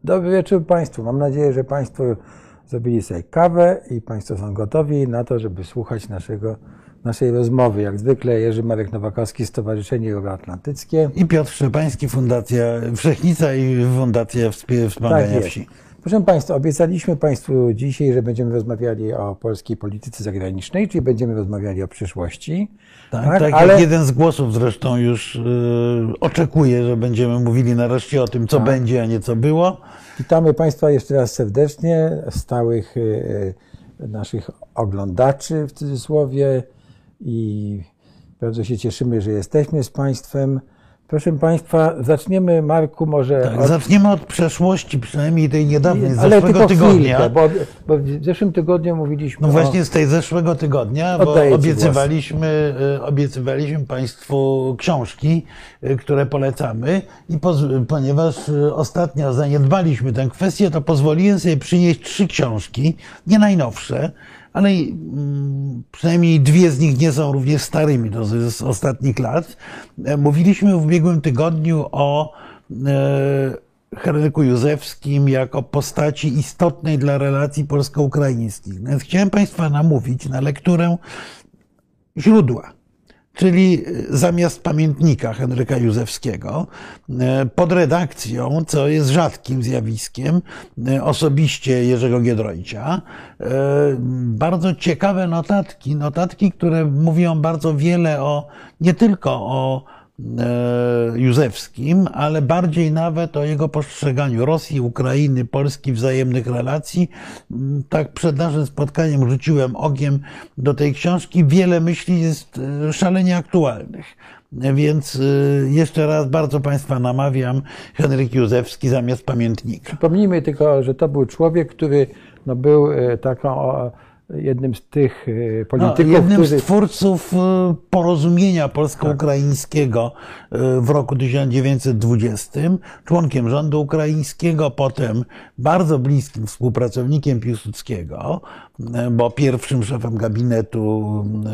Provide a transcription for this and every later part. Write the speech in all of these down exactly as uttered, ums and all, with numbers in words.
Dobry wieczór Państwu. Mam nadzieję, że Państwo zrobili sobie kawę i Państwo są gotowi na to, żeby słuchać naszego, naszej rozmowy. Jak zwykle Jerzy Marek Nowakowski, Stowarzyszenie Euroatlantyckie. I Piotr Szczepański, Fundacja Wszechnica i Fundacja Wspomagania Tak Wsi. Proszę Państwa, obiecaliśmy Państwu dzisiaj, że będziemy rozmawiali o polskiej polityce zagranicznej, czyli będziemy rozmawiali o przyszłości. Tak, tak, tak ale... jak jeden z głosów zresztą już yy, oczekuje, że będziemy mówili nareszcie o tym, co tak. będzie, a nie co było. Witamy Państwa jeszcze raz serdecznie, stałych yy, naszych oglądaczy w cudzysłowie i bardzo się cieszymy, że jesteśmy z Państwem. Proszę Państwa, zaczniemy, Marku, może... Tak, od... Zaczniemy od przeszłości, przynajmniej tej niedawnej, z Ale zeszłego tygodnia. Chwilkę, bo, bo w zeszłym tygodniu mówiliśmy No o... właśnie z tej zeszłego tygodnia, bo obiecywaliśmy, obiecywaliśmy Państwu książki, które polecamy i poz, ponieważ ostatnio zaniedbaliśmy tę kwestię, to pozwoliłem sobie przynieść trzy książki, nie najnowsze, ale przynajmniej dwie z nich nie są również starymi, to z ostatnich lat. Mówiliśmy w ubiegłym tygodniu o Henryku Józefskim jako postaci istotnej dla relacji polsko-ukraińskich. Więc chciałem Państwa namówić na lekturę źródła, czyli zamiast pamiętnika Henryka Józefskiego, pod redakcją, co jest rzadkim zjawiskiem, osobiście Jerzego Giedroycia, bardzo ciekawe notatki, notatki, które mówią bardzo wiele o, nie tylko o Józefskim, ale bardziej nawet o jego postrzeganiu Rosji, Ukrainy, Polski, wzajemnych relacji. Tak przed naszym spotkaniem rzuciłem okiem do tej książki. Wiele myśli jest szalenie aktualnych. Więc jeszcze raz bardzo Państwa namawiam, Henryk Józefski zamiast pamiętnika. Przypomnijmy tylko, że to był człowiek, który no, był taką jednym z tych polityków, no, jednym którzy... z twórców porozumienia polsko-ukraińskiego w roku tysiąc dziewięćset dwudziestym, członkiem rządu ukraińskiego, potem bardzo bliskim współpracownikiem Piłsudskiego, bo pierwszym szefem gabinetu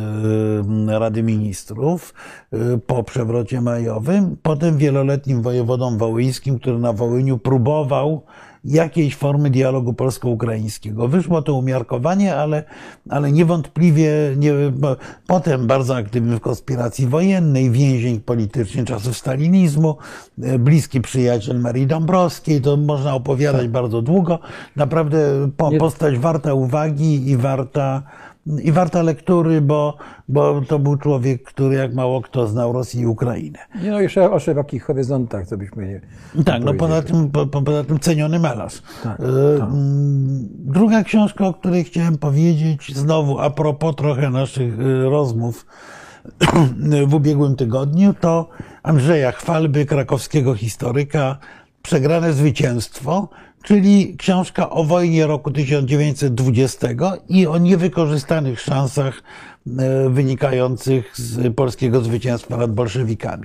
Rady Ministrów po przewrocie majowym, potem wieloletnim wojewodą wołyńskim, który na Wołyniu próbował jakiejś formy dialogu polsko-ukraińskiego. Wyszło to umiarkowanie, ale, ale niewątpliwie nie, potem bardzo aktywny w konspiracji wojennej, więzień polityczny czasów stalinizmu, bliski przyjaciel Marii Dąbrowskiej, to można opowiadać bardzo długo. Naprawdę postać warta uwagi i warta I warta lektury, bo, bo to był człowiek, który jak mało kto znał Rosję i Ukrainę. No i o szerokich horyzontach, co byśmy nie Tak, no poza tym, po, poza tym ceniony malarz. Tak, tak. Druga książka, o której chciałem powiedzieć, znowu a propos trochę naszych rozmów w ubiegłym tygodniu, to Andrzeja Chwalby, krakowskiego historyka, Przegrane zwycięstwo, czyli książka o wojnie roku tysiąc dziewięćset dwudziestego i o niewykorzystanych szansach wynikających z polskiego zwycięstwa nad bolszewikami.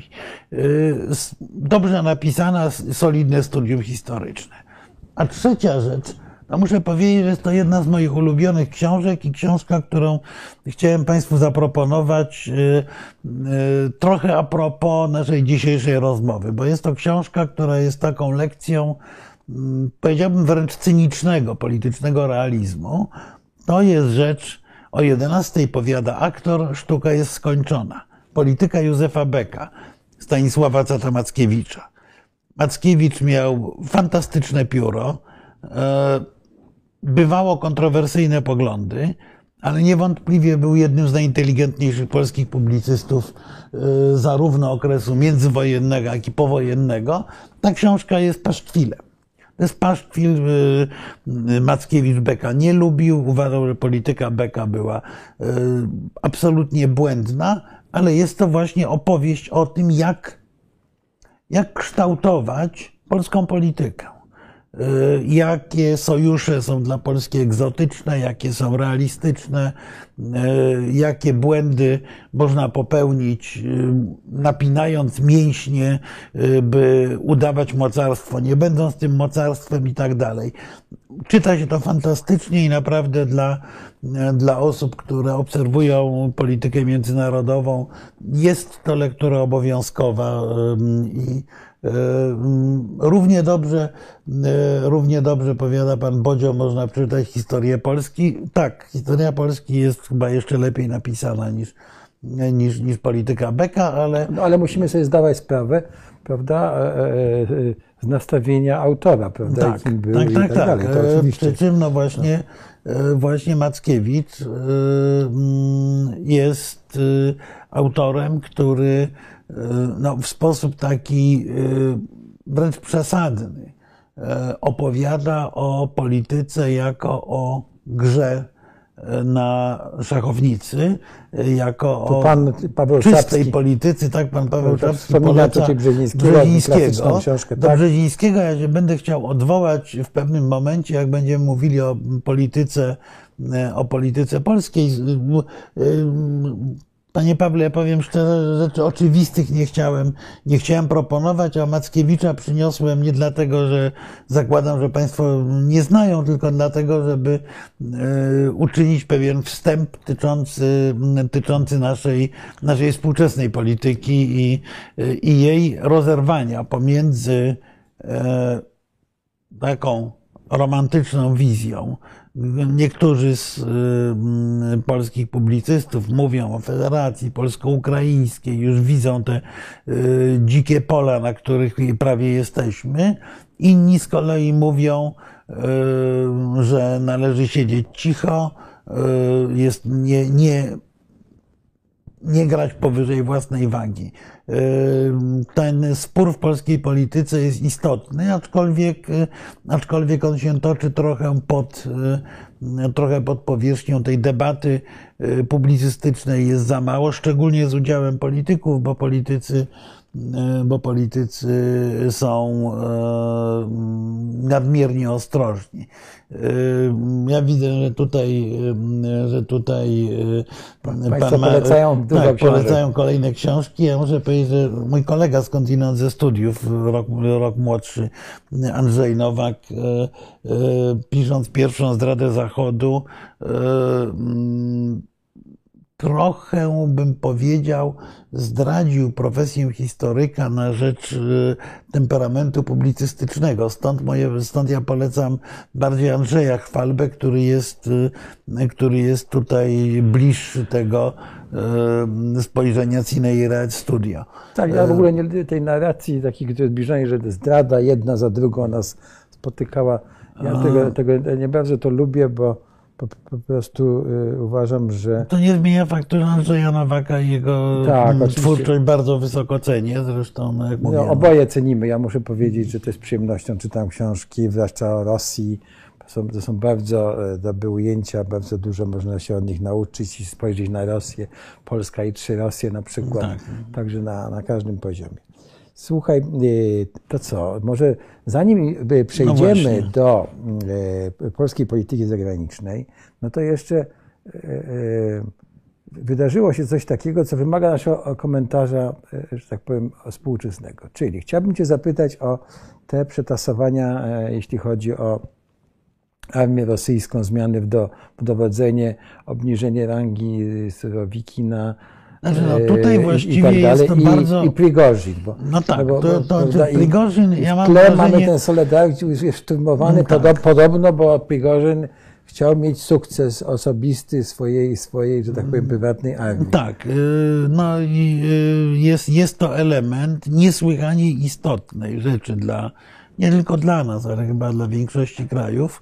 Dobrze napisana, solidne studium historyczne. A trzecia rzecz, no muszę powiedzieć, że jest to jedna z moich ulubionych książek i książka, którą chciałem Państwu zaproponować trochę a propos naszej dzisiejszej rozmowy, bo jest to książka, która jest taką lekcją, powiedziałbym wręcz cynicznego, politycznego realizmu. To jest rzecz o jedenastej, powiada aktor, sztuka jest skończona. Polityka Józefa Beka, Stanisława Cata-Mackiewicza. Mackiewicz miał fantastyczne pióro, bywało kontrowersyjne poglądy, ale niewątpliwie był jednym z najinteligentniejszych polskich publicystów zarówno okresu międzywojennego, jak i powojennego. Ta książka jest paszkwilem. To jest paszkwil. Mackiewicz Beka nie lubił, uważał, że polityka Beka była absolutnie błędna, ale jest to właśnie opowieść o tym, jak, jak kształtować polską politykę. Jakie sojusze są dla Polski egzotyczne, jakie są realistyczne, jakie błędy można popełnić, napinając mięśnie, by udawać mocarstwo, nie będąc tym mocarstwem i tak dalej. Czyta się to fantastycznie i naprawdę dla, dla osób, które obserwują politykę międzynarodową, jest to lektura obowiązkowa i równie dobrze, równie dobrze, powiada pan Bodzio, można przeczytać historię Polski. Tak, historia Polski jest chyba jeszcze lepiej napisana niż, niż, niż polityka Beka, ale... No, ale musimy sobie zdawać sprawę, prawda, z nastawienia autora, prawda, tak, jakim był tak, i tak, tak, tak. dalej. To oczywiście. Przy czym no właśnie, no. właśnie Mackiewicz jest autorem, który no, w sposób taki wręcz przesadny opowiada o polityce jako o grze na szachownicy, jako to o pan Paweł czystej Czapski. polityce. Tak, pan Paweł To Czapski wspomina poleca Brzezińskiego, Brzezińskiego. książkę, Do tak? Brzezińskiego ja się będę chciał odwołać w pewnym momencie, jak będziemy mówili o polityce, o polityce polskiej. Panie Pawle, ja powiem szczerze, rzeczy oczywistych nie chciałem, nie chciałem proponować, a Mackiewicza przyniosłem nie dlatego, że zakładam, że Państwo nie znają, tylko dlatego, żeby uczynić pewien wstęp tyczący, tyczący naszej, naszej współczesnej polityki i, i jej rozerwania pomiędzy taką romantyczną wizją. Niektórzy z y, polskich publicystów mówią o Federacji Polsko-Ukraińskiej, już widzą te y, dzikie pola, na których prawie jesteśmy. Inni z kolei mówią, y, że należy siedzieć cicho, y, jest nie, nie, nie grać powyżej własnej wagi. Ten spór w polskiej polityce jest istotny, aczkolwiek, aczkolwiek on się toczy trochę pod, trochę pod powierzchnią tej debaty publicystycznej jest za mało, szczególnie z udziałem polityków, bo politycy, bo politycy są nadmiernie ostrożni. Ja widzę, że tutaj, że tutaj Państwo pan ma, polecają dużo tak, książek. polecają kolejne książki. Ja muszę powiedzieć, że mój kolega skądinąd ze studiów, rok, rok młodszy, Andrzej Nowak, pisząc pierwszą Zdradę Zachodu, trochę, bym powiedział, zdradził profesję historyka na rzecz temperamentu publicystycznego. Stąd, moje, stąd ja polecam bardziej Andrzeja Chwalbę, który jest, który jest tutaj bliższy tego spojrzenia Cine i Red Studio. Tak, ja w ogóle nie tej narracji takiej, które zbliżenie, że zdrada jedna za drugą nas spotykała. Ja tego, tego nie bardzo to lubię, bo Po, po prostu y, uważam, że... To nie zmienia faktu, że Andrzeja Nowaka i jego tak, twórczość bardzo wysoko cenię. Zresztą, no, jak mówię, no, oboje cenimy. Ja muszę powiedzieć, że to jest przyjemnością. Czytam książki, zwłaszcza o Rosji. To są, to są bardzo dobre ujęcia, bardzo dużo można się od nich nauczyć i spojrzeć na Rosję. Polska i trzy Rosje na przykład. Tak. Także na, na każdym poziomie. Słuchaj, to co, może zanim przejdziemy no do polskiej polityki zagranicznej, no to jeszcze wydarzyło się coś takiego, co wymaga naszego komentarza, że tak powiem, współczesnego. Czyli chciałbym Cię zapytać o te przetasowania, jeśli chodzi o armię rosyjską, zmiany w, do, w dowodzenie, obniżenie rangi Surowiki na Znaczy, no tutaj właściwie i tak dalej. jest to I, bardzo... i Prigorzin. Bo, no tak, no bo, to, to, prawda, to Prigorzin, ja mam w tle wrażenie... mamy ten Soledarek, który jest szturmowany no podob, tak. podobno, bo Prigorzin chciał mieć sukces osobisty swojej, swojej, że tak powiem, prywatnej armii. Tak, no i jest, jest to element niesłychanie istotnej rzeczy dla, nie tylko dla nas, ale chyba dla większości krajów,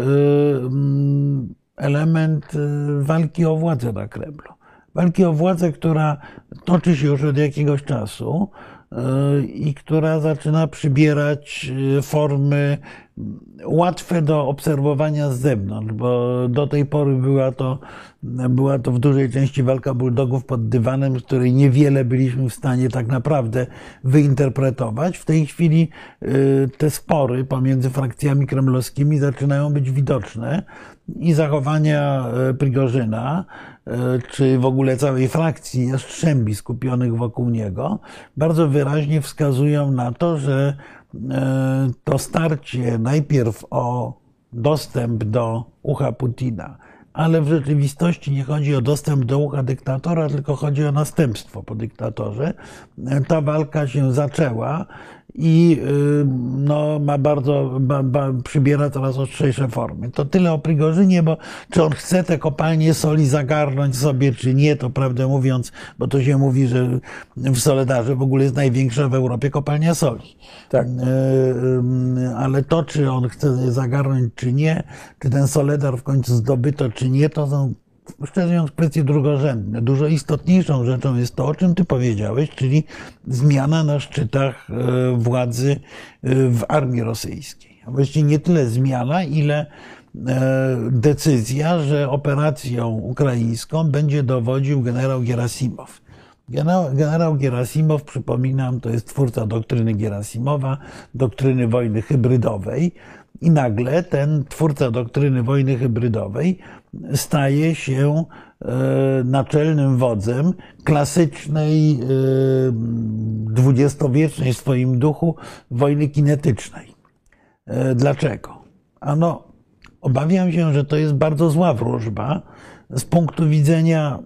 element walki o władzę na Kremlu. Walki o władzę, która toczy się już od jakiegoś czasu i która zaczyna przybierać formy łatwe do obserwowania z zewnątrz, bo do tej pory była to, była to w dużej części walka bulldogów pod dywanem, z której niewiele byliśmy w stanie tak naprawdę wyinterpretować. W tej chwili te spory pomiędzy frakcjami kremlowskimi zaczynają być widoczne i zachowania Prigorzyna, czy w ogóle całej frakcji Jastrzębi skupionych wokół niego, bardzo wyraźnie wskazują na to, że to starcie najpierw o dostęp do ucha Putina, ale w rzeczywistości nie chodzi o dostęp do ucha dyktatora, tylko chodzi o następstwo po dyktatorze. Ta walka się zaczęła i no, ma bardzo, ba, ba, przybiera coraz ostrzejsze formy. To tyle o Prigorzynie, bo czy on chce te kopalnie soli zagarnąć sobie, czy nie, to prawdę mówiąc, bo to się mówi, że w Soledarze w ogóle jest największa w Europie kopalnia soli. Tak. Ale to, czy on chce je zagarnąć, czy nie, czy ten Soledar w końcu zdobyto, czy nie, to są, szczerze mówiąc, kwestie drugorzędne. Dużo istotniejszą rzeczą jest to, o czym ty powiedziałeś, czyli zmiana na szczytach władzy w armii rosyjskiej. A właściwie nie tyle zmiana, ile decyzja, że operacją ukraińską będzie dowodził generał Gerasimow. Generał, generał Gerasimow, przypominam, to jest twórca doktryny Gerasimowa, doktryny wojny hybrydowej. I nagle ten twórca doktryny wojny hybrydowej staje się naczelnym wodzem klasycznej, dwudziestowiecznej w swoim duchu wojny kinetycznej. Dlaczego? Ano, obawiam się, że to jest bardzo zła wróżba z punktu widzenia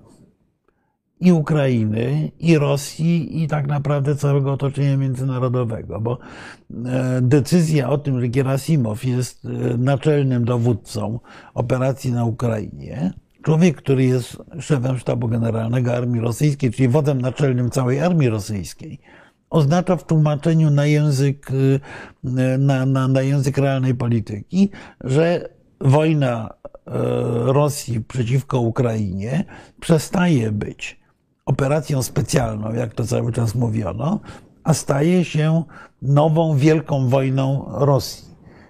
i Ukrainy, i Rosji, i tak naprawdę całego otoczenia międzynarodowego, bo decyzja o tym, że Gerasimow jest naczelnym dowódcą operacji na Ukrainie, człowiek, który jest szefem sztabu generalnego armii rosyjskiej, czyli wodzem naczelnym całej armii rosyjskiej, oznacza w tłumaczeniu na język, na, na, na język realnej polityki, że wojna Rosji przeciwko Ukrainie przestaje być operacją specjalną, jak to cały czas mówiono, a staje się nową wielką wojną Rosji.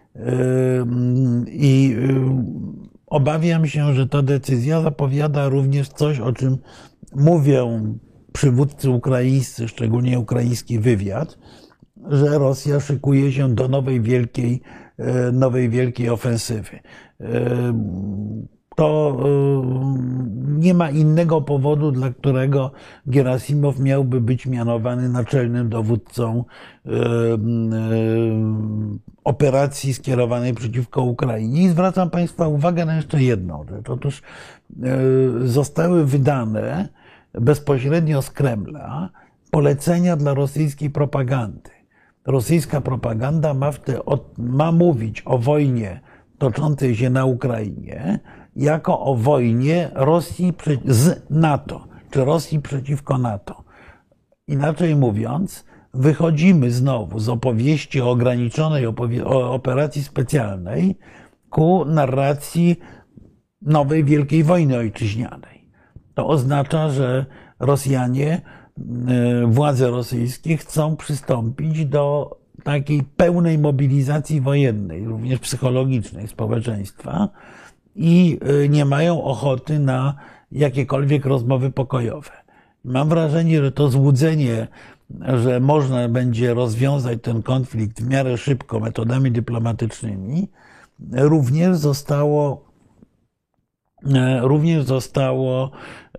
I obawiam się, że ta decyzja zapowiada również coś, o czym mówią przywódcy ukraińscy, szczególnie ukraiński wywiad, że Rosja szykuje się do nowej wielkiej, nowej wielkiej ofensywy. To nie ma innego powodu, dla którego Gerasimow miałby być mianowany naczelnym dowódcą operacji skierowanej przeciwko Ukrainie. I zwracam Państwa uwagę na jeszcze jedną rzecz. Otóż zostały wydane bezpośrednio z Kremla polecenia dla rosyjskiej propagandy. Rosyjska propaganda ma, w te, ma mówić o wojnie toczącej się na Ukrainie jako o wojnie Rosji z NATO, czy Rosji przeciwko NATO. Inaczej mówiąc, wychodzimy znowu z opowieści o ograniczonej opowie- o operacji specjalnej ku narracji nowej wielkiej wojny ojczyźnianej. To oznacza, że Rosjanie, władze rosyjskie chcą przystąpić do takiej pełnej mobilizacji wojennej, również psychologicznej społeczeństwa i nie mają ochoty na jakiekolwiek rozmowy pokojowe. Mam wrażenie, że to złudzenie, że można będzie rozwiązać ten konflikt w miarę szybko metodami dyplomatycznymi, również zostało, również zostało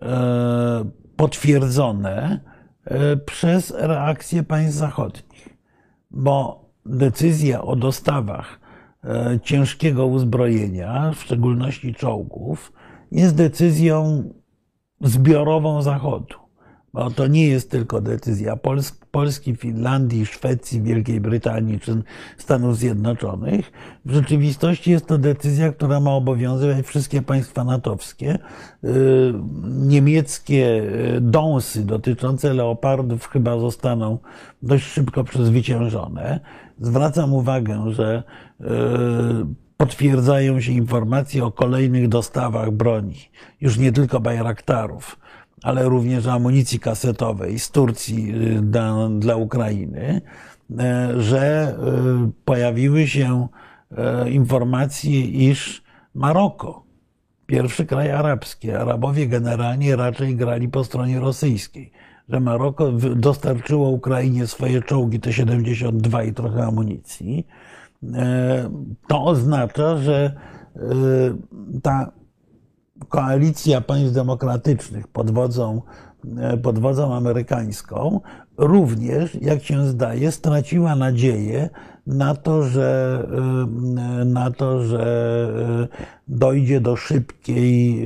potwierdzone przez reakcje państw zachodnich. Bo decyzja o dostawach ciężkiego uzbrojenia, w szczególności czołgów, jest decyzją zbiorową Zachodu. Bo to nie jest tylko decyzja Polski, Finlandii, Szwecji, Wielkiej Brytanii czy Stanów Zjednoczonych. W rzeczywistości jest to decyzja, która ma obowiązywać wszystkie państwa natowskie. Niemieckie dąsy dotyczące leopardów chyba zostaną dość szybko przezwyciężone. Zwracam uwagę, że potwierdzają się informacje o kolejnych dostawach broni, już nie tylko Bajraktarów, ale również amunicji kasetowej z Turcji dla, dla Ukrainy, że pojawiły się informację, iż Maroko, pierwszy kraj arabski, Arabowie generalnie raczej grali po stronie rosyjskiej, że Maroko dostarczyło Ukrainie swoje czołgi T siedemdziesiąt dwa i trochę amunicji. To oznacza, że ta koalicja państw demokratycznych pod wodzą, pod wodzą amerykańską również, jak się zdaje, straciła nadzieję na to, że, na to, że dojdzie do szybkiej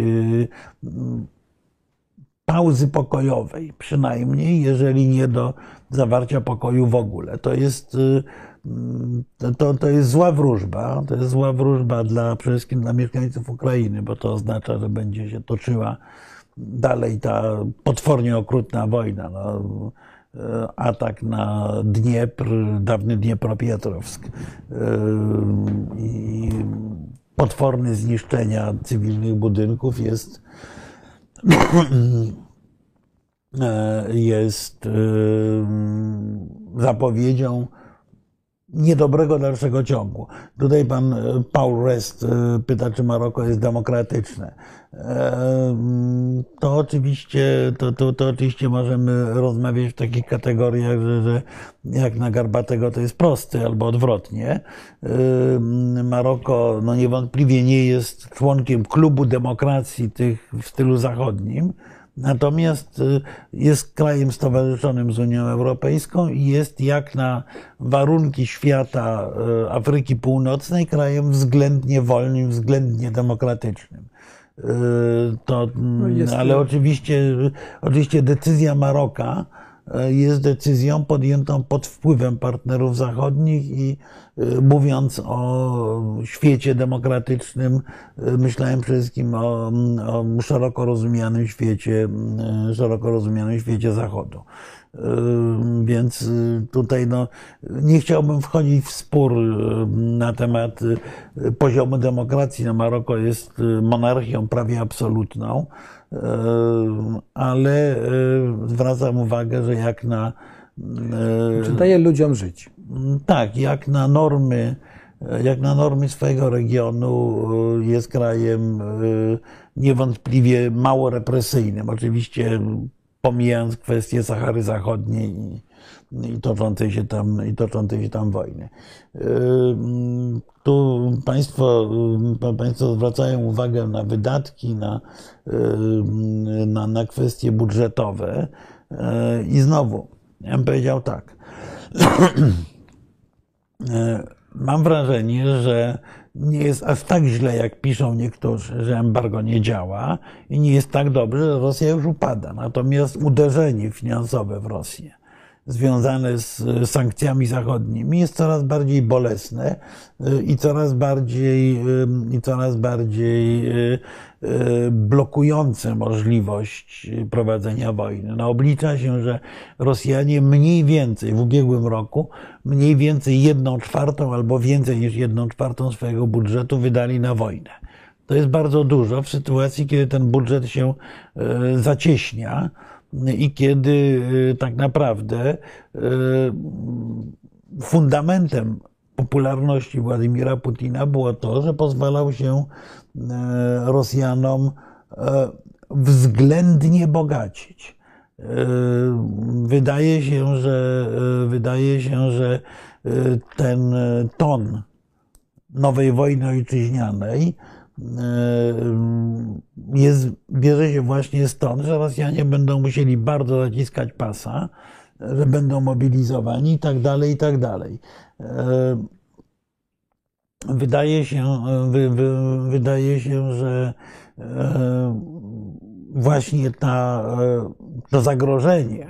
pauzy pokojowej, przynajmniej jeżeli nie do zawarcia pokoju w ogóle. To jest, to, to jest zła wróżba, to jest zła wróżba dla, przede wszystkim dla mieszkańców Ukrainy, bo to oznacza, że będzie się toczyła dalej ta potwornie okrutna wojna. No, atak na Dniepr, dawny Dniepropietrowsk i potworne zniszczenia cywilnych budynków jest jest zapowiedzią niedobrego dalszego ciągu. Tutaj pan Paul Rest pyta, czy Maroko jest demokratyczne. To oczywiście, to, to, to oczywiście możemy rozmawiać w takich kategoriach, że, że jak na Garbatego to jest prosty, albo odwrotnie. Maroko no niewątpliwie nie jest członkiem klubu demokracji tych w stylu zachodnim, natomiast jest krajem stowarzyszonym z Unią Europejską i jest jak na warunki świata Afryki Północnej krajem względnie wolnym, względnie demokratycznym. To, no ale oczywiście, oczywiście decyzja Maroka jest decyzją podjętą pod wpływem partnerów zachodnich i mówiąc o świecie demokratycznym, myślałem przede wszystkim o, o szeroko rozumianym świecie, szeroko rozumianym świecie Zachodu. Więc tutaj no, nie chciałbym wchodzić w spór na temat poziomu demokracji. No, Maroko jest monarchią prawie absolutną, ale zwracam uwagę, że jak na... Czy daje ludziom żyć? Tak, jak na normy, jak na normy swojego regionu jest krajem niewątpliwie mało represyjnym. Oczywiście pomijając kwestię Sahary Zachodniej i, i, toczącej się tam, i toczącej się tam wojny. Tu państwo, państwo zwracają uwagę na wydatki, na, na, na kwestie budżetowe i znowu, ja bym powiedział tak. Mam wrażenie, że nie jest aż tak źle, jak piszą niektórzy, że embargo nie działa i nie jest tak dobrze, że Rosja już upada. Natomiast uderzenie finansowe w Rosję związane z sankcjami zachodnimi jest coraz bardziej bolesne i coraz bardziej, i coraz bardziej blokujące możliwość prowadzenia wojny. No, oblicza się, że Rosjanie mniej więcej w ubiegłym roku mniej więcej jedną czwartą albo więcej niż jedną czwartą swojego budżetu wydali na wojnę. To jest bardzo dużo w sytuacji, kiedy ten budżet się zacieśnia i kiedy tak naprawdę fundamentem popularności Władimira Putina było to, że pozwalał się Rosjanom względnie bogacić. Wydaje się, że, wydaje się, że ten ton nowej wojny ojczyźnianej jest, bierze się właśnie stąd, że Rosjanie będą musieli bardzo zaciskać pasa, że będą mobilizowani i tak dalej, i tak dalej. Wydaje się, wy, wy, wydaje się, że właśnie ta, to zagrożenie,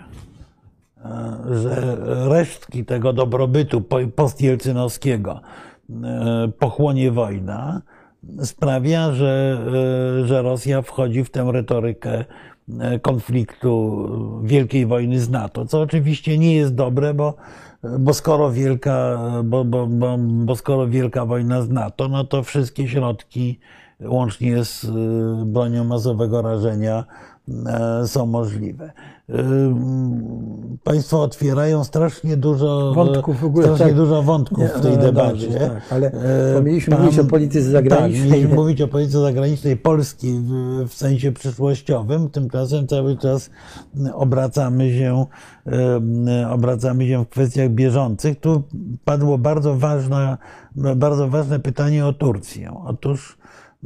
że resztki tego dobrobytu postjelcynowskiego pochłonie wojna, sprawia, że, że Rosja wchodzi w tę retorykę konfliktu wielkiej wojny z NATO, co oczywiście nie jest dobre, bo, bo, skoro, wielka, bo, bo, bo, bo skoro wielka wojna z NATO, no to wszystkie środki, łącznie z bronią masowego rażenia, są możliwe. Państwo otwierają strasznie dużo wątków, w ogóle, strasznie tak. dużo wątków Nie, w tej no, debacie. dobrze, tak, ale mieliśmy Pan, mówić o polityce zagranicznej. Tak, mieliśmy mówić o polityce zagranicznej Polski w, w sensie przyszłościowym. Tymczasem cały czas obracamy się, obracamy się w kwestiach bieżących. Tu padło bardzo ważne, bardzo ważne pytanie o Turcję. Otóż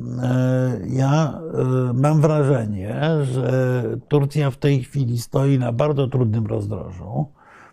ja mam wrażenie, że Turcja w tej chwili stoi na bardzo trudnym rozdrożu,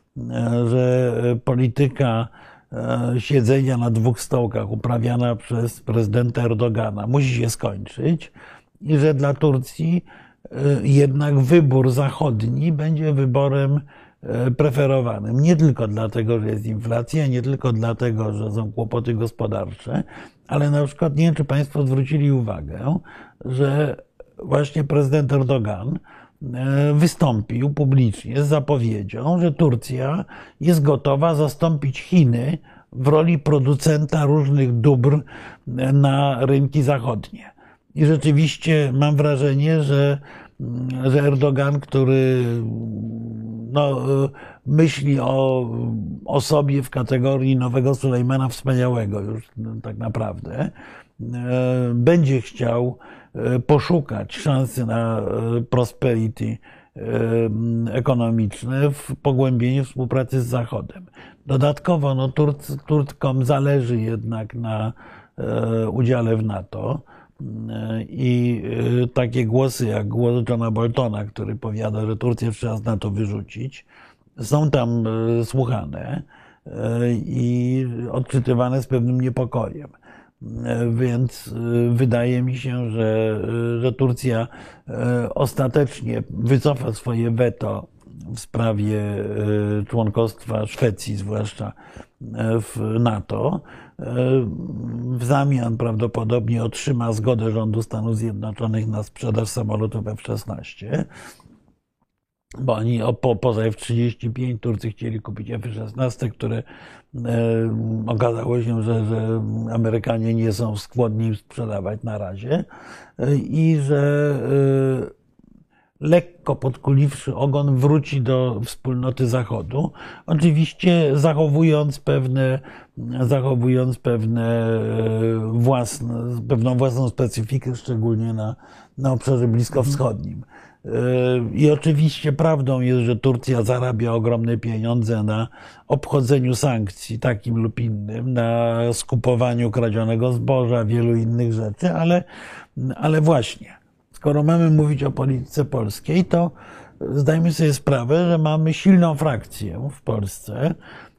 że polityka siedzenia na dwóch stołkach uprawiana przez prezydenta Erdogana musi się skończyć i że dla Turcji jednak wybór zachodni będzie wyborem preferowanym. Nie tylko dlatego, że jest inflacja, nie tylko dlatego, że są kłopoty gospodarcze, ale na przykład nie wiem, czy Państwo zwrócili uwagę, że właśnie prezydent Erdogan wystąpił publicznie z zapowiedzią, że Turcja jest gotowa zastąpić Chiny w roli producenta różnych dóbr na rynki zachodnie. I rzeczywiście mam wrażenie, że, że Erdogan, który no, myśli o, o sobie w kategorii nowego Sulejmana Wspaniałego już tak naprawdę, będzie chciał poszukać szansy na prosperity ekonomiczne w pogłębieniu współpracy z Zachodem. Dodatkowo no, Turc, Turkom zależy jednak na udziale w NATO i takie głosy jak głos Johna Boltona, który powiada, że Turcję trzeba z NATO wyrzucić, są tam słuchane i odczytywane z pewnym niepokojem. Więc wydaje mi się, że, że Turcja ostatecznie wycofa swoje weto w sprawie członkostwa Szwecji, zwłaszcza w NATO. W zamian prawdopodobnie otrzyma zgodę rządu Stanów Zjednoczonych na sprzedaż samolotów F szesnaście, bo oni po, poza F trzydzieści pięć Turcy chcieli kupić F szesnaście, które e, okazało się, że, że Amerykanie nie są skłonni im sprzedawać na razie e, i że e, lekko podkuliwszy ogon wróci do wspólnoty Zachodu, oczywiście zachowując pewne, zachowując pewne własne, pewną własną specyfikę, szczególnie na, na obszarze bliskowschodnim. I oczywiście prawdą jest, że Turcja zarabia ogromne pieniądze na obchodzeniu sankcji takim lub innym, na skupowaniu kradzionego zboża, wielu innych rzeczy, ale, ale właśnie, skoro mamy mówić o polityce polskiej, to zdajmy sobie sprawę, że mamy silną frakcję w Polsce,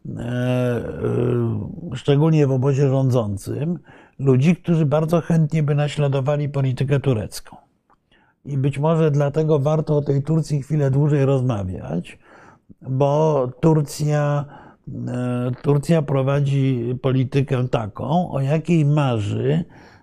szczególnie w obozie rządzącym, ludzi, którzy bardzo chętnie by naśladowali politykę turecką. I być może dlatego warto o tej Turcji chwilę dłużej rozmawiać, bo Turcja, Turcja prowadzi politykę taką, o jakiej marzy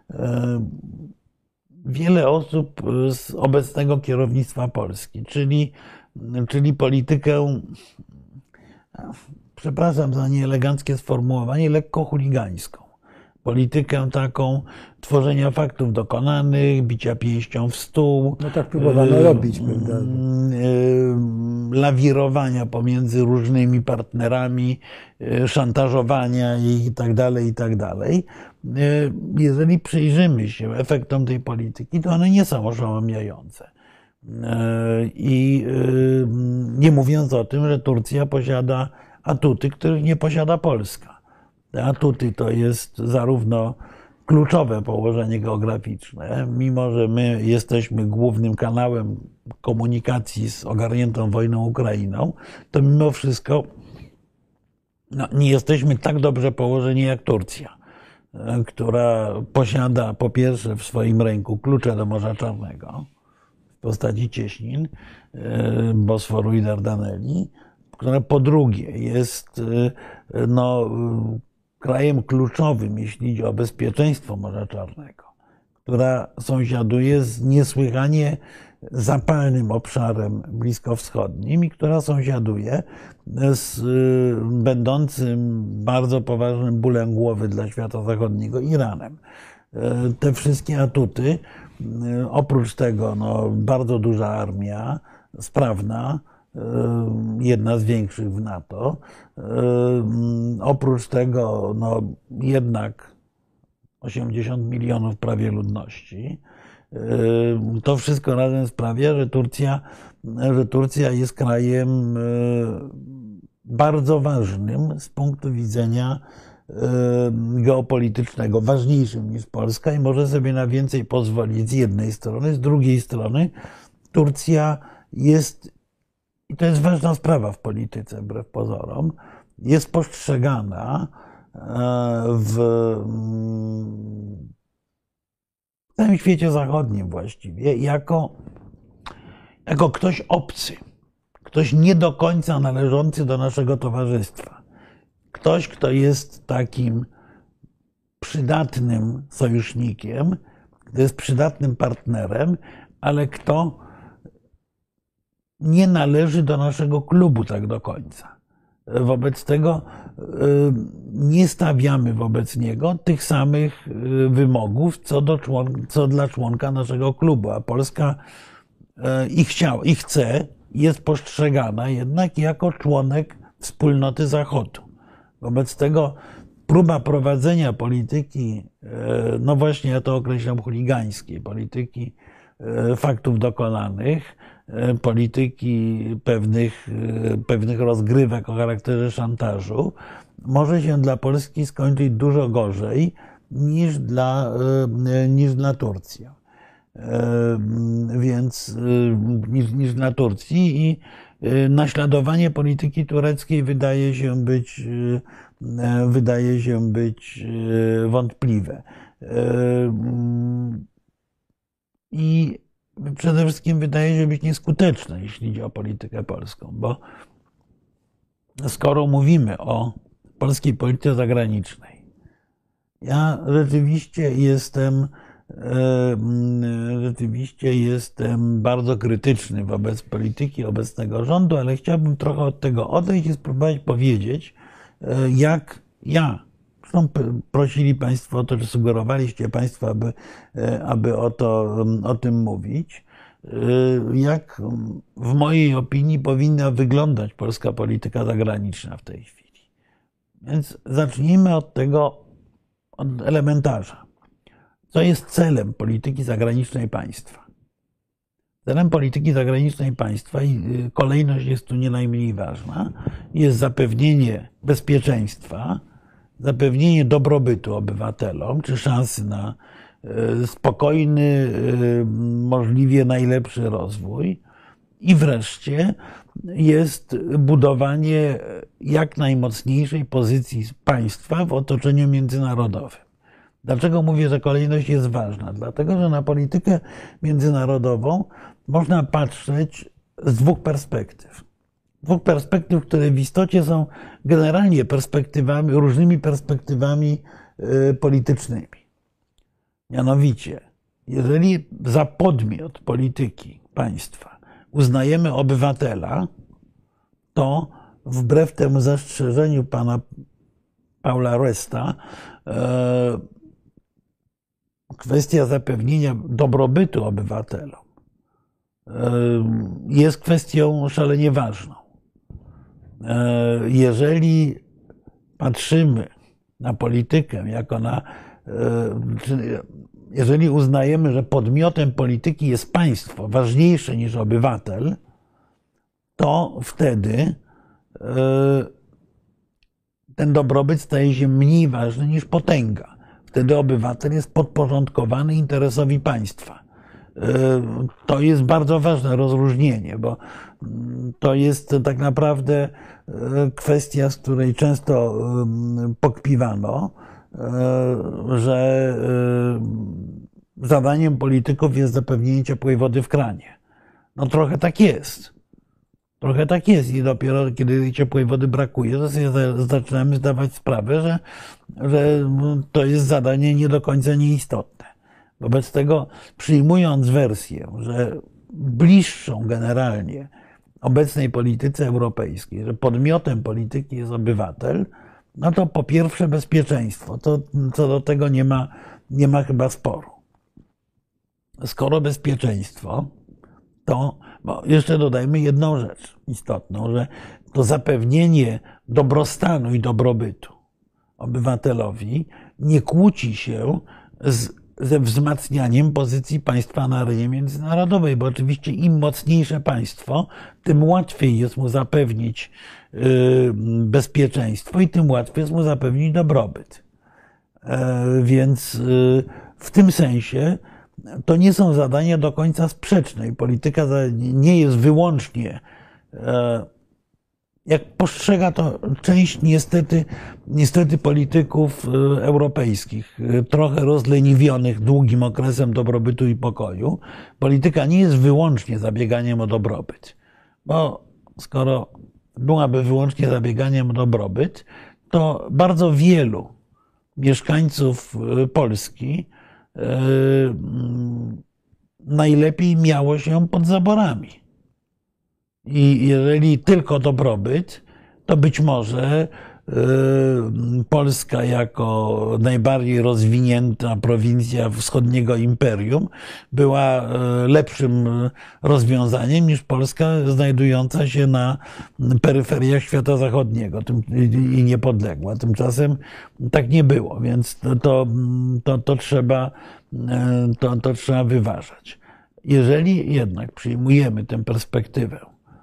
wiele osób z obecnego kierownictwa Polski, czyli, czyli politykę, przepraszam za nieeleganckie sformułowanie, lekko chuligańską. Politykę taką tworzenia faktów dokonanych, bicia pięścią w stół. No tak próbowano robić, prawda? Lawirowania pomiędzy różnymi partnerami, szantażowania i tak dalej, i tak dalej. Jeżeli przyjrzymy się efektom tej polityki, to one nie są oszałamiające. I nie mówiąc o tym, że Turcja posiada atuty, których nie posiada Polska. Te atuty to jest zarówno kluczowe położenie geograficzne, mimo że my jesteśmy głównym kanałem komunikacji z ogarniętą wojną Ukrainą, to mimo wszystko no, nie jesteśmy tak dobrze położeni jak Turcja, która posiada po pierwsze w swoim ręku klucze do Morza Czarnego w postaci cieśnin, Bosforu i Dardaneli, która po drugie jest no, krajem kluczowym, jeśli idzie o bezpieczeństwo Morza Czarnego, która sąsiaduje z niesłychanie zapalnym obszarem bliskowschodnim i która sąsiaduje z będącym bardzo poważnym bólem głowy dla świata zachodniego Iranem. Te wszystkie atuty Oprócz tego no, bardzo duża armia, sprawna, jedna z większych w NATO. Oprócz tego no, jednak osiemdziesiąt milionów prawie ludności. To wszystko razem sprawia, że Turcja, że Turcja jest krajem bardzo ważnym z punktu widzenia geopolitycznego, ważniejszym niż Polska i może sobie na więcej pozwolić z jednej strony. Z drugiej strony Turcja jest, i to jest ważna sprawa w polityce, wbrew pozorom, jest postrzegana w w całym świecie zachodnim właściwie jako, jako ktoś obcy, ktoś nie do końca należący do naszego towarzystwa. Ktoś, kto jest takim przydatnym sojusznikiem, kto jest przydatnym partnerem, ale kto nie należy do naszego klubu tak do końca. Wobec tego nie stawiamy wobec niego tych samych wymogów, co, do człon- co dla członka naszego klubu, a Polska i chciała, i chce, jest postrzegana jednak jako członek wspólnoty Zachodu. Wobec tego próba prowadzenia polityki, no właśnie ja to określam chuligańskiej, polityki faktów dokonanych, polityki pewnych, pewnych rozgrywek o charakterze szantażu, może się dla Polski skończyć dużo gorzej niż dla, niż dla Turcji. Więc niż, niż dla Turcji i naśladowanie polityki tureckiej wydaje się być, wydaje się być wątpliwe. I przede wszystkim wydaje się być nieskuteczne, jeśli chodzi o politykę polską, bo skoro mówimy o polskiej polityce zagranicznej, ja rzeczywiście jestem rzeczywiście jestem bardzo krytyczny wobec polityki obecnego rządu, ale chciałbym trochę od tego odejść i spróbować powiedzieć, jak ja, zresztą prosili Państwo o to, czy sugerowaliście Państwo, aby, aby o, to, o tym mówić, jak w mojej opinii powinna wyglądać polska polityka zagraniczna w tej chwili. Więc zacznijmy od tego, od elementarza. Co jest celem polityki zagranicznej państwa? Celem polityki zagranicznej państwa, i kolejność jest tu nie najmniej ważna, jest zapewnienie bezpieczeństwa, zapewnienie dobrobytu obywatelom, czy szansy na spokojny, możliwie najlepszy rozwój. I wreszcie jest budowanie jak najmocniejszej pozycji państwa w otoczeniu międzynarodowym. Dlaczego mówię, że kolejność jest ważna? Dlatego, że na politykę międzynarodową można patrzeć z dwóch perspektyw. Dwóch perspektyw, które w istocie są generalnie perspektywami, różnymi perspektywami politycznymi. Mianowicie, jeżeli za podmiot polityki państwa uznajemy obywatela, to wbrew temu zastrzeżeniu pana Paula Resta, kwestia zapewnienia dobrobytu obywatelom jest kwestią szalenie ważną. Jeżeli patrzymy na politykę jako na, jeżeli uznajemy, że podmiotem polityki jest państwo ważniejsze niż obywatel, to wtedy ten dobrobyt staje się mniej ważny niż potęga. Wtedy obywatel jest podporządkowany interesowi państwa. To jest bardzo ważne rozróżnienie, bo to jest tak naprawdę kwestia, z której często pokpiwano, że zadaniem polityków jest zapewnienie ciepłej wody w kranie. No trochę tak jest. Trochę tak jest i dopiero kiedy ciepłej wody brakuje, to sobie zaczynamy zdawać sprawę, że, że to jest zadanie nie do końca nieistotne. Wobec tego, przyjmując wersję, że bliższą generalnie obecnej polityce europejskiej, że podmiotem polityki jest obywatel, no to po pierwsze bezpieczeństwo. To, co do tego nie ma, nie ma chyba sporu. skoro bezpieczeństwo, to bo jeszcze dodajmy jedną rzecz istotną, że to zapewnienie dobrostanu i dobrobytu obywatelowi nie kłóci się z, ze wzmacnianiem pozycji państwa na arenie międzynarodowej, bo oczywiście im mocniejsze państwo, tym łatwiej jest mu zapewnić y, bezpieczeństwo i tym łatwiej jest mu zapewnić dobrobyt. E, więc y, w tym sensie to nie są zadania do końca sprzeczne i polityka nie jest wyłącznie, jak postrzega to część niestety, niestety polityków europejskich, trochę rozleniwionych długim okresem dobrobytu i pokoju, polityka nie jest wyłącznie zabieganiem o dobrobyt, bo skoro byłaby wyłącznie zabieganiem o dobrobyt, to bardzo wielu mieszkańców Polski najlepiej miało się pod zaborami. I jeżeli tylko dobrobyt, to być może Polska jako najbardziej rozwinięta prowincja wschodniego imperium była lepszym rozwiązaniem niż Polska znajdująca się na peryferiach świata zachodniego i niepodległa. Tymczasem tak nie było, więc to, to, to, to, trzeba, to, to trzeba wyważać. Jeżeli jednak przyjmujemy tę perspektywę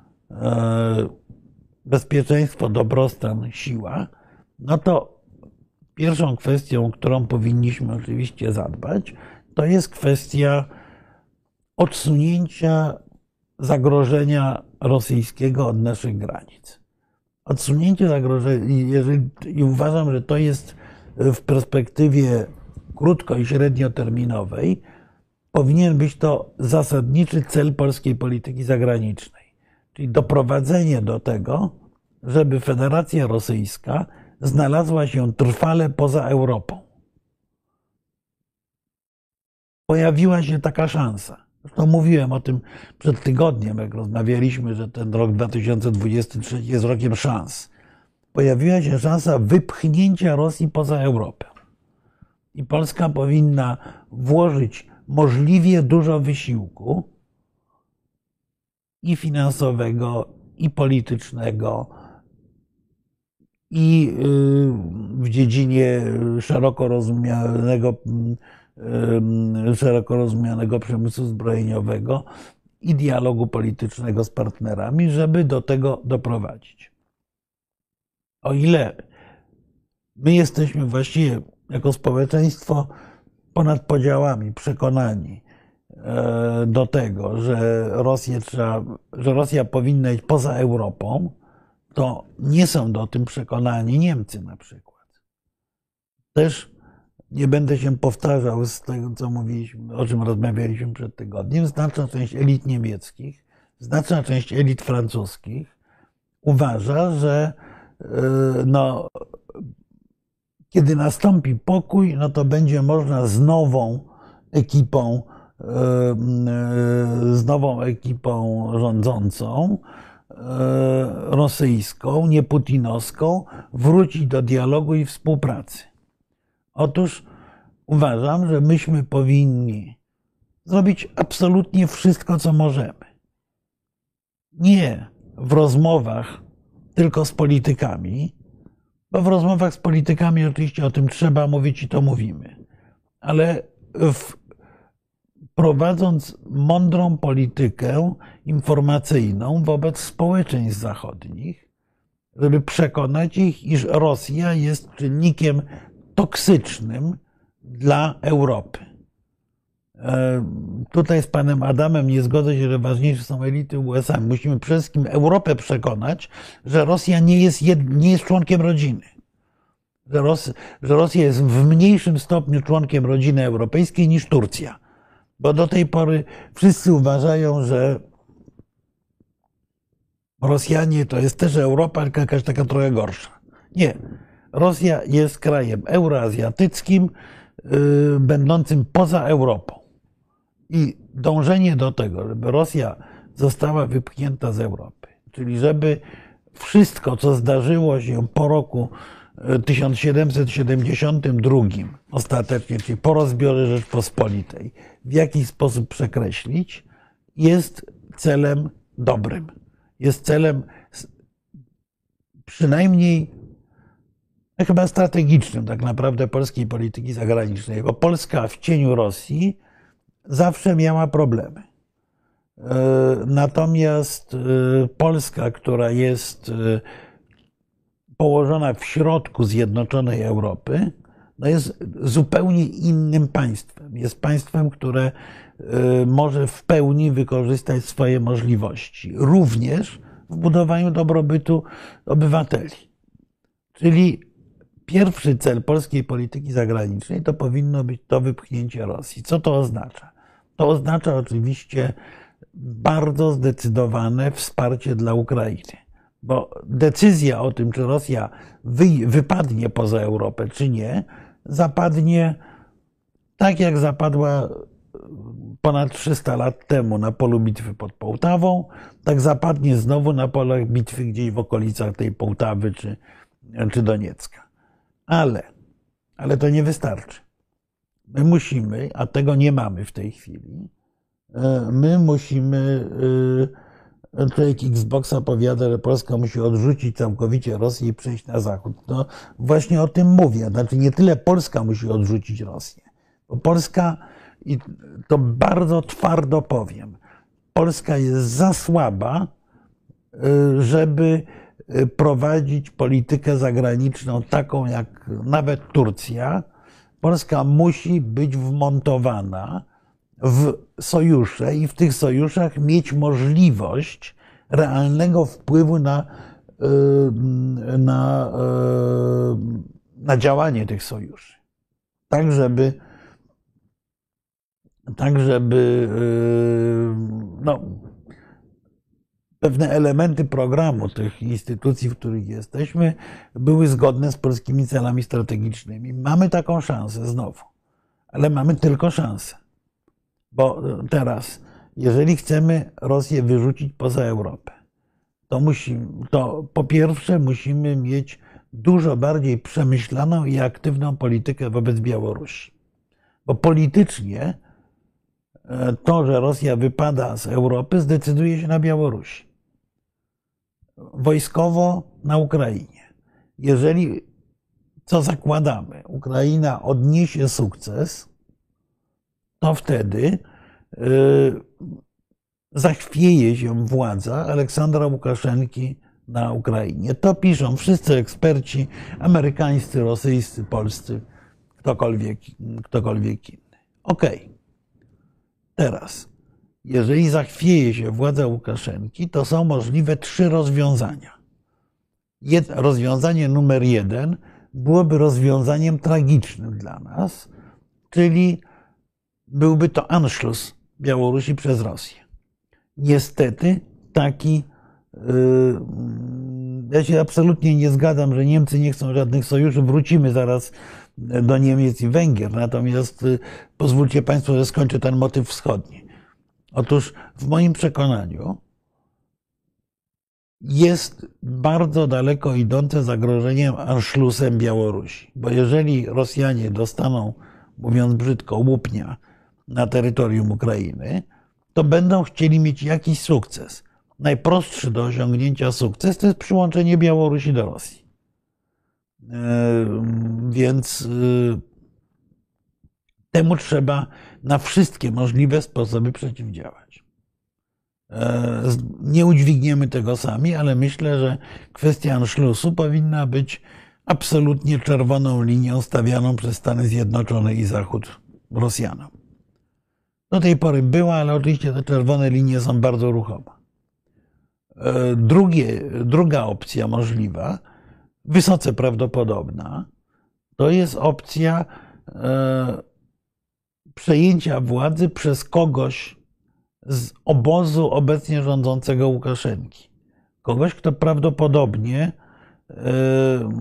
bezpieczeństwo, dobrostan, siła, no to pierwszą kwestią, którą powinniśmy oczywiście zadbać, to jest kwestia odsunięcia zagrożenia rosyjskiego od naszych granic. Odsunięcie zagrożenia, jeżeli, i uważam, że to jest w perspektywie krótko- i średnioterminowej, powinien być to zasadniczy cel polskiej polityki zagranicznej. Czyli doprowadzenie do tego, żeby Federacja Rosyjska znalazła się trwale poza Europą. Pojawiła się taka szansa. Zresztą mówiłem o tym przed tygodniem, jak rozmawialiśmy, że ten rok dwa tysiące dwudziesty trzeci jest rokiem szans. Pojawiła się szansa wypchnięcia Rosji poza Europę. I Polska powinna włożyć możliwie dużo wysiłku, i finansowego, i politycznego, i w dziedzinie szeroko rozumianego, szeroko rozumianego przemysłu zbrojeniowego i dialogu politycznego z partnerami, żeby do tego doprowadzić. O ile my jesteśmy właściwie jako społeczeństwo ponad podziałami przekonani do tego, że Rosję trzeba, że Rosja powinna iść poza Europą, to nie są do tym przekonani Niemcy na przykład. Też nie będę się powtarzał z tego, co mówiliśmy, o czym rozmawialiśmy przed tygodniem. Znaczna część elit niemieckich, znaczna część elit francuskich uważa, że no, kiedy nastąpi pokój, no to będzie można z nową ekipą z nową ekipą rządzącą, rosyjską, nie putinowską, wrócić do dialogu i współpracy. Otóż uważam, że myśmy powinni zrobić absolutnie wszystko, co możemy. Nie w rozmowach tylko z politykami, bo w rozmowach z politykami oczywiście o tym trzeba mówić i to mówimy, ale w prowadząc mądrą politykę informacyjną wobec społeczeństw zachodnich, żeby przekonać ich, iż Rosja jest czynnikiem toksycznym dla Europy. Tutaj z panem Adamem nie zgodzę się, że ważniejsze są elity U S A. Musimy przede wszystkim Europę przekonać, że Rosja nie jest, jed, nie jest członkiem rodziny. Że, Ros, że Rosja jest w mniejszym stopniu członkiem rodziny europejskiej niż Turcja. Bo do tej pory wszyscy uważają, że Rosjanie to jest też Europa, tylko jakaś taka trochę gorsza. Nie. Rosja jest krajem euroazjatyckim, yy, będącym poza Europą. I dążenie do tego, żeby Rosja została wypchnięta z Europy, czyli żeby wszystko, co zdarzyło się po roku tysiąc siedemset siedemdziesiątym drugim ostatecznie, czyli po rozbiorze Rzeczpospolitej, w jakiś sposób przekreślić, jest celem dobrym. Jest celem przynajmniej chyba strategicznym tak naprawdę polskiej polityki zagranicznej, bo Polska w cieniu Rosji zawsze miała problemy. Natomiast Polska, która jest położona w środku zjednoczonej Europy, no jest zupełnie innym państwem. Jest państwem, które może w pełni wykorzystać swoje możliwości, również w budowaniu dobrobytu obywateli. Czyli pierwszy cel polskiej polityki zagranicznej to powinno być to wypchnięcie Rosji. Co to oznacza? To oznacza oczywiście bardzo zdecydowane wsparcie dla Ukrainy. Bo decyzja o tym, czy Rosja wy, wypadnie poza Europę, czy nie, zapadnie tak, jak zapadła ponad trzysta lat temu na polu bitwy pod Połtawą, tak zapadnie znowu na polach bitwy gdzieś w okolicach tej Połtawy czy, czy Doniecka. Ale, ale to nie wystarczy. My musimy, a tego nie mamy w tej chwili, my musimy, człowiek Xboxa powiada, że Polska musi odrzucić całkowicie Rosję i przejść na Zachód. No właśnie o tym mówię. Znaczy nie tyle Polska musi odrzucić Rosję, bo Polska, i to bardzo twardo powiem, Polska jest za słaba, żeby prowadzić politykę zagraniczną taką jak nawet Turcja. Polska musi być wmontowana w sojusze i w tych sojuszach mieć możliwość realnego wpływu na, na, na działanie tych sojuszy. Tak, żeby, tak, żeby no, pewne elementy programu tych instytucji, w których jesteśmy, były zgodne z polskimi celami strategicznymi. Mamy taką szansę znowu, ale mamy tylko szansę. Bo teraz, jeżeli chcemy Rosję wyrzucić poza Europę, to, musimy, to po pierwsze musimy mieć dużo bardziej przemyślaną i aktywną politykę wobec Białorusi. Bo politycznie to, że Rosja wypada z Europy, zdecyduje się na Białorusi. Wojskowo na Ukrainie. Jeżeli, co zakładamy, Ukraina odniesie sukces, to wtedy zachwieje się władza Aleksandra Łukaszenki na Ukrainie. To piszą wszyscy eksperci, amerykańscy, rosyjscy, polscy, ktokolwiek, ktokolwiek inny. Okej. Teraz, jeżeli zachwieje się władza Łukaszenki, to są możliwe trzy rozwiązania. Jed, rozwiązanie numer jeden byłoby rozwiązaniem tragicznym dla nas, czyli byłby to Anschluss Białorusi przez Rosję. Niestety taki, yy, ja się absolutnie nie zgadzam, że Niemcy nie chcą żadnych sojuszy, wrócimy zaraz do Niemiec i Węgier, natomiast yy, pozwólcie Państwo, że skończę ten motyw wschodni. Otóż w moim przekonaniu jest bardzo daleko idące zagrożeniem Anschlussem Białorusi, bo jeżeli Rosjanie dostaną, mówiąc brzydko, łupnia na terytorium Ukrainy, to będą chcieli mieć jakiś sukces. Najprostszy do osiągnięcia sukces to jest przyłączenie Białorusi do Rosji. Więc temu trzeba na wszystkie możliwe sposoby przeciwdziałać. Nie udźwigniemy tego sami, ale myślę, że kwestia Anschlussu powinna być absolutnie czerwoną linią stawianą przez Stany Zjednoczone i Zachód Rosjanom. Do tej pory była, ale oczywiście te czerwone linie są bardzo ruchome. Drugie, druga opcja możliwa, wysoce prawdopodobna, to jest opcja e, przejęcia władzy przez kogoś z obozu obecnie rządzącego Łukaszenki. Kogoś, kto prawdopodobnie e,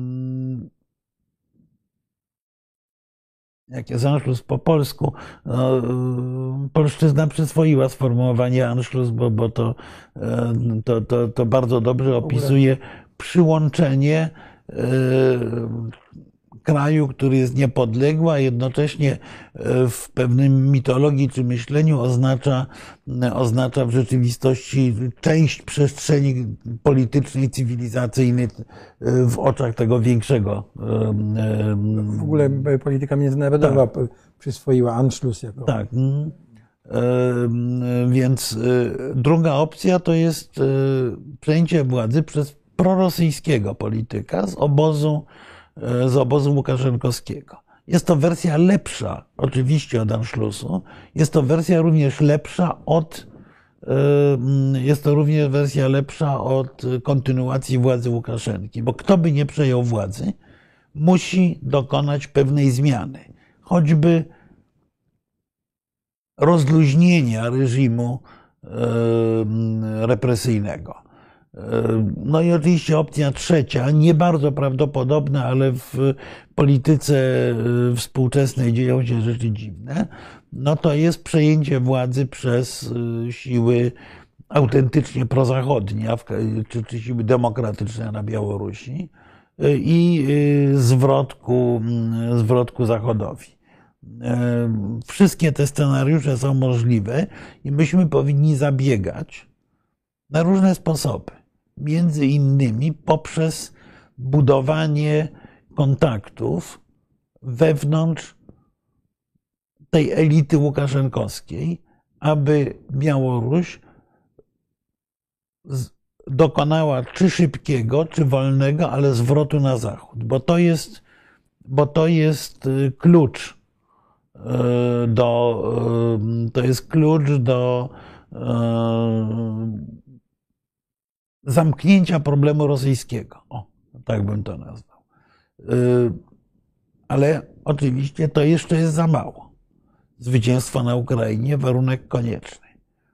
jak jest Anschluss po polsku, no, polszczyzna przyswoiła sformułowanie Anschluss, bo, bo to, to, to, to bardzo dobrze opisuje przyłączenie kraju, który jest niepodległy, a jednocześnie w pewnym mitologii czy myśleniu oznacza, oznacza w rzeczywistości część przestrzeni politycznej, cywilizacyjnej w oczach tego większego. W ogóle polityka międzynarodowa tak. przyswoiła Anschluss jako... Tak. Więc druga opcja to jest przejęcie władzy przez prorosyjskiego polityka z obozu, z obozu łukaszenkowskiego. Jest to wersja lepsza, oczywiście, od Anschlussu. Jest to wersja również lepsza od, jest to również wersja lepsza od kontynuacji władzy Łukaszenki, bo kto by nie przejął władzy, musi dokonać pewnej zmiany, choćby rozluźnienia reżimu represyjnego. No i oczywiście opcja trzecia, nie bardzo prawdopodobna, ale w polityce współczesnej dzieją się rzeczy dziwne, no to jest przejęcie władzy przez siły autentycznie prozachodnie, czy, czy siły demokratyczne na Białorusi i zwrot ku, zwrot ku Zachodowi. Wszystkie te scenariusze są możliwe i myśmy powinni zabiegać na różne sposoby. Między innymi poprzez budowanie kontaktów wewnątrz tej elity łukaszenkowskiej, aby Białoruś dokonała czy szybkiego, czy wolnego, ale zwrotu na zachód, bo to jest, bo to jest klucz do, to jest klucz do zamknięcia problemu rosyjskiego. O, tak bym to nazwał. Ale oczywiście to jeszcze jest za mało. Zwycięstwo na Ukrainie, warunek konieczny.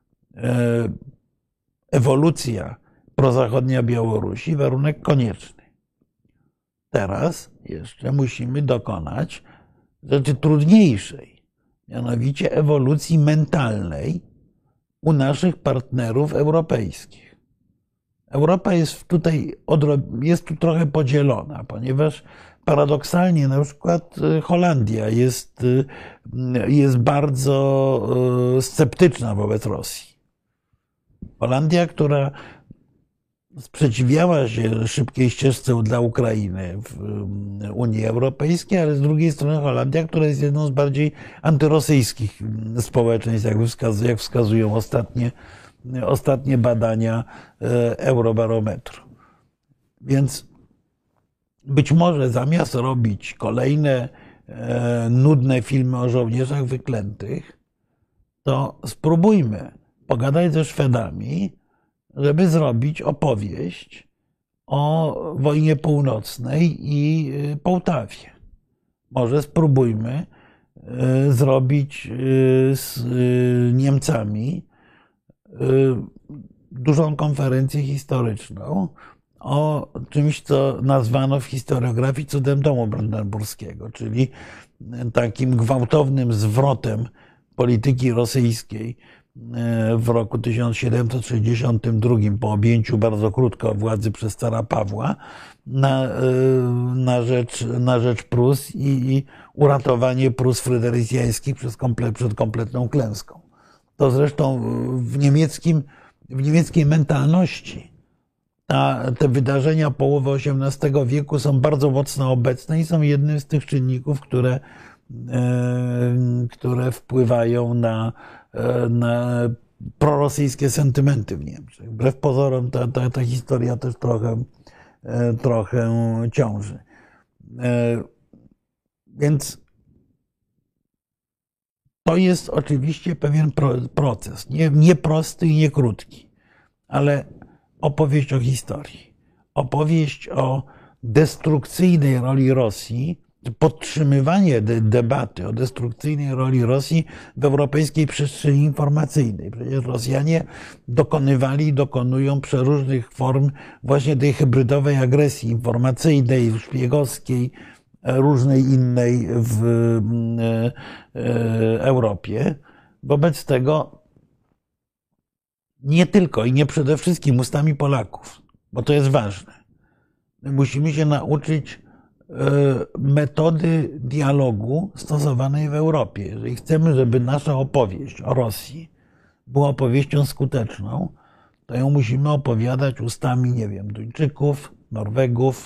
Ewolucja prozachodnia Białorusi, warunek konieczny. Teraz jeszcze musimy dokonać rzeczy trudniejszej, mianowicie ewolucji mentalnej u naszych partnerów europejskich. Europa jest tutaj jest tu trochę podzielona, ponieważ paradoksalnie na przykład Holandia jest, jest bardzo sceptyczna wobec Rosji. Holandia, która sprzeciwiała się szybkiej ścieżce dla Ukrainy w Unii Europejskiej, ale z drugiej strony Holandia, która jest jedną z bardziej antyrosyjskich społeczeństw, jak wskazują, jak wskazują ostatnie, ostatnie badania Eurobarometru. Więc być może zamiast robić kolejne nudne filmy o żołnierzach wyklętych, to spróbujmy pogadać ze Szwedami, żeby zrobić opowieść o wojnie północnej i Połtawie. Może spróbujmy zrobić z Niemcami dużą konferencję historyczną o czymś, co nazwano w historiografii cudem domu brandenburskiego, czyli takim gwałtownym zwrotem polityki rosyjskiej w roku tysiąc siedemset sześćdziesiątym drugim, po objęciu bardzo krótko władzy przez cara Pawła, na, na, rzecz, na rzecz Prus i, i uratowanie Prus fryderycjańskich przed, komple, przed kompletną klęską. To zresztą w, niemieckim, w niemieckiej mentalności ta, te wydarzenia połowy osiemnastego wieku są bardzo mocno obecne i są jednym z tych czynników, które, które wpływają na na prorosyjskie sentymenty w Niemczech. Wbrew pozorom ta, ta, ta historia też trochę, trochę ciąży. Więc to jest oczywiście pewien proces, nie, nie prosty i nie krótki, ale opowieść o historii, opowieść o destrukcyjnej roli Rosji, podtrzymywanie debaty o destrukcyjnej roli Rosji w europejskiej przestrzeni informacyjnej. Przecież Rosjanie dokonywali i dokonują przeróżnych form właśnie tej hybrydowej agresji informacyjnej, szpiegowskiej, różnej innej w Europie. Wobec tego nie tylko i nie przede wszystkim ustami Polaków, bo to jest ważne. My musimy się nauczyć metody dialogu stosowanej w Europie. Jeżeli chcemy, żeby nasza opowieść o Rosji była opowieścią skuteczną, to ją musimy opowiadać ustami, nie wiem, Duńczyków, Norwegów,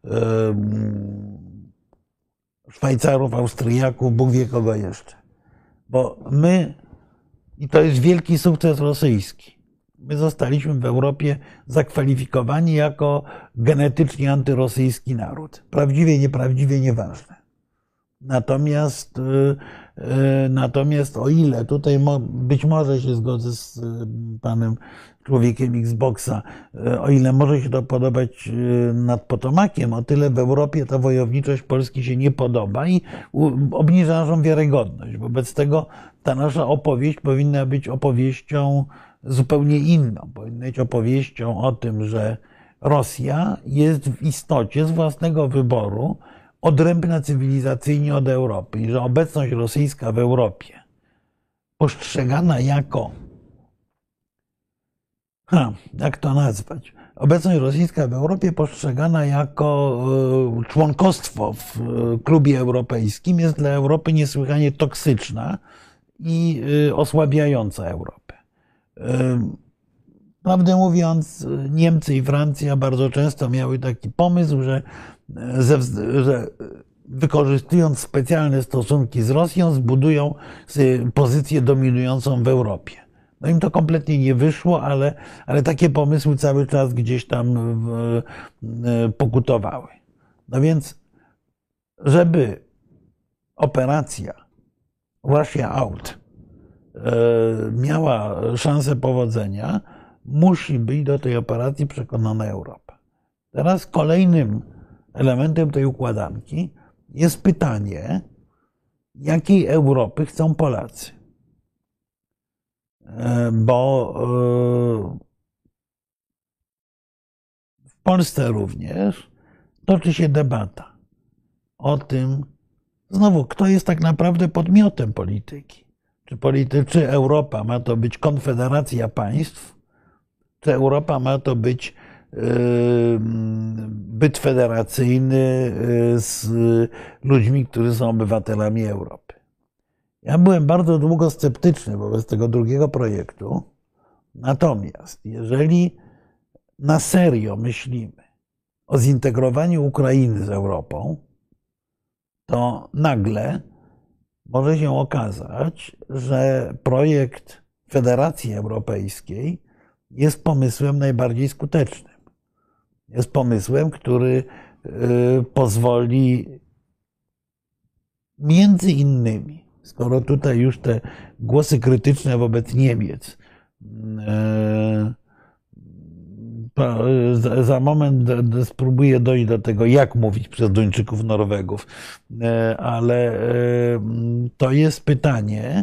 Szwajcarów, Austriaków, Bóg wie kogo jeszcze. Bo my, i to jest wielki sukces rosyjski, my zostaliśmy w Europie zakwalifikowani jako genetycznie antyrosyjski naród. Prawdziwie, nieprawdziwie, nieważne. Natomiast, natomiast o ile, tutaj być może się zgodzę z panem człowiekiem Xboxa, o ile może się to podobać nad Potomakiem, o tyle w Europie ta wojowniczość Polski się nie podoba i obniża naszą wiarygodność. Wobec tego ta nasza opowieść powinna być opowieścią zupełnie inną. Powinna być opowieścią o tym, że Rosja jest w istocie z własnego wyboru odrębna cywilizacyjnie od Europy i że obecność rosyjska w Europie postrzegana jako, ha, jak to nazwać, obecność rosyjska w Europie postrzegana jako członkostwo w klubie europejskim jest dla Europy niesłychanie toksyczna i osłabiająca Europę. Prawdę mówiąc, Niemcy i Francja bardzo często miały taki pomysł, że, że wykorzystując specjalne stosunki z Rosją, zbudują pozycję dominującą w Europie. No im to kompletnie nie wyszło, ale, ale takie pomysły cały czas gdzieś tam w, pokutowały. No więc, żeby operacja Russia Out miała szansę powodzenia, musi być do tej operacji przekonana Europa. Teraz kolejnym elementem tej układanki jest pytanie, jakiej Europy chcą Polacy. Bo w Polsce również toczy się debata o tym, znowu, kto jest tak naprawdę podmiotem polityki. Czy, polity, czy Europa ma to być konfederacja państw, czy Europa ma to być byt federacyjny z ludźmi, którzy są obywatelami Europy. Ja byłem bardzo długo sceptyczny wobec tego drugiego projektu, natomiast jeżeli na serio myślimy o zintegrowaniu Ukrainy z Europą, to nagle może się okazać, że projekt Federacji Europejskiej jest pomysłem najbardziej skutecznym. Jest pomysłem, który pozwoli między innymi, skoro tutaj już te głosy krytyczne wobec Niemiec, za moment spróbuję dojść do tego, jak mówić przez Duńczyków, Norwegów, ale to jest pytanie,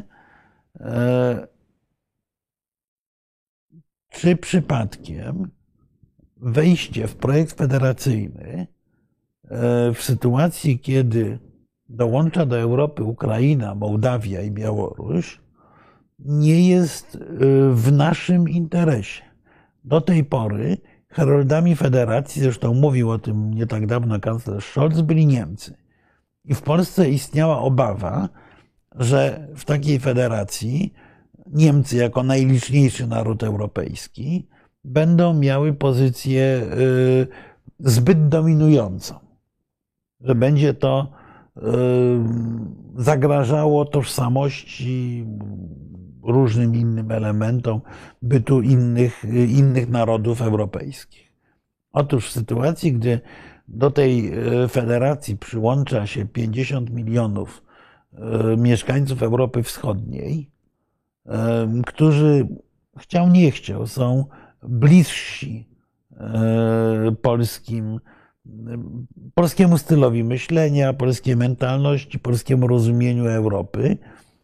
czy przypadkiem wejście w projekt federacyjny w sytuacji, kiedy dołącza do Europy Ukraina, Mołdawia i Białoruś, nie jest w naszym interesie. Do tej pory heroldami federacji, zresztą mówił o tym nie tak dawno kanclerz Scholz, byli Niemcy. I w Polsce istniała obawa, że w takiej federacji Niemcy jako najliczniejszy naród europejski będą miały pozycję zbyt dominującą. Że będzie to zagrażało tożsamości, różnym innym elementom bytu innych, innych narodów europejskich. Otóż w sytuacji, gdy do tej federacji przyłącza się pięćdziesiąt milionów mieszkańców Europy Wschodniej, którzy chciał nie chciał są bliżsi polskim, polskiemu stylowi myślenia, polskiej mentalności, polskiemu rozumieniu Europy,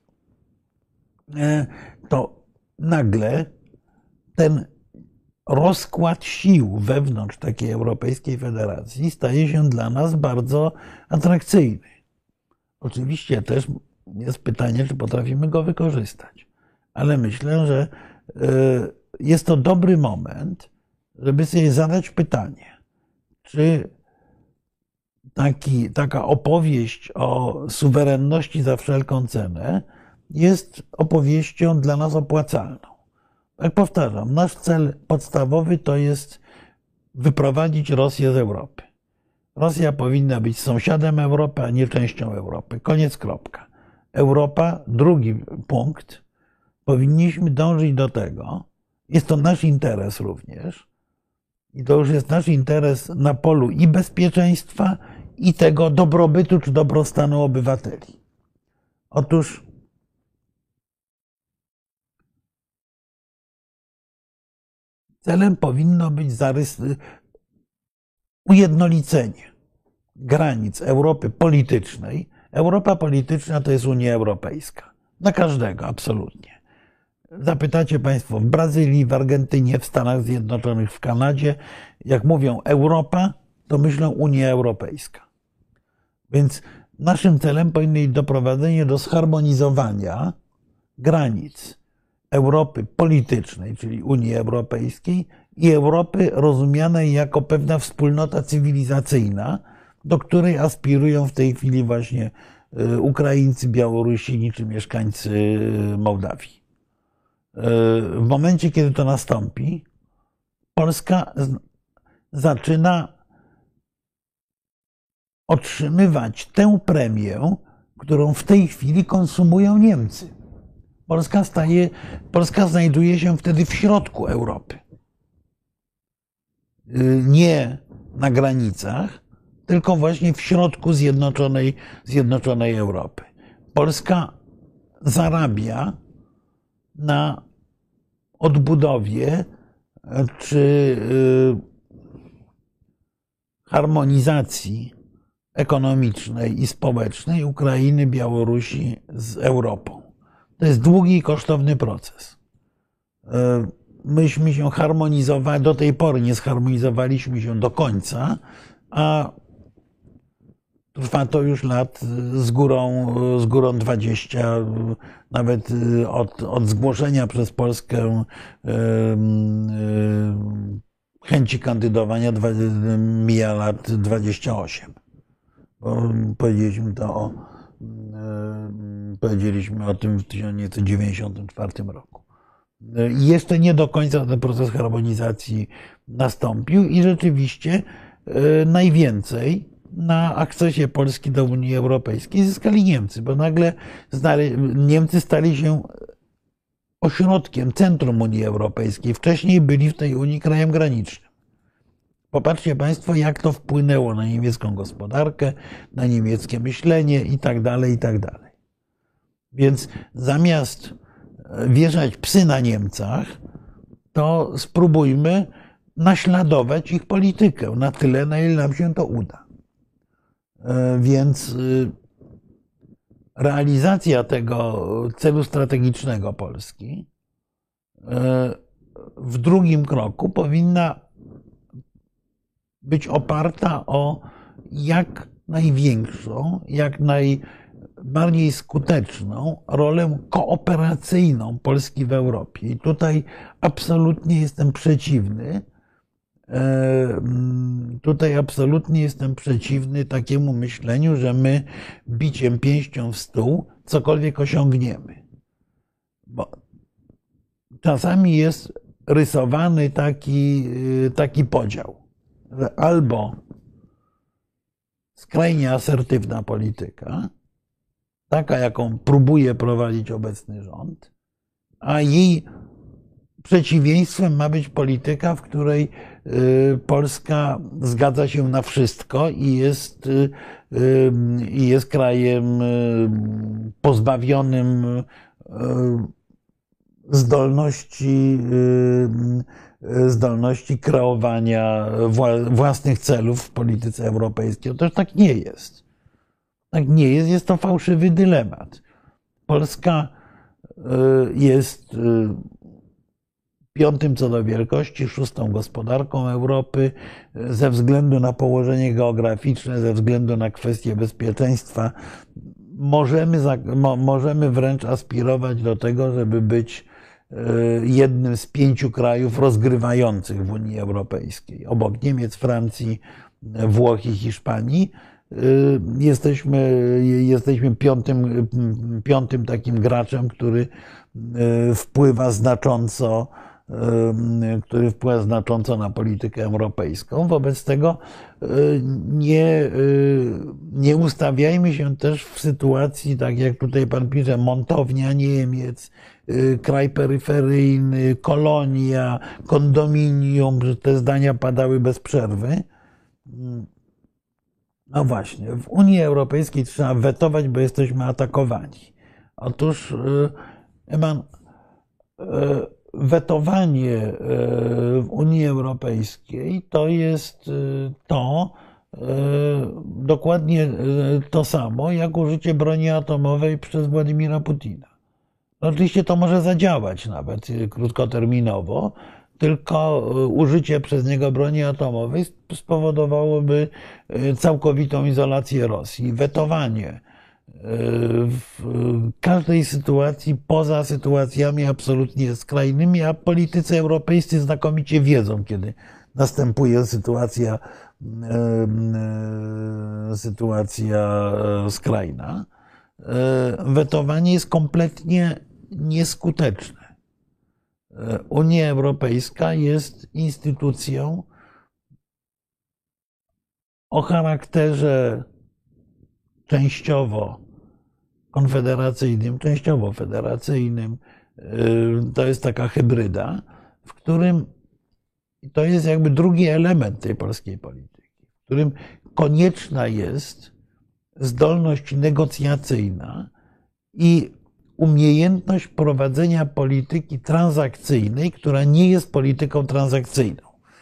to nagle ten rozkład sił wewnątrz takiej Europejskiej Federacji staje się dla nas bardzo atrakcyjny. Oczywiście też jest pytanie, czy potrafimy go wykorzystać, ale myślę, że jest to dobry moment, żeby sobie zadać pytanie, czy taki, taka opowieść o suwerenności za wszelką cenę jest opowieścią dla nas opłacalną. Jak powtarzam, nasz cel podstawowy to jest wyprowadzić Rosję z Europy. Rosja powinna być sąsiadem Europy, a nie częścią Europy. Koniec, kropka. Europa, drugi punkt, powinniśmy dążyć do tego, jest to nasz interes również, i to już jest nasz interes na polu i bezpieczeństwa, i tego dobrobytu czy dobrostanu obywateli. Otóż celem powinno być zarys... ujednolicenie granic Europy politycznej. Europa polityczna to jest Unia Europejska. Dla każdego, absolutnie. Zapytacie Państwo w Brazylii, w Argentynie, w Stanach Zjednoczonych, w Kanadzie, jak mówią Europa, to myślą Unia Europejska. Więc naszym celem powinno być doprowadzenie do zharmonizowania granic Europy politycznej, czyli Unii Europejskiej, i Europy rozumianej jako pewna wspólnota cywilizacyjna, do której aspirują w tej chwili właśnie Ukraińcy, Białorusini czy mieszkańcy Mołdawii. W momencie, kiedy to nastąpi, Polska zaczyna otrzymywać tę premię, którą w tej chwili konsumują Niemcy. Polska, staje, Polska znajduje się wtedy w środku Europy. Nie na granicach, tylko właśnie w środku Zjednoczonej, Zjednoczonej Europy. Polska zarabia na odbudowie czy harmonizacji ekonomicznej i społecznej Ukrainy, Białorusi z Europą. To jest długi i kosztowny proces. Myśmy się harmonizowali, do tej pory nie zharmonizowaliśmy się do końca, a trwa to już lat z górą, z górą dwadzieścia, nawet od, od zgłoszenia przez Polskę chęci kandydowania mija lat dwadzieścia osiem. Powiedzieliśmy to o, powiedzieliśmy o tym w tysiąc dziewięćset dziewięćdziesiątym czwartym roku. I jeszcze nie do końca ten proces harmonizacji nastąpił i rzeczywiście najwięcej na akcesie Polski do Unii Europejskiej zyskali Niemcy, bo nagle Niemcy stali się ośrodkiem, centrum Unii Europejskiej. Wcześniej byli w tej Unii krajem granicznym. Popatrzcie Państwo, jak to wpłynęło na niemiecką gospodarkę, na niemieckie myślenie i tak dalej, i tak dalej. Więc zamiast wieszać psy na Niemcach, to spróbujmy naśladować ich politykę na tyle, na ile nam się to uda. Więc realizacja tego celu strategicznego Polski w drugim kroku powinna być oparta o jak największą, jak najbardziej skuteczną rolę kooperacyjną Polski w Europie. I tutaj absolutnie jestem przeciwny, tutaj absolutnie jestem przeciwny takiemu myśleniu, że my biciem pięścią w stół cokolwiek osiągniemy. Bo czasami jest rysowany taki, taki podział, że albo skrajnie asertywna polityka, taka jaką próbuje prowadzić obecny rząd, a jej przeciwieństwem ma być polityka, w której Polska zgadza się na wszystko i jest, i jest krajem pozbawionym zdolności, zdolności kreowania własnych celów w polityce europejskiej. Otóż tak nie jest. Tak nie jest. Jest to fałszywy dylemat. Polska jest piątym co do wielkości, szóstą gospodarką Europy. Ze względu na położenie geograficzne, ze względu na kwestie bezpieczeństwa, możemy, możemy wręcz aspirować do tego, żeby być jednym z pięciu krajów rozgrywających w Unii Europejskiej. Obok Niemiec, Francji, Włoch i Hiszpanii. Jesteśmy, jesteśmy piątym, piątym takim graczem, który wpływa znacząco, który wpływa znacząco na politykę europejską. Wobec tego nie, nie ustawiajmy się też w sytuacji, tak jak tutaj pan pisze, montownia Niemiec, kraj peryferyjny, kolonia, kondominium, że te zdania padały bez przerwy. No właśnie, w Unii Europejskiej trzeba wetować, bo jesteśmy atakowani. Otóż, Eman, wetowanie w Unii Europejskiej to jest to, dokładnie to samo, jak użycie broni atomowej przez Władimira Putina. Oczywiście to może zadziałać nawet krótkoterminowo, tylko użycie przez niego broni atomowej spowodowałoby całkowitą izolację Rosji, wetowanie w każdej sytuacji poza sytuacjami absolutnie skrajnymi, a politycy europejscy znakomicie wiedzą, kiedy następuje sytuacja, sytuacja skrajna. Wetowanie jest kompletnie nieskuteczne. Unia Europejska jest instytucją o charakterze częściowo konfederacyjnym, częściowo federacyjnym. To jest taka hybryda, w którym to jest jakby drugi element tej polskiej polityki, w którym konieczna jest zdolność negocjacyjna i umiejętność prowadzenia polityki transakcyjnej, która nie jest polityką transakcyjną.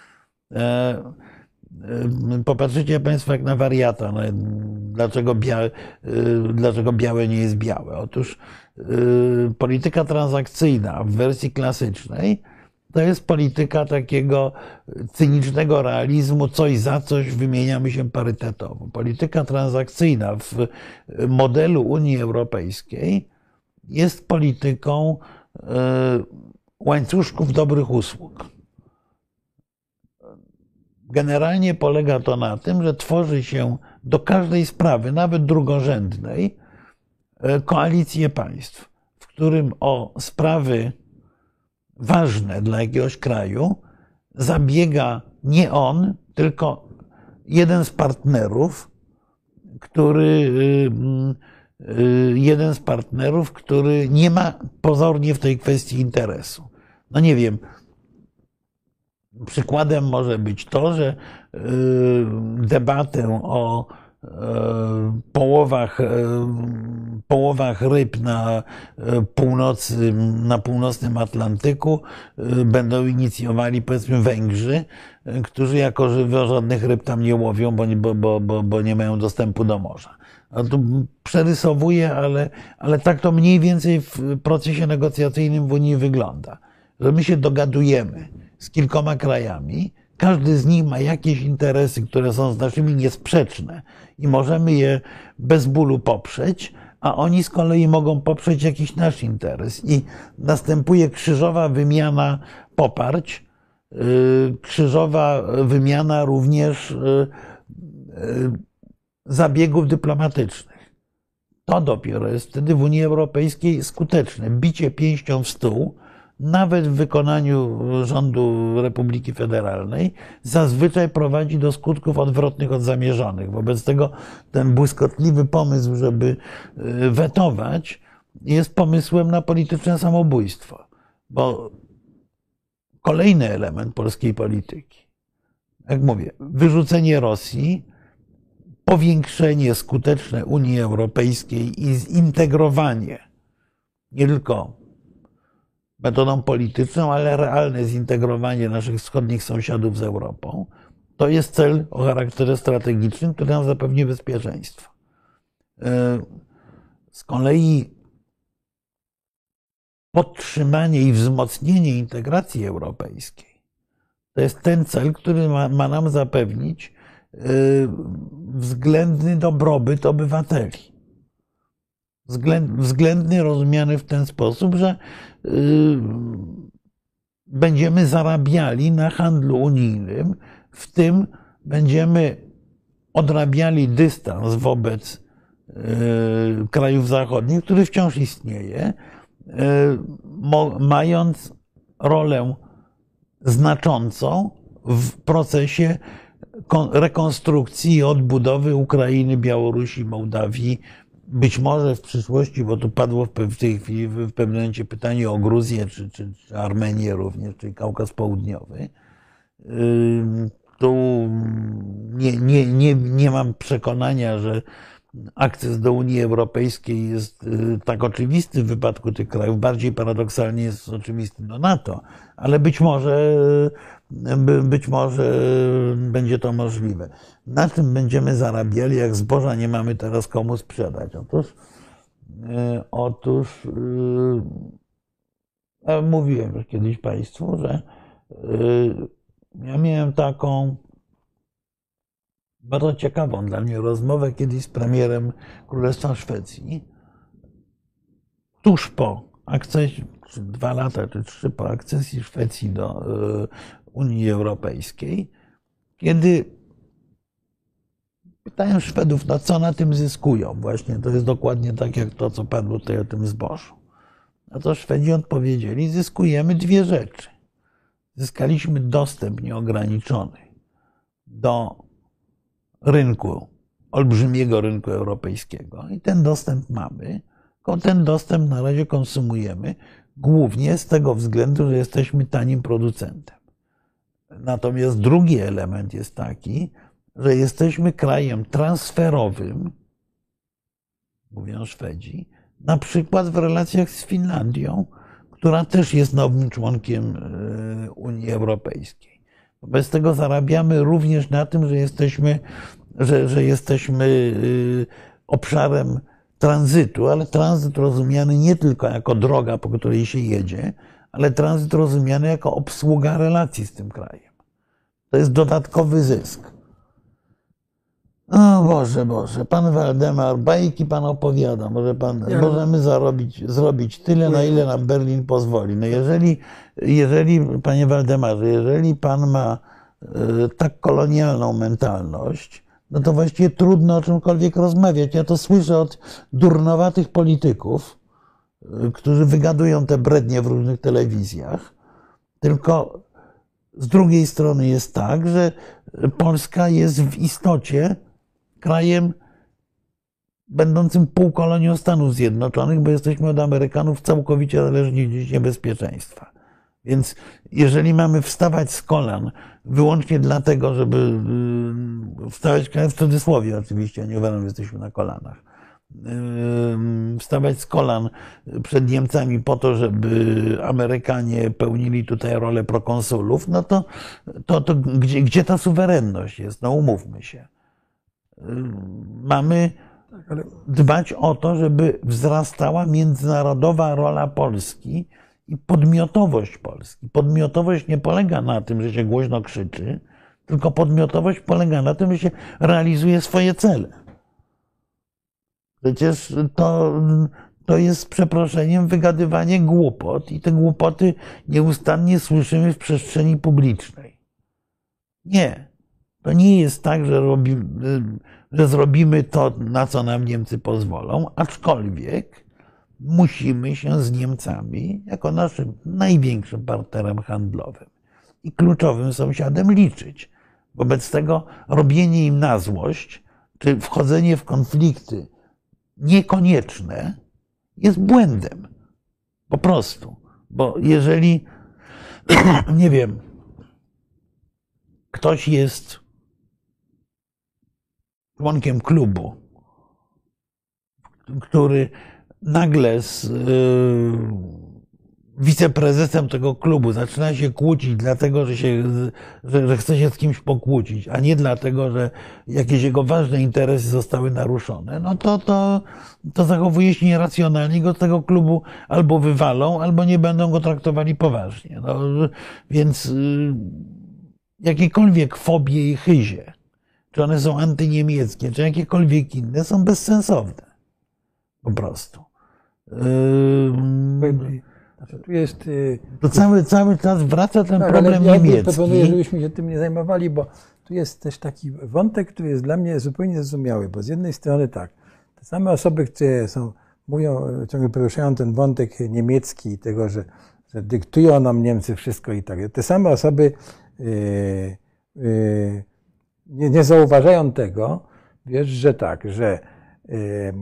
Popatrzycie Państwo jak na wariata, no, dlaczego, białe, dlaczego białe nie jest białe. Otóż polityka transakcyjna w wersji klasycznej to jest polityka takiego cynicznego realizmu, coś za coś, wymieniamy się parytetowo. Polityka transakcyjna w modelu Unii Europejskiej jest polityką łańcuszków dobrych usług. Generalnie polega to na tym, że tworzy się do każdej sprawy, nawet drugorzędnej, koalicję państw, w którym o sprawy ważne dla jakiegoś kraju zabiega nie on, tylko jeden z partnerów, który jeden z partnerów, który nie ma pozornie w tej kwestii interesu. No nie wiem, przykładem może być to, że debatę o połowach, połowach ryb na północy, na północnym Atlantyku będą inicjowali, powiedzmy, Węgrzy, którzy jako żywo żadnych ryb tam nie łowią, bo, bo, bo, bo nie mają dostępu do morza. No tu przerysowuję, ale, ale tak to mniej więcej w procesie negocjacyjnym w Unii wygląda. Że my się dogadujemy z kilkoma krajami, każdy z nich ma jakieś interesy, które są z naszymi niesprzeczne i możemy je bez bólu poprzeć, a oni z kolei mogą poprzeć jakiś nasz interes. I następuje krzyżowa wymiana poparć, krzyżowa wymiana również zabiegów dyplomatycznych. To dopiero jest wtedy w Unii Europejskiej skuteczne. Bicie pięścią w stół, nawet w wykonaniu rządu Republiki Federalnej, zazwyczaj prowadzi do skutków odwrotnych od zamierzonych. Wobec tego ten błyskotliwy pomysł, żeby wetować, jest pomysłem na polityczne samobójstwo. Bo kolejny element polskiej polityki, jak mówię, wyrzucenie Rosji, powiększenie skuteczne Unii Europejskiej i zintegrowanie nie tylko metodą polityczną, ale realne zintegrowanie naszych wschodnich sąsiadów z Europą, to jest cel o charakterze strategicznym, który nam zapewni bezpieczeństwo. Z kolei podtrzymanie i wzmocnienie integracji europejskiej to jest ten cel, który ma, ma nam zapewnić względny dobrobyt obywateli. Względny rozumiany w ten sposób, że będziemy zarabiali na handlu unijnym, w tym będziemy odrabiali dystans wobec krajów zachodnich, który wciąż istnieje, mając rolę znaczącą w procesie rekonstrukcji i odbudowy Ukrainy, Białorusi, Mołdawii, być może w przyszłości, bo tu padło w tej chwili w pewnym momencie pytanie o Gruzję, czy, czy, czy Armenię również, czyli Kaukaz Południowy. Tu nie, nie, nie, nie mam przekonania, że akces do Unii Europejskiej jest tak oczywisty w wypadku tych krajów. Bardziej paradoksalnie jest oczywisty do NATO, ale być może, być może będzie to możliwe. Na czym będziemy zarabiali, jak zboża nie mamy teraz komu sprzedać? Otóż, otóż ja mówiłem już kiedyś Państwu, że ja miałem taką bardzo ciekawą dla mnie rozmowę kiedyś z premierem Królestwa Szwecji, tuż po akcesji, czy dwa lata, czy trzy po akcesji Szwecji do Unii Europejskiej, kiedy pytają Szwedów, no co na tym zyskują. Właśnie to jest dokładnie tak, jak to, co padło tutaj o tym zbożu. No to Szwedzi odpowiedzieli, zyskujemy dwie rzeczy. Zyskaliśmy dostęp nieograniczony do rynku, olbrzymiego rynku europejskiego i ten dostęp mamy, ten dostęp na razie konsumujemy głównie z tego względu, że jesteśmy tanim producentem. Natomiast drugi element jest taki, że jesteśmy krajem transferowym, mówią Szwedzi, na przykład w relacjach z Finlandią, która też jest nowym członkiem Unii Europejskiej. Wobec tego zarabiamy również na tym, że jesteśmy, że, że jesteśmy obszarem tranzytu, ale tranzyt rozumiany nie tylko jako droga, po której się jedzie, ale tranzyt rozumiany jako obsługa relacji z tym krajem. To jest dodatkowy zysk. O Boże, Boże, pan Waldemar, bajki pan opowiada, może pan, ja możemy zarobić, zrobić tyle, na ile nam Berlin pozwoli. No jeżeli, jeżeli, panie Waldemarze, jeżeli pan ma y, tak kolonialną mentalność, no to właściwie trudno o czymkolwiek rozmawiać. Ja to słyszę od durnowatych polityków, y, którzy wygadują te brednie w różnych telewizjach, tylko z drugiej strony jest tak, że Polska jest w istocie krajem będącym półkolonią Stanów Zjednoczonych, bo jesteśmy od Amerykanów całkowicie zależni od niebezpieczeństwa. Więc jeżeli mamy wstawać z kolan wyłącznie dlatego, żeby wstawać w cudzysłowie oczywiście, nie uważam, że jesteśmy na kolanach, wstawać z kolan przed Niemcami po to, żeby Amerykanie pełnili tutaj rolę prokonsulów, no to, to, to gdzie, gdzie ta suwerenność jest? No umówmy się. Mamy dbać o to, żeby wzrastała międzynarodowa rola Polski i podmiotowość Polski. Podmiotowość nie polega na tym, że się głośno krzyczy, tylko podmiotowość polega na tym, że się realizuje swoje cele. Przecież to, to jest z przeproszeniem wygadywanie głupot i te głupoty nieustannie słyszymy w przestrzeni publicznej. Nie. To nie jest tak, że, robi, że zrobimy to, na co nam Niemcy pozwolą, aczkolwiek musimy się z Niemcami jako naszym największym partnerem handlowym i kluczowym sąsiadem liczyć. Wobec tego robienie im na złość, czy wchodzenie w konflikty niekonieczne jest błędem. Po prostu. Bo jeżeli, nie wiem, ktoś jest członkiem klubu, który nagle z yy, wiceprezesem tego klubu zaczyna się kłócić, dlatego że, się, że, że chce się z kimś pokłócić, a nie dlatego, że jakieś jego ważne interesy zostały naruszone, no to, to, to zachowuje się nieracjonalnie i go z tego klubu albo wywalą, albo nie będą go traktowali poważnie. No, więc yy, jakiekolwiek fobie i chyzie, czy one są antyniemieckie, czy jakiekolwiek inne, są bezsensowne. Po prostu. Yy, Znaczy, tu jest... To cały, cały czas wraca ten tak, problem ale ja niemiecki. proponuję, żebyśmy się tym nie zajmowali, bo tu jest też taki wątek, który jest dla mnie zupełnie zrozumiały, bo z jednej strony tak, te same osoby, które są, mówią, ciągle poruszają ten wątek niemiecki i tego, że, że dyktują nam Niemcy wszystko i tak, te same osoby yy, yy, nie, nie zauważają tego, wiesz, że tak, że yy,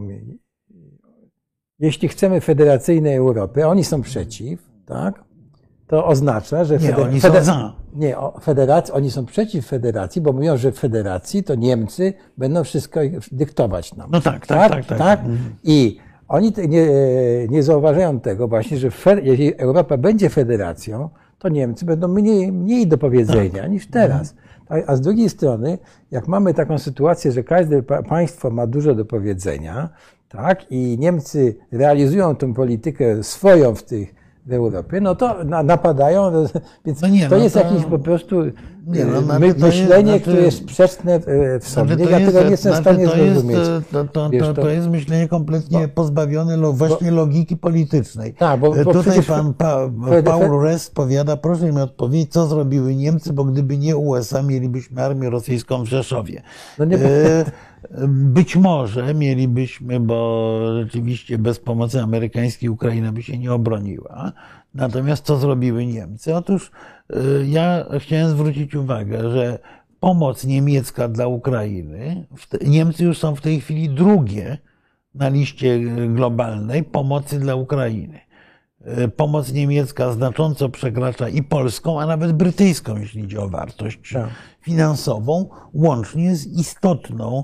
jeśli chcemy federacyjnej Europy, a oni są przeciw, tak, to oznacza, że... Nie, feder... oni są za. Nie, o federacji, oni są przeciw federacji, bo mówią, że w federacji to Niemcy będą wszystko dyktować nam. No tak, tak, tak. tak, tak. I oni nie, nie zauważają tego właśnie, że jeśli Europa będzie federacją, to Niemcy będą mniej, mniej do powiedzenia tak. niż teraz. A z drugiej strony, jak mamy taką sytuację, że każde państwo ma dużo do powiedzenia, tak, i Niemcy realizują tę politykę swoją w tych w Europie, no to napadają, więc no nie, to no jest to, jakieś po prostu nie, no, my, myślenie, jest, które jest sprzeczne w sobie. Znaczy ja tego nie jestem w stanie to zrozumieć. Jest, to, to, Wiesz, to, to jest myślenie kompletnie bo, pozbawione lo, właśnie bo, logiki politycznej. Tak, bo, bo Tutaj pan pa, Paul Rest powiada, proszę mi odpowiedzieć, co zrobiły Niemcy, bo gdyby nie U S A, mielibyśmy armię rosyjską w Rzeszowie. No nie, e, Być może mielibyśmy, bo rzeczywiście bez pomocy amerykańskiej Ukraina by się nie obroniła. Natomiast co zrobiły Niemcy? Otóż ja chciałem zwrócić uwagę, że pomoc niemiecka dla Ukrainy, Niemcy już są w tej chwili drugie na liście globalnej pomocy dla Ukrainy. Pomoc niemiecka znacząco przekracza i polską, a nawet brytyjską, jeśli idzie o wartość tak. finansową, łącznie z istotną,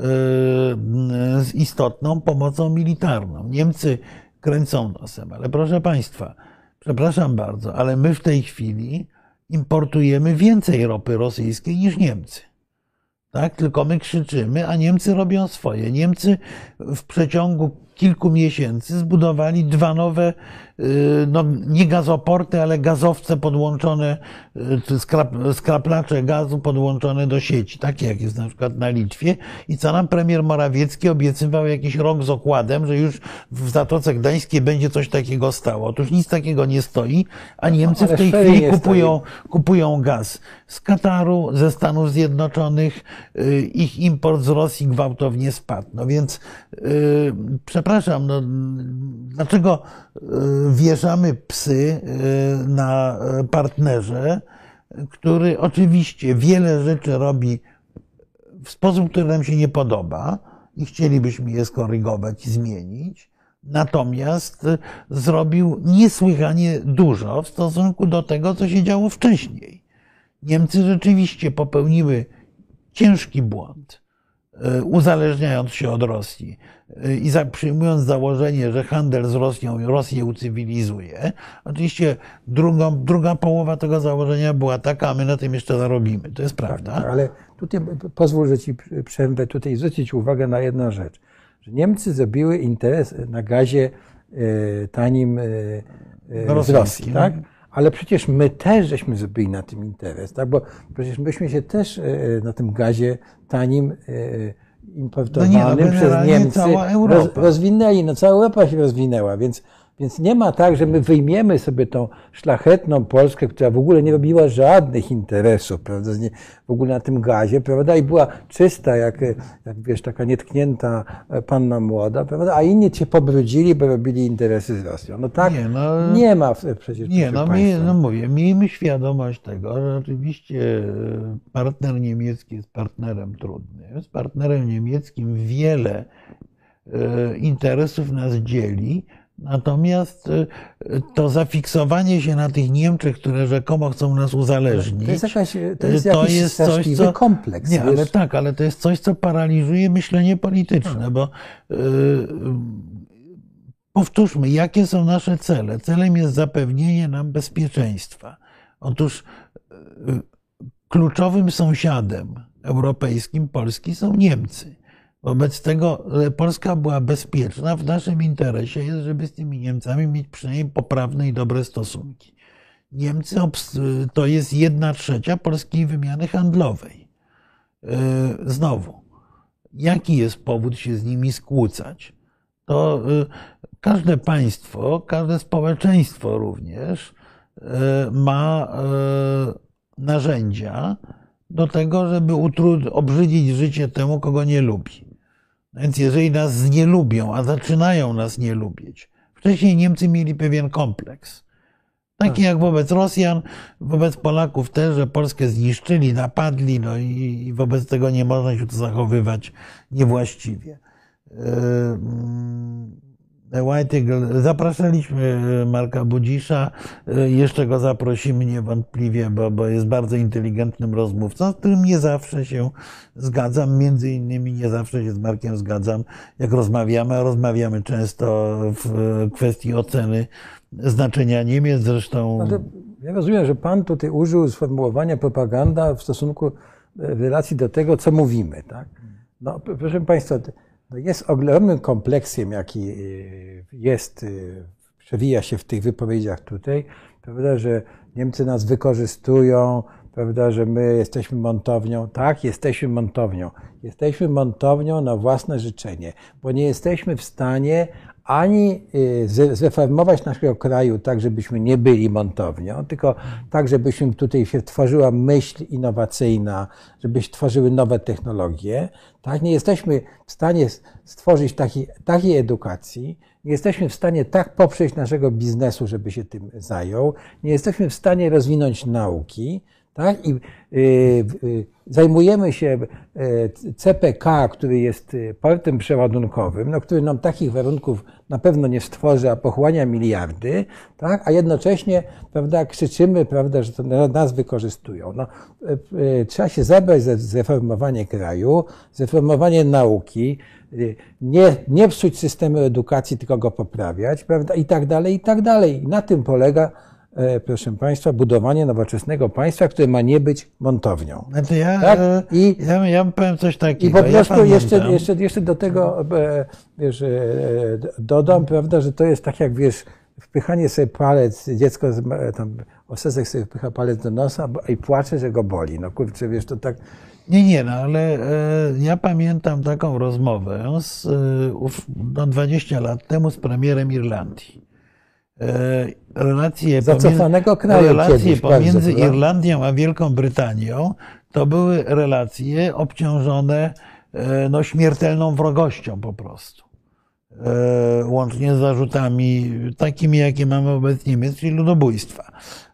z istotną pomocą militarną. Niemcy kręcą nosem, ale proszę Państwa, przepraszam bardzo, ale my w tej chwili importujemy więcej ropy rosyjskiej niż Niemcy. Tak? Tylko my krzyczymy, a Niemcy robią swoje. Niemcy w przeciągu kilku miesięcy zbudowali dwa nowe, no nie gazoporty, ale gazowce podłączone, skraplacze gazu podłączone do sieci, takie jak jest na przykład na Litwie. I co nam premier Morawiecki obiecywał jakiś rok z okładem, że już w Zatoce Gdańskiej będzie coś takiego stało. Otóż nic takiego nie stoi, a Niemcy w tej chwili kupują, kupują gaz z Kataru, ze Stanów Zjednoczonych. Ich import z Rosji gwałtownie spadł. No więc przepraszam, no, dlaczego wieszamy psy na partnerze, który oczywiście wiele rzeczy robi w sposób, który nam się nie podoba i chcielibyśmy je skorygować i zmienić, natomiast zrobił niesłychanie dużo w stosunku do tego, co się działo wcześniej. Niemcy rzeczywiście popełniły ciężki błąd, uzależniając się od Rosji i przyjmując założenie, że handel z Rosją Rosję ucywilizuje. Oczywiście drugą, druga połowa tego założenia była taka, a my na tym jeszcze zarobimy. To jest prawda. Tak, ale tutaj pozwól, że ci przerwę tutaj zwrócić uwagę na jedną rzecz. Że Niemcy zrobiły interes na gazie tanim z Rosji, tak? Ale przecież my też żeśmy zrobili na tym interes, tak? Bo przecież myśmy się też na tym gazie tanim importowanym no nie, no przez Niemcy roz, rozwinęli. No cała Europa się rozwinęła, więc, więc nie ma tak, że my wyjmiemy sobie tą szlachetną Polskę, która w ogóle nie robiła żadnych interesów, prawda, w ogóle na tym gazie, prawda, i była czysta, jak, jak wiesz, taka nietknięta panna młoda, prawda, a inni się pobrudzili, bo robili interesy z Rosją. No tak nie, no, nie ma przecież. Nie, no, my, no mówię, miejmy świadomość tego, że oczywiście partner niemiecki jest partnerem trudnym. Z partnerem niemieckim wiele interesów nas dzieli. Natomiast to zafiksowanie się na tych Niemczech, które rzekomo chcą nas uzależnić, to jest, jakaś, to jest, to jest coś, co kompleks. Nie, ale tak, ale to jest coś, co paraliżuje myślenie polityczne, hmm. bo yy, powtórzmy, jakie są nasze cele? Celem jest zapewnienie nam bezpieczeństwa. Otóż yy, kluczowym sąsiadem europejskim Polski są Niemcy. Wobec tego Polska była bezpieczna. W naszym interesie jest, żeby z tymi Niemcami mieć przynajmniej poprawne i dobre stosunki. Niemcy to jest jedna trzecia polskiej wymiany handlowej. Znowu, jaki jest powód się z nimi skłócać? to każde państwo, każde społeczeństwo również ma narzędzia do tego, żeby utrud- obrzydzić życie temu, kogo nie lubi. Więc jeżeli nas nie lubią, a zaczynają nas nie lubić, wcześniej Niemcy mieli pewien kompleks. Taki jak wobec Rosjan, wobec Polaków też, że Polskę zniszczyli, napadli, no i, i wobec tego nie można się tu zachowywać niewłaściwie. White Eagle, zapraszaliśmy Marka Budzisza, jeszcze go zaprosimy niewątpliwie, bo, bo jest bardzo inteligentnym rozmówcą, z którym nie zawsze się zgadzam, między innymi nie zawsze się z Markiem zgadzam, jak rozmawiamy, a rozmawiamy często w kwestii oceny znaczenia Niemiec, zresztą... Ale ja rozumiem, że pan tutaj użył sformułowania propaganda w stosunku, w relacji do tego, co mówimy, tak? No, proszę państwa, no jest ogromnym kompleksem, jaki jest, przewija się w tych wypowiedziach tutaj, prawda, że Niemcy nas wykorzystują, prawda, że my jesteśmy montownią. Tak, jesteśmy montownią. Jesteśmy montownią na własne życzenie, bo nie jesteśmy w stanie ani zreformować naszego kraju tak, żebyśmy nie byli montownią, tylko tak, żebyśmy tutaj się tworzyła myśl innowacyjna, żebyśmy tworzyły nowe technologie. Tak, nie jesteśmy w stanie stworzyć takiej, takiej edukacji, nie jesteśmy w stanie tak poprzeć naszego biznesu, żeby się tym zajął, nie jesteśmy w stanie rozwinąć nauki, tak? I y, y, zajmujemy się C P K, który jest portem przeładunkowym, no, który nam takich warunków na pewno nie stworzy, a pochłania miliardy, tak? A jednocześnie, prawda, krzyczymy, prawda, że to nas wykorzystują. No, y, y, trzeba się zabrać za zreformowanie kraju, zreformowanie nauki, y, nie, nie psuć systemu edukacji, tylko go poprawiać, prawda, i tak dalej, i tak dalej. I na tym polega, proszę państwa, budowanie nowoczesnego państwa, które ma nie być montownią. Znaczy ja, tak? I, ja, ja powiem coś takiego. I po prostu ja jeszcze, jeszcze, jeszcze do tego, wiesz, dodam, prawda, że to jest tak jak, wiesz, wpychanie sobie palec, dziecko tam osesek sobie wpycha palec do nosa i płacze, że go boli. No kurczę, wiesz, to tak... Nie, nie, no ale ja pamiętam taką rozmowę z, no, dwadzieścia lat temu z premierem Irlandii. Relacje Zacofanego pomiędzy, kraju relacje kiedyś, pomiędzy bardzo, Irlandią a Wielką Brytanią to były relacje obciążone no, śmiertelną wrogością po prostu. Łącznie z zarzutami takimi, jakie mamy wobec Niemiec, czyli ludobójstwa.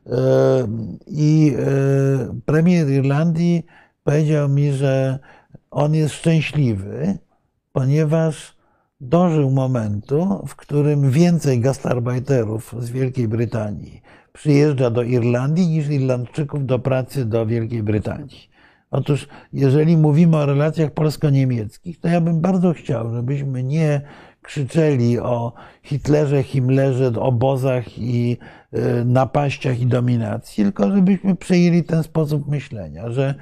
I premier Irlandii powiedział mi, że on jest szczęśliwy, ponieważ dożył momentu, w którym więcej gastarbeiterów z Wielkiej Brytanii przyjeżdża do Irlandii niż Irlandczyków do pracy do Wielkiej Brytanii. Otóż, jeżeli mówimy o relacjach polsko-niemieckich, to ja bym bardzo chciał, żebyśmy nie krzyczeli o Hitlerze, Himmlerze, obozach i napaściach i dominacji, tylko żebyśmy przyjęli ten sposób myślenia, że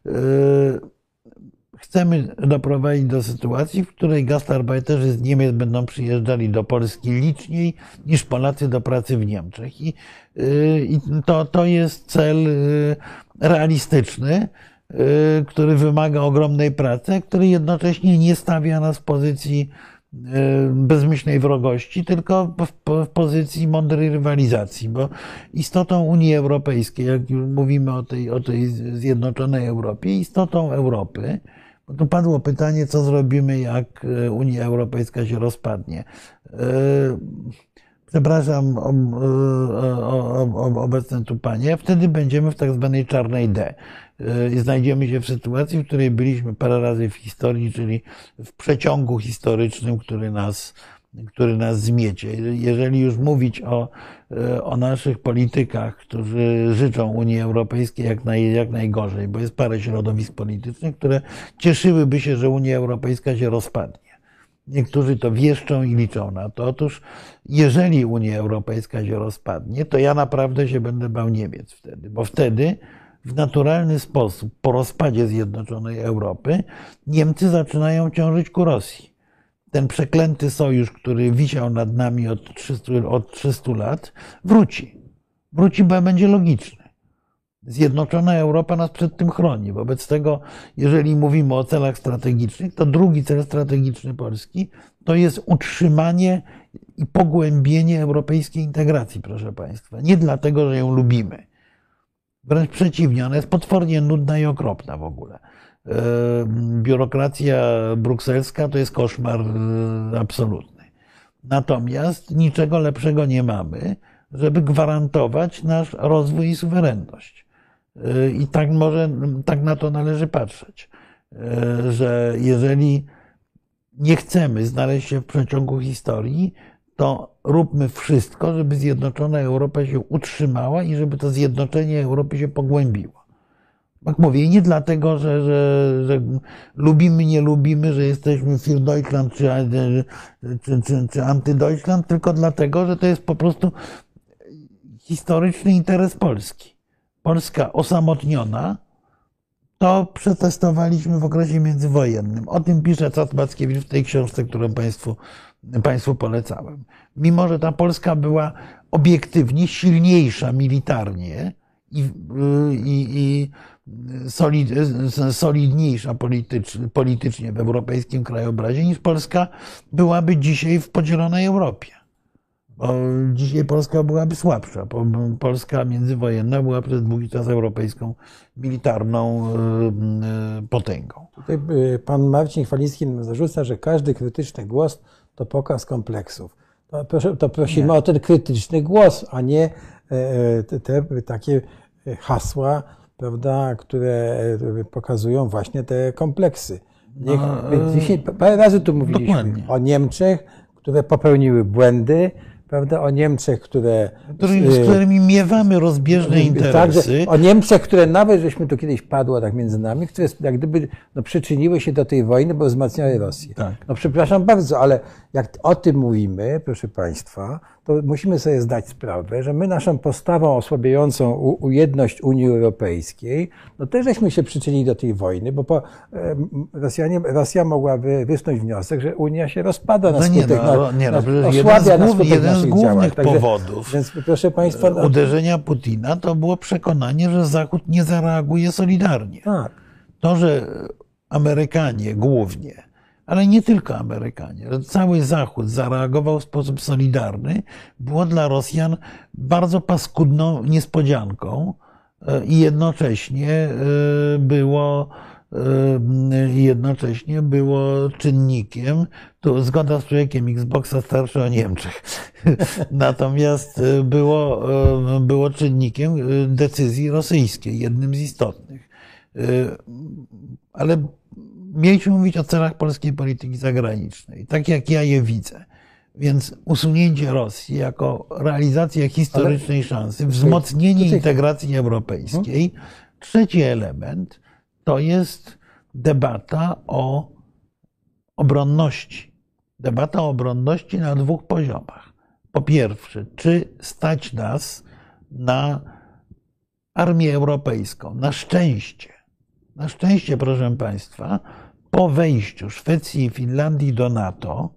chcemy doprowadzić do sytuacji, w której gastarbeiterzy z Niemiec będą przyjeżdżali do Polski liczniej niż Polacy do pracy w Niemczech. I, i to, to jest cel realistyczny, który wymaga ogromnej pracy, który jednocześnie nie stawia nas w pozycji bezmyślnej wrogości, tylko w pozycji mądrej rywalizacji, bo istotą Unii Europejskiej, jak już mówimy o tej, o tej zjednoczonej Europie, istotą Europy, bo tu padło pytanie, co zrobimy, jak Unia Europejska się rozpadnie. Przepraszam obecne tu panie, wtedy będziemy w tak zwanej czarnej D. Znajdziemy się w sytuacji, w której byliśmy parę razy w historii, czyli w przeciągu historycznym, który nas, który nas zmiecie. Jeżeli już mówić o, o naszych politykach, którzy życzą Unii Europejskiej jak, naj, jak najgorzej, bo jest parę środowisk politycznych, które cieszyłyby się, że Unia Europejska się rozpadnie. Niektórzy to wieszczą i liczą na to. Otóż, jeżeli Unia Europejska się rozpadnie, to ja naprawdę się będę bał Niemiec wtedy, bo wtedy w naturalny sposób po rozpadzie Zjednoczonej Europy Niemcy zaczynają ciążyć ku Rosji. Ten przeklęty sojusz, który wisiał nad nami od trzystu, od trzystu lat, wróci. Wróci, bo będzie logiczny. Zjednoczona Europa nas przed tym chroni. Wobec tego, jeżeli mówimy o celach strategicznych, to drugi cel strategiczny Polski to jest utrzymanie i pogłębienie europejskiej integracji, proszę Państwa. Nie dlatego, że ją lubimy. Wręcz przeciwnie, ona jest potwornie nudna i okropna w ogóle. Biurokracja brukselska to jest koszmar absolutny. Natomiast niczego lepszego nie mamy, żeby gwarantować nasz rozwój i suwerenność. I tak może, tak na to należy patrzeć, że jeżeli nie chcemy znaleźć się w przeciągu historii, to róbmy wszystko, żeby zjednoczona Europa się utrzymała i żeby to zjednoczenie Europy się pogłębiło. Jak mówię, i nie dlatego, że, że, że lubimy, nie lubimy, że jesteśmy für Deutschland czy, czy, czy, czy anty-Deutschland, tylko dlatego, że to jest po prostu historyczny interes Polski. Polska osamotniona, to przetestowaliśmy w okresie międzywojennym. O tym pisze Mackiewicz w tej książce, którą Państwu, Państwu polecałem. Mimo że ta Polska była obiektywnie silniejsza militarnie i, i, i solid, solidniejsza politycznie, politycznie w europejskim krajobrazie niż Polska byłaby dzisiaj w podzielonej Europie. Bo dzisiaj Polska byłaby słabsza. Polska międzywojenna była przez długi czas europejską militarną potęgą. Tutaj pan Marcin Chwaliński nam zarzuca, że każdy krytyczny głos to pokaz kompleksów. To, proszę, to prosimy nie. o ten krytyczny głos, a nie te, te takie hasła, prawda, które pokazują właśnie te kompleksy. Niech, no, dzisiaj parę razy tu mówiliśmy dokładnie. o Niemczech, które popełniły błędy, prawda, o Niemczech, które... Z którymi miewamy rozbieżne interesy. Także o Niemczech, które nawet, żeśmy tu kiedyś padło tak między nami, które jak gdyby no, przyczyniły się do tej wojny, bo wzmacniały Rosję. Tak. No przepraszam bardzo, ale jak o tym mówimy, proszę Państwa, to musimy sobie zdać sprawę, że my naszą postawą osłabiającą u, u jedność Unii Europejskiej, no też żeśmy się przyczynili do tej wojny, bo po, e, Rosjanie, Rosja mogła wy, wysnuć wniosek, że Unia się rozpada na skutek, no nie, no, nie, no, na, osłabia na skutek jeden z głównych działań. Także, powodów więc, proszę Państwa, no, uderzenia Putina to było przekonanie, że Zachód nie zareaguje solidarnie. Tak. To, że Amerykanie głównie, ale nie tylko Amerykanie, że cały Zachód zareagował w sposób solidarny, było dla Rosjan bardzo paskudną niespodzianką i jednocześnie było, jednocześnie było czynnikiem, tu zgoda z człowiekiem Xboxa starszy o Niemczech, natomiast było, było czynnikiem decyzji rosyjskiej, jednym z istotnych. Ale mieliśmy mówić o celach polskiej polityki zagranicznej, tak jak ja je widzę. Więc usunięcie Rosji jako realizacja historycznej Ale... szansy, wzmocnienie tutaj... integracji europejskiej. Trzeci element to jest debata o obronności. Debata o obronności na dwóch poziomach. Po pierwsze, czy stać nas na armię europejską? Na szczęście. Na szczęście, proszę Państwa, po wejściu Szwecji i Finlandii do NATO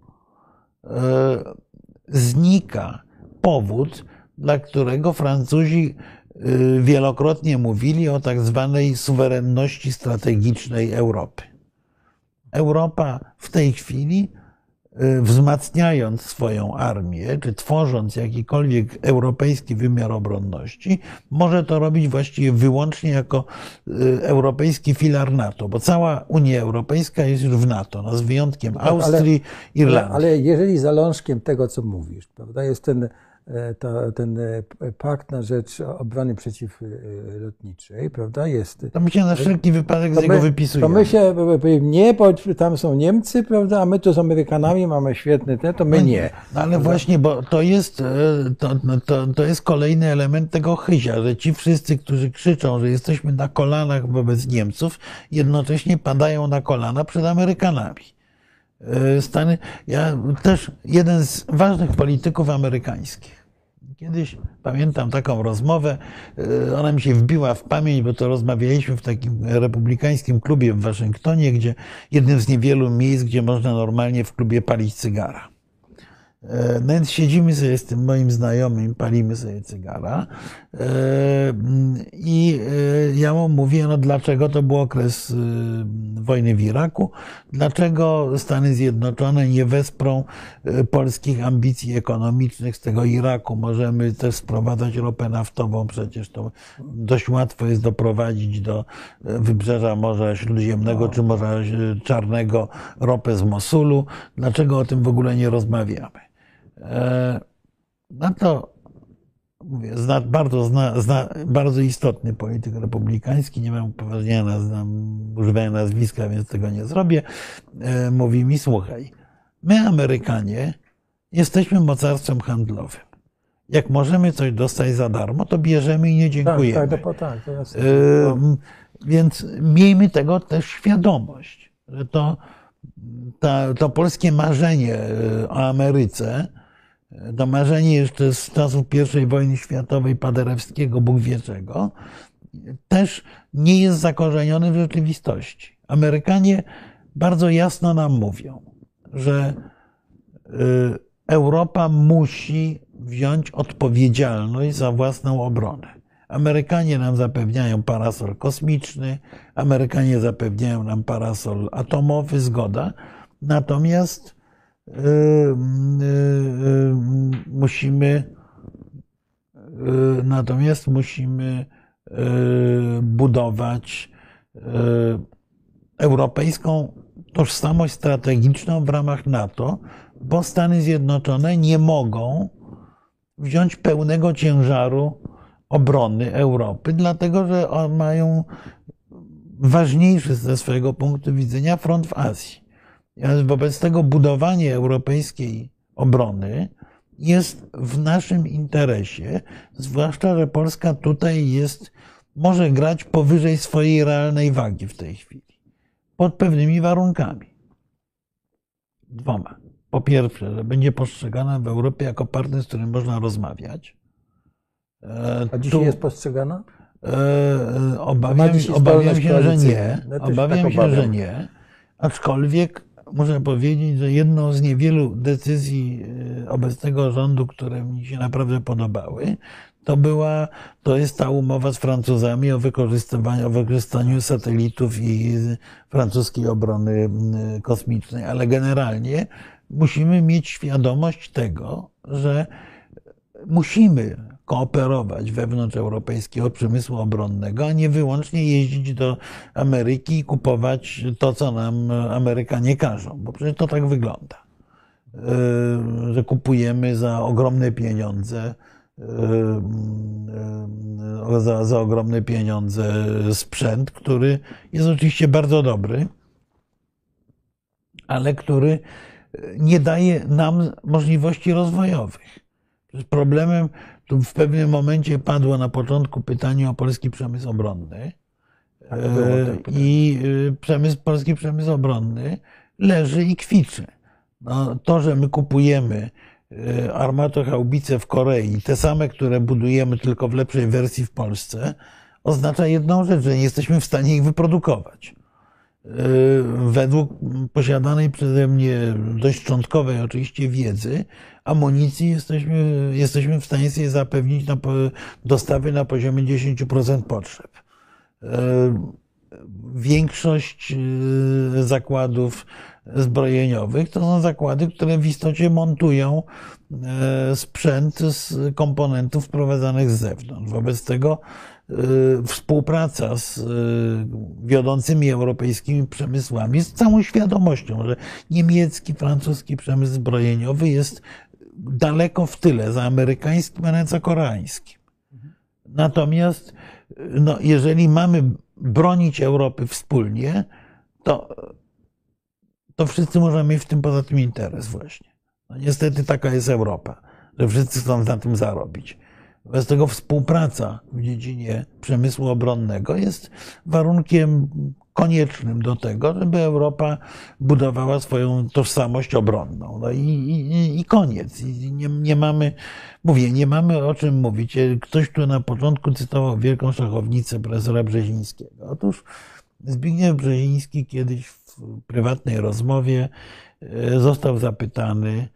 znika powód, dla którego Francuzi wielokrotnie mówili o tak zwanej suwerenności strategicznej Europy. Europa w tej chwili, wzmacniając swoją armię, czy tworząc jakikolwiek europejski wymiar obronności, może to robić właściwie wyłącznie jako europejski filar NATO, bo cała Unia Europejska jest już w NATO, no z wyjątkiem Austrii, ale, Irlandii. Ale, ale jeżeli zalążkiem tego, co mówisz, prawda, jest ten, to, ten pakt na rzecz obrony przeciwlotniczej, prawda, jest... To my się na wszelki wypadek z niego wypisujemy. To my się, nie, bo tam są Niemcy, prawda, a my tu z Amerykanami mamy świetny ten, to my nie. No ale właśnie, bo to jest, to, to, to jest kolejny element tego chyzia, że ci wszyscy, którzy krzyczą, że jesteśmy na kolanach wobec Niemców, jednocześnie padają na kolana przed Amerykanami. Stany, ja też jeden z ważnych polityków amerykańskich. Kiedyś pamiętam taką rozmowę, ona mi się wbiła w pamięć, bo to rozmawialiśmy w takim republikańskim klubie w Waszyngtonie, gdzie jednym z niewielu miejsc, gdzie można normalnie w klubie palić cygara. No więc siedzimy sobie z tym moim znajomym, palimy sobie cygara i ja mu mówię, no dlaczego to był okres wojny w Iraku, dlaczego Stany Zjednoczone nie wesprą polskich ambicji ekonomicznych z tego Iraku. Możemy też sprowadzać ropę naftową, przecież to dość łatwo jest doprowadzić do wybrzeża Morza Śródziemnego no. czy Morza Czarnego ropę z Mosulu. Dlaczego o tym w ogóle nie rozmawiamy? No to mówię, zna, bardzo, zna, zna, bardzo istotny polityk republikański, nie mam upoważnienia, używania nazwiska, więc tego nie zrobię, mówi mi, słuchaj, my Amerykanie jesteśmy mocarstwem handlowym. Jak możemy coś dostać za darmo, to bierzemy i nie dziękujemy. Tak, tak, tak, to jasne. Więc miejmy tego też świadomość, że to, ta, to polskie marzenie o Ameryce, to marzenie jeszcze z czasów pierwszej wojny światowej Paderewskiego, Bóg wie czego, też nie jest zakorzenione w rzeczywistości. Amerykanie bardzo jasno nam mówią, że Europa musi wziąć odpowiedzialność za własną obronę. Amerykanie nam zapewniają parasol kosmiczny, Amerykanie zapewniają nam parasol atomowy, zgoda, natomiast yy, yy, musimy yy, natomiast musimy yy, budować yy, europejską tożsamość strategiczną w ramach NATO, bo Stany Zjednoczone nie mogą wziąć pełnego ciężaru obrony Europy, dlatego że mają ważniejszy ze swojego punktu widzenia front w Azji. Wobec tego budowanie europejskiej obrony jest w naszym interesie, zwłaszcza że Polska tutaj jest, może grać powyżej swojej realnej wagi w tej chwili, pod pewnymi warunkami. Dwoma. Po pierwsze, że będzie postrzegana w Europie jako partner, z którym można rozmawiać. A dzisiaj tu, jest postrzegana? E, obawiam, obawiam się, że nie. Obawiam tak się, obawiam. że nie. Aczkolwiek muszę powiedzieć, że jedną z niewielu decyzji obecnego rządu, które mi się naprawdę podobały, to była, to jest ta umowa z Francuzami o wykorzystywaniu, o wykorzystaniu satelitów i francuskiej obrony kosmicznej. Ale generalnie musimy mieć świadomość tego, że musimy kooperować wewnątrz europejskiego przemysłu obronnego, a nie wyłącznie jeździć do Ameryki i kupować to, co nam Amerykanie każą, bo przecież to tak wygląda, że kupujemy za ogromne pieniądze, za, za ogromne pieniądze sprzęt, który jest oczywiście bardzo dobry, ale który nie daje nam możliwości rozwojowych. Problemem, tu w pewnym momencie padło na początku pytanie o polski przemysł obronny. Tak, i przemysł, polski przemysł obronny leży i kwiczy. No, to, że my kupujemy armatohaubice w Korei, te same, które budujemy tylko w lepszej wersji w Polsce, oznacza jedną rzecz, że nie jesteśmy w stanie ich wyprodukować. Według posiadanej przeze mnie dość szczątkowej oczywiście wiedzy, amunicji jesteśmy, jesteśmy w stanie sobie zapewnić na dostawy na poziomie dziesięć procent potrzeb. Większość zakładów zbrojeniowych to są zakłady, które w istocie montują sprzęt z komponentów wprowadzanych z zewnątrz. Wobec tego współpraca z wiodącymi europejskimi przemysłami z całą świadomością, że niemiecki, francuski przemysł zbrojeniowy jest daleko w tyle za amerykańskim, a nawet za koreańskim. Natomiast no, jeżeli mamy bronić Europy wspólnie, to, to wszyscy możemy mieć w tym poza tym interes właśnie. No, niestety taka jest Europa, że wszyscy chcą na tym zarobić. Bez tego współpraca w dziedzinie przemysłu obronnego jest warunkiem koniecznym do tego, żeby Europa budowała swoją tożsamość obronną. No i, i, i koniec. I nie, nie mamy, mówię, nie mamy o czym mówić. Ktoś tu na początku cytował wielką szachownicę profesora Brzezińskiego. Otóż Zbigniew Brzeziński kiedyś w prywatnej rozmowie został zapytany,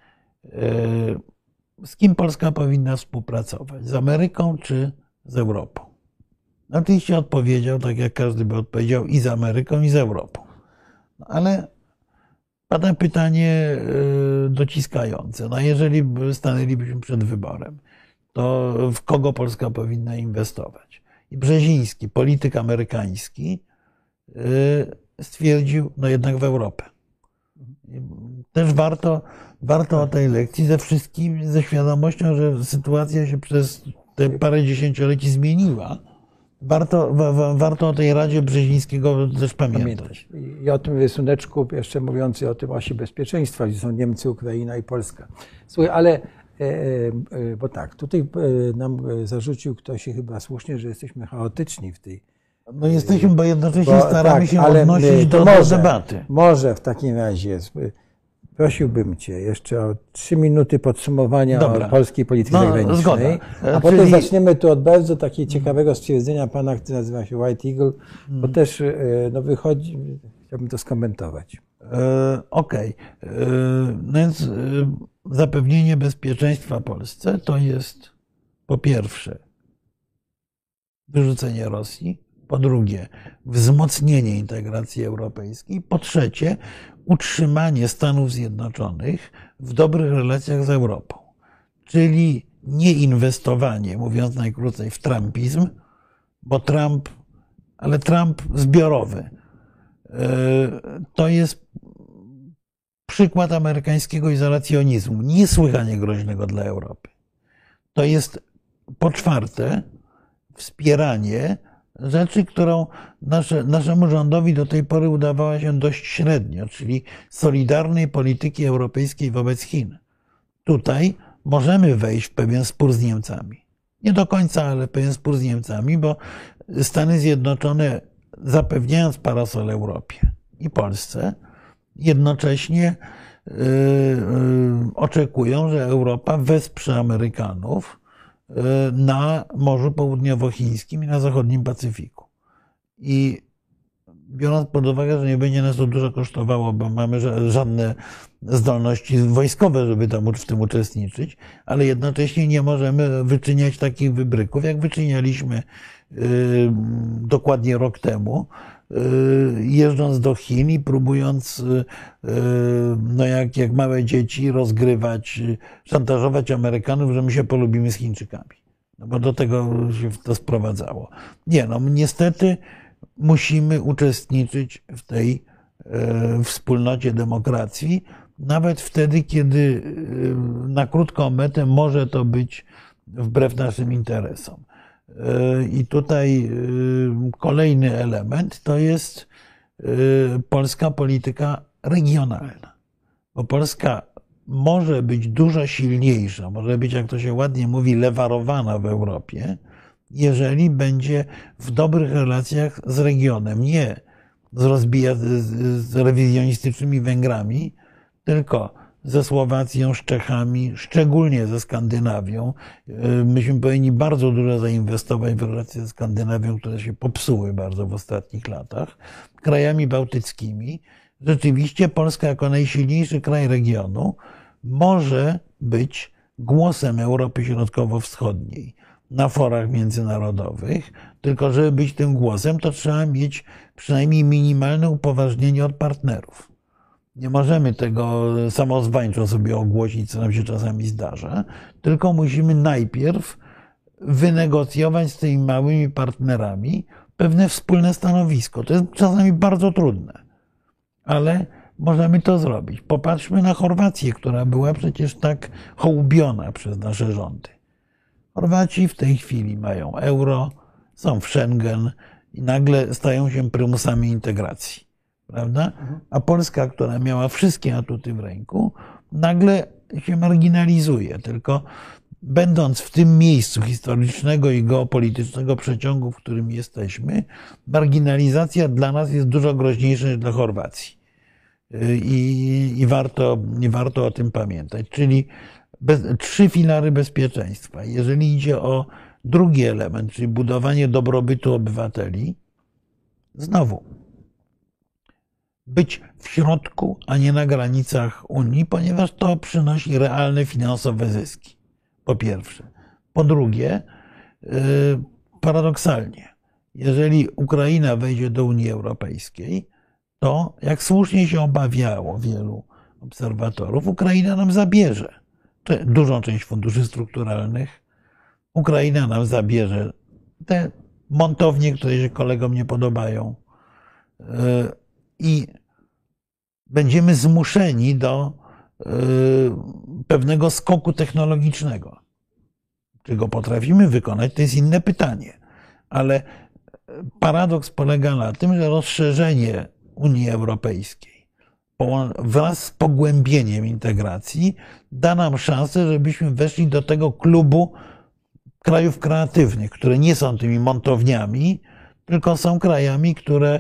Z kim Polska powinna współpracować? Z Ameryką czy z Europą? No, oczywiście odpowiedział, tak jak każdy by odpowiedział, i z Ameryką, i z Europą. No, ale pada pytanie dociskające. No, jeżeli stanęlibyśmy przed wyborem, to w kogo Polska powinna inwestować? I Brzeziński, polityk amerykański, stwierdził, no jednak w Europę. Też warto, warto o tej lekcji ze wszystkim, ze świadomością, że sytuacja się przez te parę dziesięcioleci zmieniła. Warto, wa, warto o tej Radzie Brzezińskiego też pamiętać. I o tym rysuneczku, jeszcze mówiący o tym osi bezpieczeństwa, gdzie są Niemcy, Ukraina i Polska. Słuchaj, ale, bo tak, tutaj nam zarzucił ktoś chyba słusznie, że jesteśmy chaotyczni w tej. No jesteśmy, bo jednocześnie bo, staramy tak, się ale odnosić do, może, do debaty. Może w takim razie prosiłbym Cię jeszcze o trzy minuty podsumowania Dobra. o polskiej polityce no, zagranicznej. Zgoda. A Czyli... potem zaczniemy tu od bardzo takiego ciekawego stwierdzenia pana, który nazywa się White Eagle, bo też no, wychodzi, chciałbym to skomentować. E, Okej. Okay. No więc e, zapewnienie bezpieczeństwa Polsce to jest po pierwsze wyrzucenie Rosji, po drugie wzmocnienie integracji europejskiej, po trzecie utrzymanie Stanów Zjednoczonych w dobrych relacjach z Europą. Czyli nie inwestowanie, mówiąc najkrócej, w trumpizm, bo Trump, ale Trump zbiorowy, to jest przykład amerykańskiego izolacjonizmu, niesłychanie groźnego dla Europy. To jest po czwarte wspieranie rzeczy, którą nasze, naszemu rządowi do tej pory udawała się dość średnio, czyli solidarnej polityki europejskiej wobec Chin. Tutaj możemy wejść w pewien spór z Niemcami. Nie do końca, ale pewien spór z Niemcami, bo Stany Zjednoczone, zapewniając parasol Europie i Polsce, jednocześnie yy, yy, oczekują, że Europa wesprze Amerykanów na Morzu Południowochińskim i na zachodnim Pacyfiku. I biorąc pod uwagę, że nie będzie nas to dużo kosztowało, bo mamy żadne zdolności wojskowe, żeby tam w tym uczestniczyć, ale jednocześnie nie możemy wyczyniać takich wybryków, jak wyczynialiśmy dokładnie rok temu, jeżdżąc do Chin i próbując, no jak, jak małe dzieci, rozgrywać, szantażować Amerykanów, że my się polubimy z Chińczykami. No bo do tego się to sprowadzało. Nie, no niestety musimy uczestniczyć w tej wspólnocie demokracji, nawet wtedy, kiedy na krótką metę może to być wbrew naszym interesom. I tutaj kolejny element to jest polska polityka regionalna. Bo Polska może być dużo silniejsza, może być, jak to się ładnie mówi, lewarowana w Europie, jeżeli będzie w dobrych relacjach z regionem. Nie z, rozbija, z rewizjonistycznymi Węgrami, tylko ze Słowacją, z Czechami, szczególnie ze Skandynawią. Myśmy powinni bardzo dużo zainwestować w relacje ze Skandynawią, które się popsuły bardzo w ostatnich latach, krajami bałtyckimi. Rzeczywiście Polska jako najsilniejszy kraj regionu może być głosem Europy Środkowo-Wschodniej na forach międzynarodowych, tylko żeby być tym głosem, to trzeba mieć przynajmniej minimalne upoważnienie od partnerów. Nie możemy tego samozwańczo sobie ogłosić, co nam się czasami zdarza, tylko musimy najpierw wynegocjować z tymi małymi partnerami pewne wspólne stanowisko. To jest czasami bardzo trudne, ale możemy to zrobić. Popatrzmy na Chorwację, która była przecież tak hołubiona przez nasze rządy. Chorwaci w tej chwili mają euro, są w Schengen i nagle stają się prymusami integracji. Prawda? A Polska, która miała wszystkie atuty w ręku, nagle się marginalizuje. Tylko będąc w tym miejscu historycznego i geopolitycznego przeciągu, w którym jesteśmy, marginalizacja dla nas jest dużo groźniejsza niż dla Chorwacji. I, i, warto, i warto o tym pamiętać. Czyli bez, trzy filary bezpieczeństwa. Jeżeli idzie o drugi element, czyli budowanie dobrobytu obywateli, znowu być w środku, a nie na granicach Unii, ponieważ to przynosi realne finansowe zyski. Po pierwsze. Po drugie, paradoksalnie, jeżeli Ukraina wejdzie do Unii Europejskiej, to, jak słusznie się obawiało wielu obserwatorów, Ukraina nam zabierze dużą część funduszy strukturalnych. Ukraina nam zabierze te montownie, które się kolegom nie podobają. I będziemy zmuszeni do pewnego skoku technologicznego. Czy go potrafimy wykonać, to jest inne pytanie. Ale paradoks polega na tym, że rozszerzenie Unii Europejskiej wraz z pogłębieniem integracji da nam szansę, żebyśmy weszli do tego klubu krajów kreatywnych, które nie są tymi montowniami, tylko są krajami, które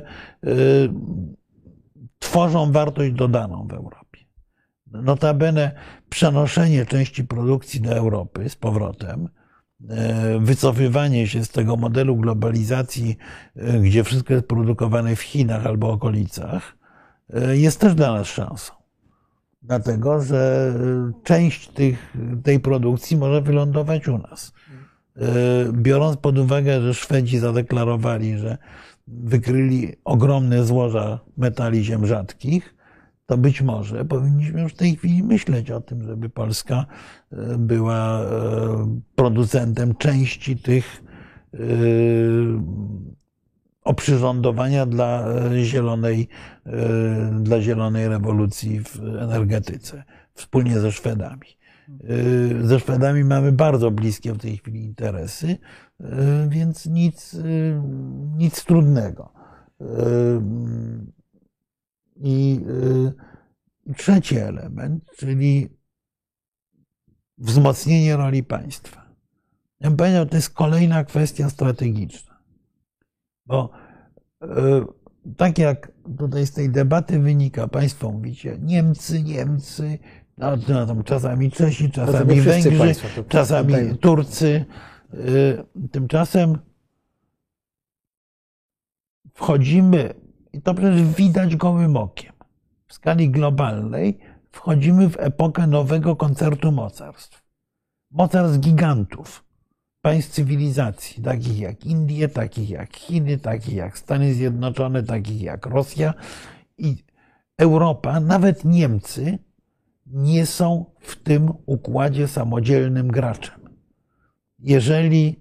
tworzą wartość dodaną w Europie. Notabene przenoszenie części produkcji do Europy z powrotem, wycofywanie się z tego modelu globalizacji, gdzie wszystko jest produkowane w Chinach albo okolicach, jest też dla nas szansą. Dlatego, że część tych, tej produkcji może wylądować u nas. Biorąc pod uwagę, że Szwedzi zadeklarowali, że wykryli ogromne złoża metali ziem rzadkich, to być może powinniśmy już w tej chwili myśleć o tym, żeby Polska była producentem części tych oprzyrządowania dla zielonej, dla zielonej rewolucji w energetyce, wspólnie ze Szwedami. Ze Szwedami mamy bardzo bliskie w tej chwili interesy, więc nic, nic trudnego. I trzeci element, czyli wzmocnienie roli państwa. Ja bym powiedział, to jest kolejna kwestia strategiczna. Bo tak jak tutaj z tej debaty wynika, państwo mówicie Niemcy, Niemcy, no, no, czasami Czesi, czasami Węgrzy, państwa, czasami tutaj Turcy. Tymczasem wchodzimy, i to przecież widać gołym okiem, w skali globalnej wchodzimy w epokę nowego koncertu mocarstw. Mocarstw gigantów, państw cywilizacji, takich jak Indie, takich jak Chiny, takich jak Stany Zjednoczone, takich jak Rosja i Europa, nawet Niemcy nie są w tym układzie samodzielnym graczem. Jeżeli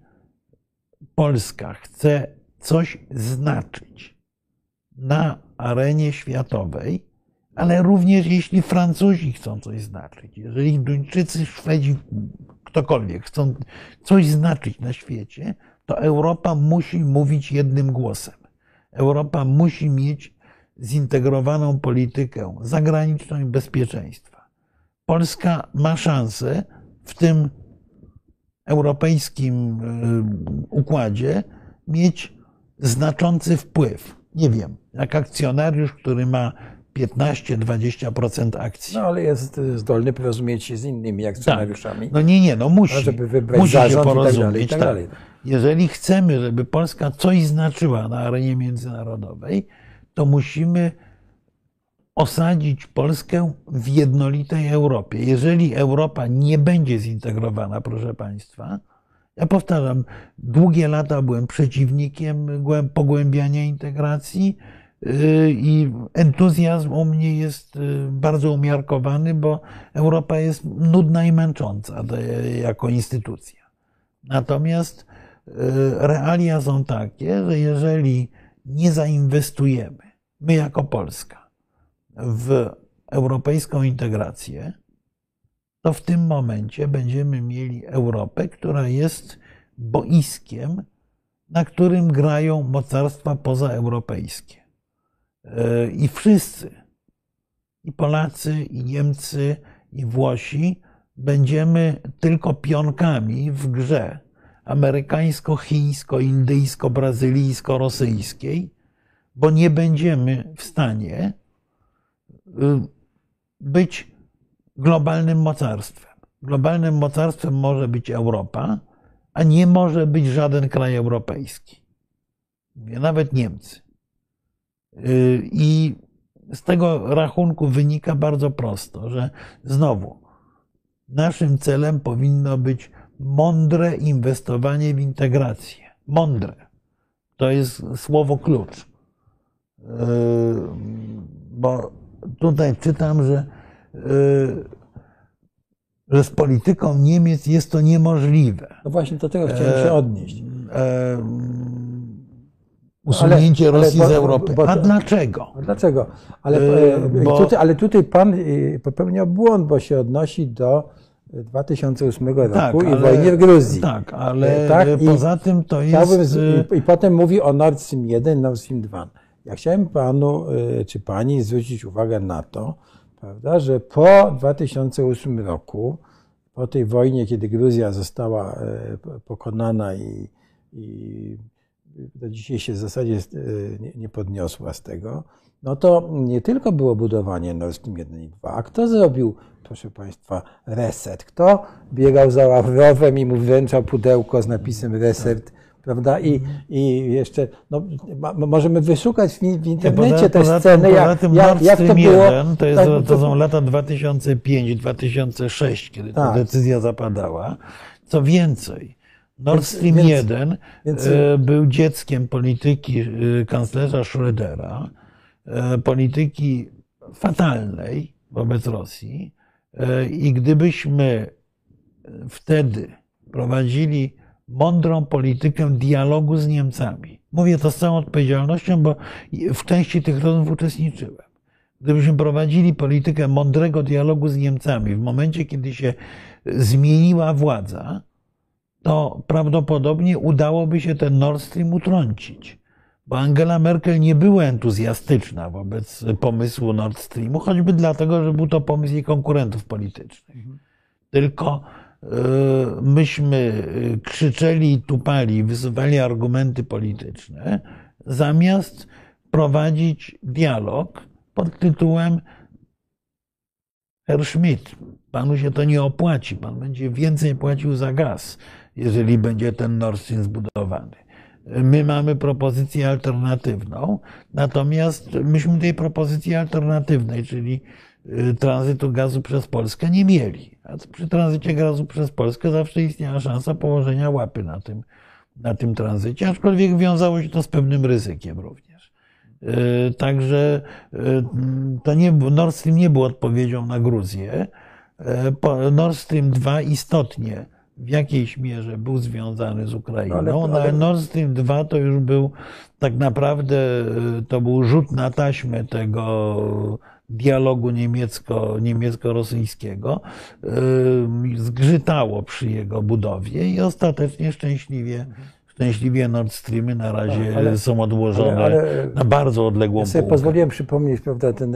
Polska chce coś znaczyć na arenie światowej, ale również jeśli Francuzi chcą coś znaczyć, jeżeli Duńczycy, Szwedzi, ktokolwiek chcą coś znaczyć na świecie, to Europa musi mówić jednym głosem. Europa musi mieć zintegrowaną politykę zagraniczną i bezpieczeństwa. Polska ma szansę w tym europejskim układzie mieć znaczący wpływ. Nie wiem, jak akcjonariusz, który ma piętnaście do dwudziestu procent akcji. No ale jest zdolny porozumieć się z innymi akcjonariuszami. Tak. No nie, nie, no musi. Żeby wybrać musi zarząd się porozumieć. I tak dalej, i tak dalej. Tak. Jeżeli chcemy, żeby Polska coś znaczyła na arenie międzynarodowej, to musimy osadzić Polskę w jednolitej Europie. Jeżeli Europa nie będzie zintegrowana, proszę państwa, ja powtarzam, długie lata byłem przeciwnikiem pogłębiania integracji i entuzjazm u mnie jest bardzo umiarkowany, bo Europa jest nudna i męcząca jako instytucja. Natomiast realia są takie, że jeżeli nie zainwestujemy, my jako Polska, w europejską integrację, to w tym momencie będziemy mieli Europę, która jest boiskiem, na którym grają mocarstwa pozaeuropejskie. I wszyscy, i Polacy, i Niemcy, i Włosi, będziemy tylko pionkami w grze amerykańsko-chińsko-indyjsko-brazylijsko-rosyjskiej, bo nie będziemy w stanie być globalnym mocarstwem. Globalnym mocarstwem może być Europa, a nie może być żaden kraj europejski. Mówię, nawet Niemcy. I z tego rachunku wynika bardzo prosto, że znowu naszym celem powinno być mądre inwestowanie w integrację. Mądre. To jest słowo klucz. Bo tutaj czytam, że, że z polityką Niemiec jest to niemożliwe. No właśnie do tego chciałem się odnieść. Usunięcie ale, ale Rosji bo, z Europy. Bo, bo, A dlaczego? Dlaczego? Ale, Bo, tutaj, ale tutaj pan popełniał błąd, bo się odnosi do dwa tysiące ósmego roku tak, i ale, wojnie w Gruzji. Tak, ale tak, poza tym to jest... I, I potem mówi o Nord Stream jeden, Nord Stream dwa. Ja chciałem panu czy pani zwrócić uwagę na to, prawda, że po dwa tysiące ósmym roku, po tej wojnie, kiedy Gruzja została pokonana i, i do dzisiaj się w zasadzie nie podniosła z tego, no to nie tylko było budowanie Nord Stream jeden i dwa, a kto zrobił, proszę państwa, reset? Kto biegał za Ławrowem i mu wręczał pudełko z napisem reset, prawda? I, i jeszcze, no, ma, możemy wyszukać w, w internecie te poza sceny, tym, jak, tym jak, jak to było. jeden, to, jest, tak, to są lata dwa tysiące piąty do dwa tysiące szóstego, kiedy tak. ta decyzja zapadała. Co więcej, Nord Stream więc, jeden więc, był dzieckiem polityki kanclerza Schrödera, polityki fatalnej wobec Rosji i gdybyśmy wtedy prowadzili mądrą politykę dialogu z Niemcami, mówię to z całą odpowiedzialnością, bo w części tych rozmów uczestniczyłem, gdybyśmy prowadzili politykę mądrego dialogu z Niemcami w momencie, kiedy się zmieniła władza, to prawdopodobnie udałoby się ten Nord Stream utrącić. Bo Angela Merkel nie była entuzjastyczna wobec pomysłu Nord Streamu, choćby dlatego, że był to pomysł jej konkurentów politycznych. Mhm. Tylko y, myśmy krzyczeli i tupali, wysuwali argumenty polityczne, zamiast prowadzić dialog pod tytułem Herr Schmidt, panu się to nie opłaci, pan będzie więcej płacił za gaz, jeżeli będzie ten Nord Stream zbudowany. My mamy propozycję alternatywną, natomiast myśmy tej propozycji alternatywnej, czyli tranzytu gazu przez Polskę, nie mieli. A przy tranzycie gazu przez Polskę zawsze istniała szansa położenia łapy na tym, na tym tranzycie, aczkolwiek wiązało się to z pewnym ryzykiem również. Także to nie, Nord Stream nie był odpowiedzią na Gruzję. Nord Stream dwa istotnie w jakiejś mierze był związany z Ukrainą, ale, ale Nord Stream dwa to już był tak naprawdę, to był rzut na taśmę tego dialogu niemiecko, niemiecko-rosyjskiego, zgrzytało przy jego budowie i ostatecznie szczęśliwie, szczęśliwie Nord Streamy na razie ale, są odłożone ale, ale, na bardzo odległą ja sobie półkę. Pozwoliłem przypomnieć, prawda, ten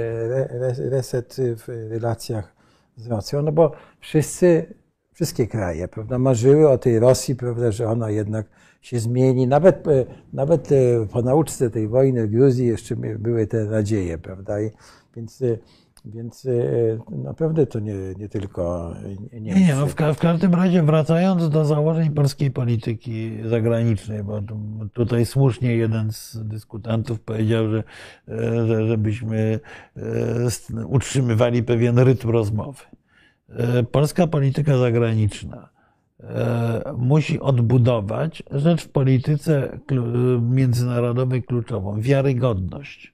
reset w relacjach z Rosją, no bo wszyscy Wszystkie kraje, prawda, marzyły o tej Rosji, prawda, że ona jednak się zmieni. Nawet, nawet po nauczce tej wojny w Gruzji jeszcze były te nadzieje, prawda. I więc, więc naprawdę to nie, nie tylko Niemcy. Nie, no w, ka w każdym razie wracając do założeń polskiej polityki zagranicznej, bo tutaj słusznie jeden z dyskutantów powiedział, że, że żebyśmy utrzymywali pewien rytm rozmowy. Polska polityka zagraniczna musi odbudować rzecz w polityce międzynarodowej kluczową, wiarygodność.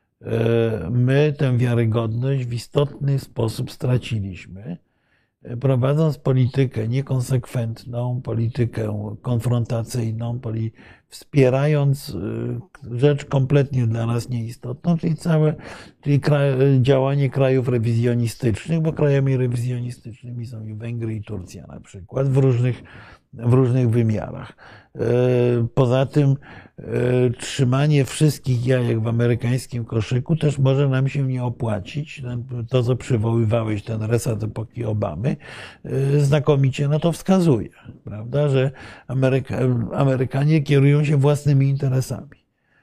My tę wiarygodność w istotny sposób straciliśmy, prowadząc politykę niekonsekwentną, politykę konfrontacyjną, wspierając rzecz kompletnie dla nas nieistotną, czyli całe czyli kraj, działanie krajów rewizjonistycznych, bo krajami rewizjonistycznymi są i Węgry, i Turcja na przykład, w różnych, w różnych wymiarach. Poza tym trzymanie wszystkich jajek w amerykańskim koszyku też może nam się nie opłacić. To, co przywoływałeś, ten reset epoki Obamy, znakomicie na to wskazuje, prawda, że Ameryka, Amerykanie kierują się własnymi interesami.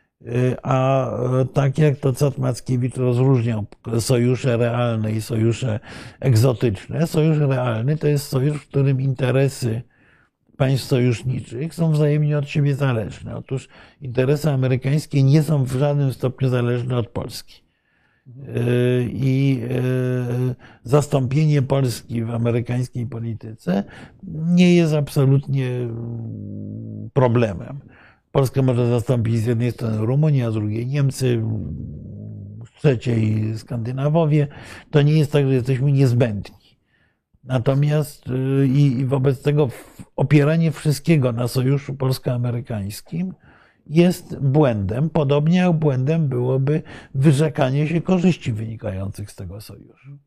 A tak jak to Cot Mackiewicz rozróżniał sojusze realne i sojusze egzotyczne, sojusz realny to jest sojusz, w którym interesy państw sojuszniczych są wzajemnie od siebie zależne. Otóż interesy amerykańskie nie są w żadnym stopniu zależne od Polski. i zastąpienie Polski w amerykańskiej polityce nie jest absolutnie problemem. Polskę może zastąpić z jednej strony Rumunia, a z drugiej Niemcy, z trzeciej Skandynawowie. To nie jest tak, że jesteśmy niezbędni. Natomiast i wobec tego opieranie wszystkiego na sojuszu polsko-amerykańskim jest błędem, podobnie jak błędem byłoby wyrzekanie się korzyści wynikających z tego sojuszu.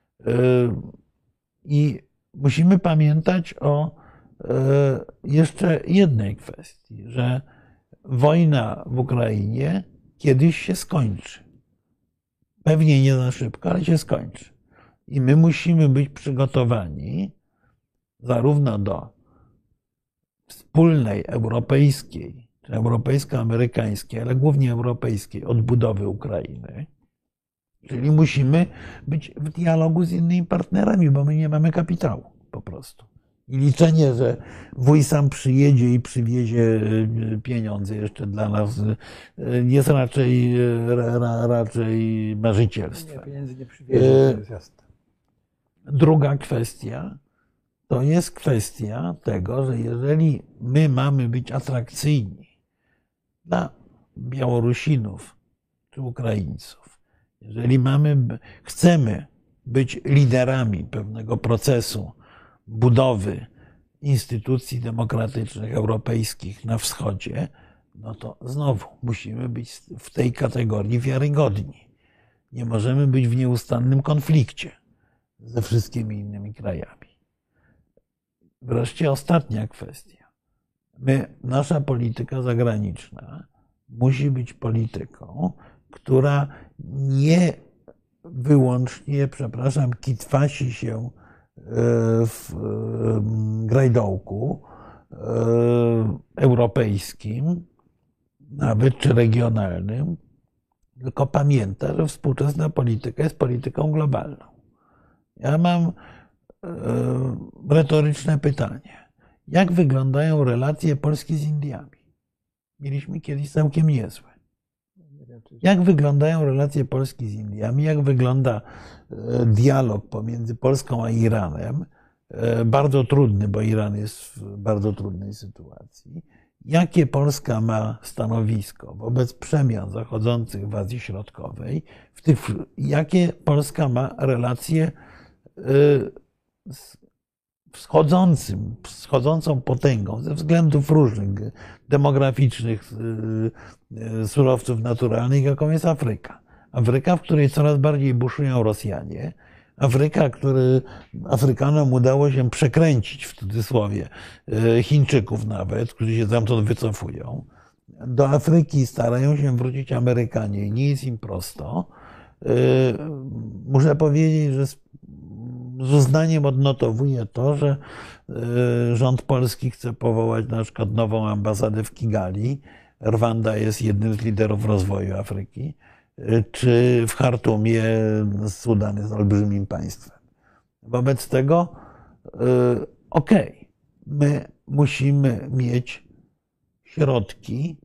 I musimy pamiętać o jeszcze jednej kwestii, że wojna w Ukrainie kiedyś się skończy. Pewnie nie za szybko, ale się skończy. I my musimy być przygotowani zarówno do wspólnej europejskiej, czy europejsko-amerykańskiej, ale głównie europejskiej odbudowy Ukrainy. Czyli musimy być w dialogu z innymi partnerami, bo my nie mamy kapitału po prostu. I liczenie, że wuj sam przyjedzie i przywiezie pieniądze jeszcze dla nas jest raczej, raczej marzycielstwem. Nie, pieniędzy nie przywiezie, to jest jasne. Druga kwestia to jest kwestia tego, że jeżeli my mamy być atrakcyjni dla Białorusinów czy Ukraińców, jeżeli mamy, chcemy być liderami pewnego procesu budowy instytucji demokratycznych europejskich na wschodzie, no to znowu musimy być w tej kategorii wiarygodni. Nie możemy być w nieustannym konflikcie ze wszystkimi innymi krajami. Wreszcie ostatnia kwestia. My, nasza polityka zagraniczna musi być polityką, która nie wyłącznie, przepraszam, kitwasi się w grajdołku europejskim, nawet czy regionalnym, tylko pamięta, że współczesna polityka jest polityką globalną. Ja mam retoryczne pytanie. Jak wyglądają relacje Polski z Indiami? Mieliśmy kiedyś całkiem niezłe. Jak wyglądają relacje Polski z Indiami? Jak wygląda dialog pomiędzy Polską a Iranem? Bardzo trudny, bo Iran jest w bardzo trudnej sytuacji. Jakie Polska ma stanowisko wobec przemian zachodzących w Azji Środkowej? W tych, jakie Polska ma relacje z wschodzącym, wschodzącą potęgą ze względów różnych, demograficznych, surowców naturalnych, jaką jest Afryka. Afryka, w której coraz bardziej buszują Rosjanie. Afryka, który Afrykanom udało się przekręcić, w cudzysłowie, Chińczyków nawet, którzy się stamtąd wycofują. Do Afryki starają się wrócić Amerykanie i nie jest im prosto. Muszę powiedzieć, że z uznaniem odnotowuję to, że rząd polski chce powołać na przykład nową ambasadę w Kigali. Rwanda jest jednym z liderów rozwoju Afryki. Czy w Chartumie Sudan jest olbrzymim państwem. Wobec tego, okej, okay, my musimy mieć środki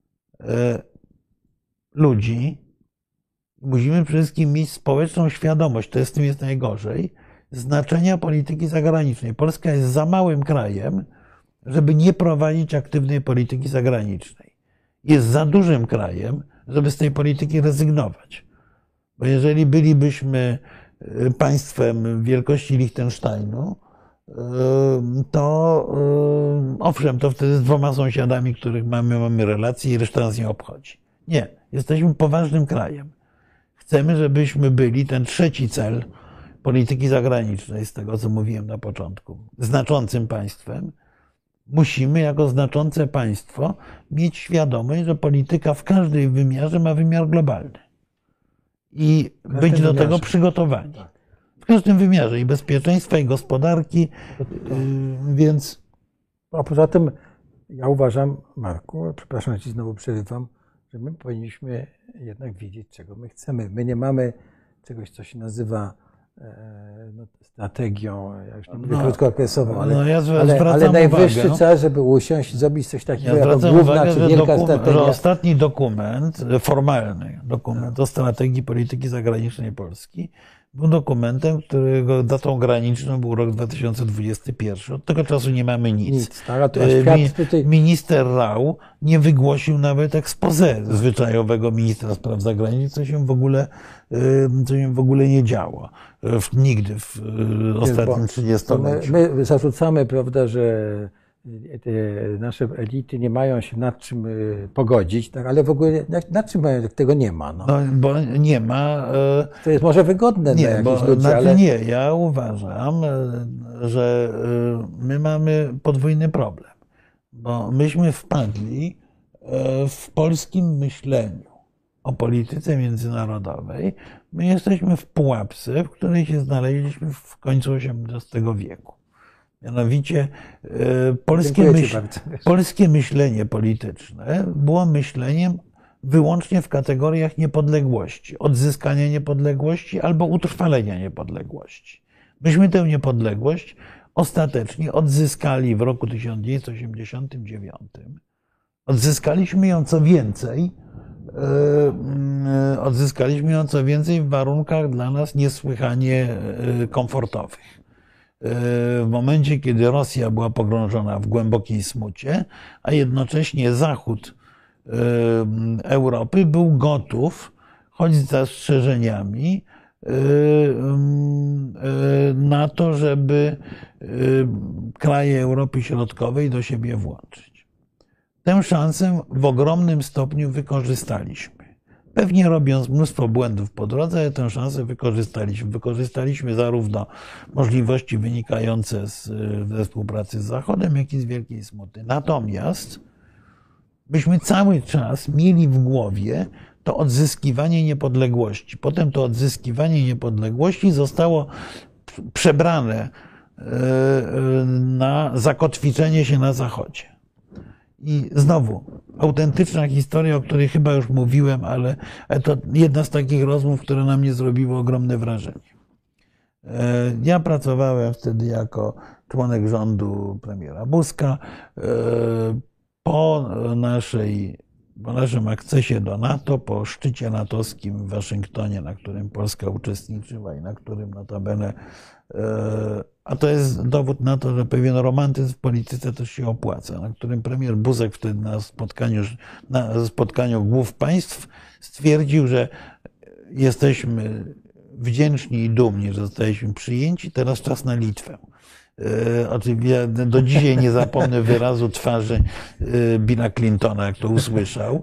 ludzi, musimy przede wszystkim mieć społeczną świadomość, to z tym jest najgorzej, znaczenia polityki zagranicznej. Polska jest za małym krajem, żeby nie prowadzić aktywnej polityki zagranicznej. Jest za dużym krajem, żeby z tej polityki rezygnować. Bo jeżeli bylibyśmy państwem wielkości Liechtensteinu, to owszem, to wtedy z dwoma sąsiadami, których mamy, mamy relacje i reszta nas nie obchodzi. Nie, jesteśmy poważnym krajem. Chcemy, żebyśmy byli, ten trzeci cel polityki zagranicznej, z tego co mówiłem na początku, znaczącym państwem. Musimy jako znaczące państwo mieć świadomość, że polityka w każdym wymiarze ma wymiar globalny. I być do wymiarze. tego przygotowani. W każdym wymiarze i bezpieczeństwa, i gospodarki, więc... A poza tym ja uważam, Marku, przepraszam, że ci znowu przerywam, że my powinniśmy jednak wiedzieć, czego my chcemy. My nie mamy czegoś, co się nazywa no, strategią, jak już nie mówię No, krótkookresową, ale, no ja z- ale, ale zwracam najwyższy uwagę, czas, żeby usiąść i zrobić coś takiego Ja jako zwracam główna uwagę, czy że, wielka dokum, że strategia. ostatni dokument, formalny dokument o strategii polityki zagranicznej Polski był dokumentem, którego datą graniczną był rok dwa tysiące dwudziesty pierwszy. Od tego czasu nie mamy nic. Nic, tak, a to E, świat Mi, tutaj- minister Rau nie wygłosił nawet exposé zwyczajowego ministra spraw zagranicznych, co się w ogóle, e, co się w ogóle nie działo. E, w- Nigdy w e, ostatnim Bo my, trzydziestoleciu. my zarzucamy, prawda, że te nasze elity nie mają się nad czym y, pogodzić, tak, ale w ogóle nad, nad czym mają, jak tego nie ma. No. No, bo nie ma. e, To jest może wygodne Nie, dla bo jakichś ludzi, znaczy ale nie, ja uważam, e, że e, my mamy podwójny problem, bo myśmy wpadli e, w polskim myśleniu o polityce międzynarodowej. My jesteśmy w pułapce, w której się znaleźliśmy w końcu osiemnastego wieku. Mianowicie e, polskie, Dziękuję ci myśl, bardzo. polskie myślenie polityczne było myśleniem wyłącznie w kategoriach niepodległości, odzyskania niepodległości albo utrwalenia niepodległości. Myśmy tę niepodległość ostatecznie odzyskali w roku tysiąc dziewięćset osiemdziesiątym dziewiątym. Odzyskaliśmy ją co więcej, yy, odzyskaliśmy ją co więcej w warunkach dla nas niesłychanie yy, komfortowych. Yy, w momencie, kiedy Rosja była pogrążona w głębokiej smucie, a jednocześnie Zachód yy, Europy był gotów, choć z zastrzeżeniami, yy, yy, na to, żeby yy, kraje Europy Środkowej do siebie włączyć. Tę szansę w ogromnym stopniu wykorzystaliśmy. Pewnie robiąc mnóstwo błędów po drodze, ale tę szansę wykorzystaliśmy. Wykorzystaliśmy zarówno możliwości wynikające z, ze współpracy z Zachodem, jak i z wielkiej smuty. Natomiast myśmy cały czas mieli w głowie to odzyskiwanie niepodległości. Potem to odzyskiwanie niepodległości zostało przebrane na zakotwiczenie się na Zachodzie. I znowu, autentyczna historia, o której chyba już mówiłem, ale to jedna z takich rozmów, które na mnie zrobiło ogromne wrażenie. Ja pracowałem wtedy jako członek rządu premiera Buzka. Po, naszej, po naszym akcesie do NATO, po szczycie natowskim w Waszyngtonie, na którym Polska uczestniczyła i na którym notabene, a to jest dowód na to, że pewien romantyzm w polityce też się opłaca, na którym premier Buzek wtedy na spotkaniu, na spotkaniu głów państw stwierdził, że jesteśmy wdzięczni i dumni, że zostaliśmy przyjęci, teraz czas na Litwę. Oczywiście do dzisiaj nie zapomnę wyrazu twarzy Billa Clintona, jak to usłyszał,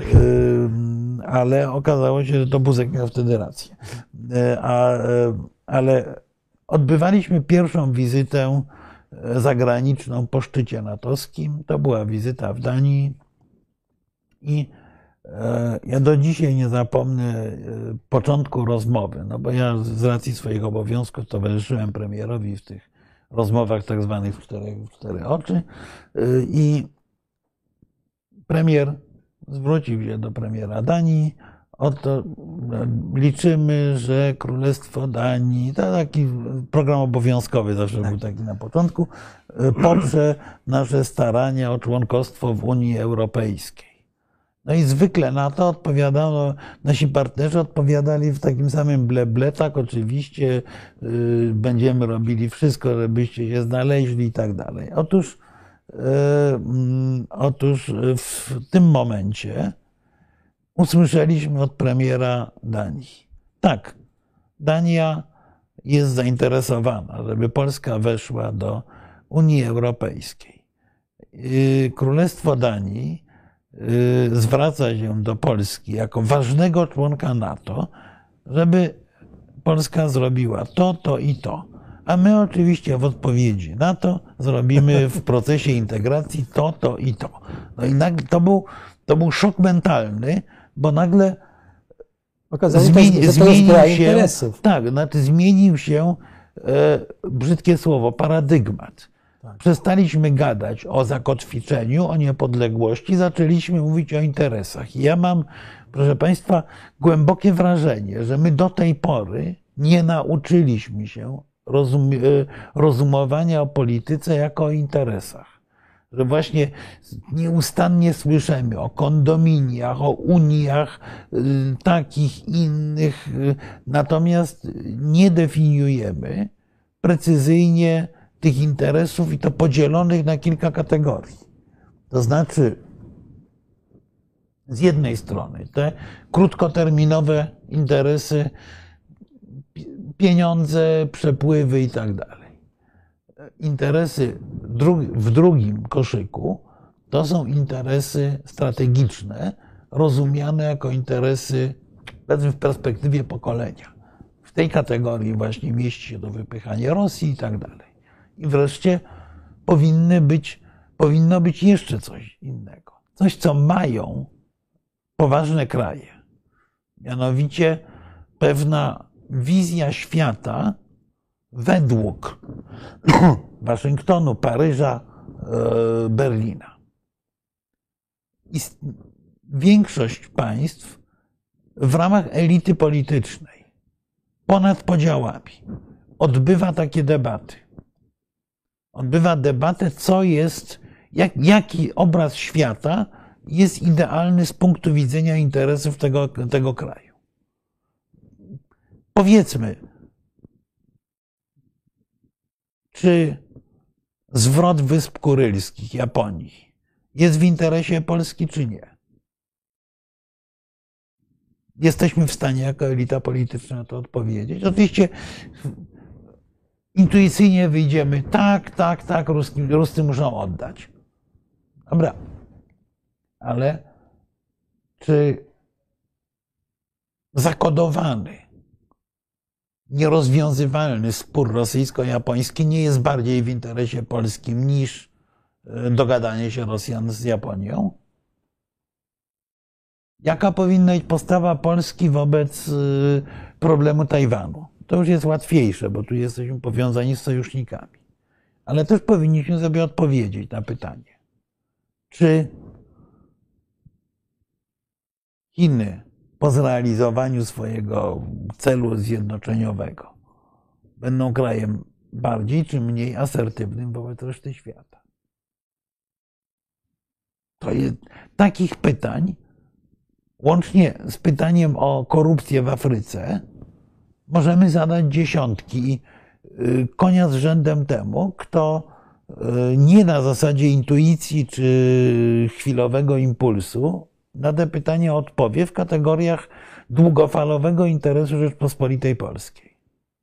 ale okazało się, że to Buzek miał wtedy rację. A, ale odbywaliśmy pierwszą wizytę zagraniczną po szczycie natowskim. To była wizyta w Danii i ja do dzisiaj nie zapomnę początku rozmowy, no bo ja z racji swoich obowiązków towarzyszyłem premierowi w tych rozmowach tak zwanych w cztery, w cztery oczy i premier zwrócił się do premiera Danii. Oto liczymy, że Królestwo Danii, to taki program obowiązkowy zawsze był taki na początku, poprze nasze starania o członkostwo w Unii Europejskiej. No i zwykle na to odpowiadano, nasi partnerzy odpowiadali w takim samym ble, ble, tak oczywiście y, będziemy robili wszystko, żebyście się znaleźli i tak dalej. Otóż, y, y, otóż w tym momencie usłyszeliśmy od premiera Danii. Tak, Dania jest zainteresowana, żeby Polska weszła do Unii Europejskiej. Królestwo Danii zwraca się do Polski jako ważnego członka NATO, żeby Polska zrobiła to, to i to. A my oczywiście w odpowiedzi na to zrobimy w procesie integracji to, to i to. No i nagle to był, to był szok mentalny, bo nagle okazało się, zmieni, że to jest gra zmienił się, interesów. tak, znaczy zmienił się e, brzydkie słowo, paradygmat. Tak. Przestaliśmy gadać o zakotwiczeniu, o niepodległości, zaczęliśmy mówić o interesach. I ja mam, proszę Państwa, głębokie wrażenie, że my do tej pory nie nauczyliśmy się rozum, rozumowania o polityce jako o interesach. Że właśnie nieustannie słyszymy o kondominiach, o uniach, takich, innych, natomiast nie definiujemy precyzyjnie tych interesów i to podzielonych na kilka kategorii. To znaczy, z jednej strony te krótkoterminowe interesy, pieniądze, przepływy i tak dalej. Interesy w drugim koszyku to są interesy strategiczne, rozumiane jako interesy, powiedzmy, w perspektywie pokolenia. W tej kategorii właśnie mieści się to wypychanie Rosji i tak dalej. I wreszcie powinny być, powinno być jeszcze coś innego. Coś, co mają poważne kraje. Mianowicie pewna wizja świata według Waszyngtonu, Paryża, Berlina. I większość państw w ramach elity politycznej, ponad podziałami, odbywa takie debaty. Odbywa debatę, co jest, jak, jaki obraz świata jest idealny z punktu widzenia interesów tego, tego kraju. Powiedzmy, czy zwrot Wysp Kurylskich Japonii jest w interesie Polski, czy nie? Jesteśmy w stanie jako elita polityczna na to odpowiedzieć. Oczywiście intuicyjnie wyjdziemy, tak, tak, tak, Ruscy, Ruscy muszą oddać. Dobra, ale czy zakodowany, nierozwiązywalny spór rosyjsko-japoński nie jest bardziej w interesie polskim niż dogadanie się Rosjan z Japonią? Jaka powinna być postawa Polski wobec problemu Tajwanu? To już jest łatwiejsze, bo tu jesteśmy powiązani z sojusznikami. Ale też powinniśmy sobie odpowiedzieć na pytanie, czy Chiny po zrealizowaniu swojego celu zjednoczeniowego będą krajem bardziej czy mniej asertywnym wobec reszty świata. To jest takich pytań, łącznie z pytaniem o korupcję w Afryce, możemy zadać dziesiątki. Konia z rzędem temu, kto nie na zasadzie intuicji czy chwilowego impulsu na te pytania odpowie w kategoriach długofalowego interesu Rzeczpospolitej Polskiej.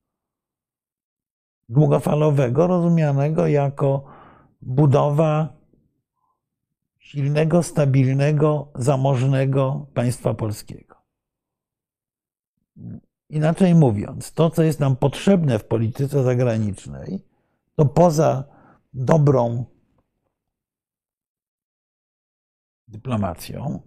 Długofalowego, rozumianego jako budowa silnego, stabilnego, zamożnego państwa polskiego. Inaczej mówiąc, to, co jest nam potrzebne w polityce zagranicznej, to poza dobrą dyplomacją,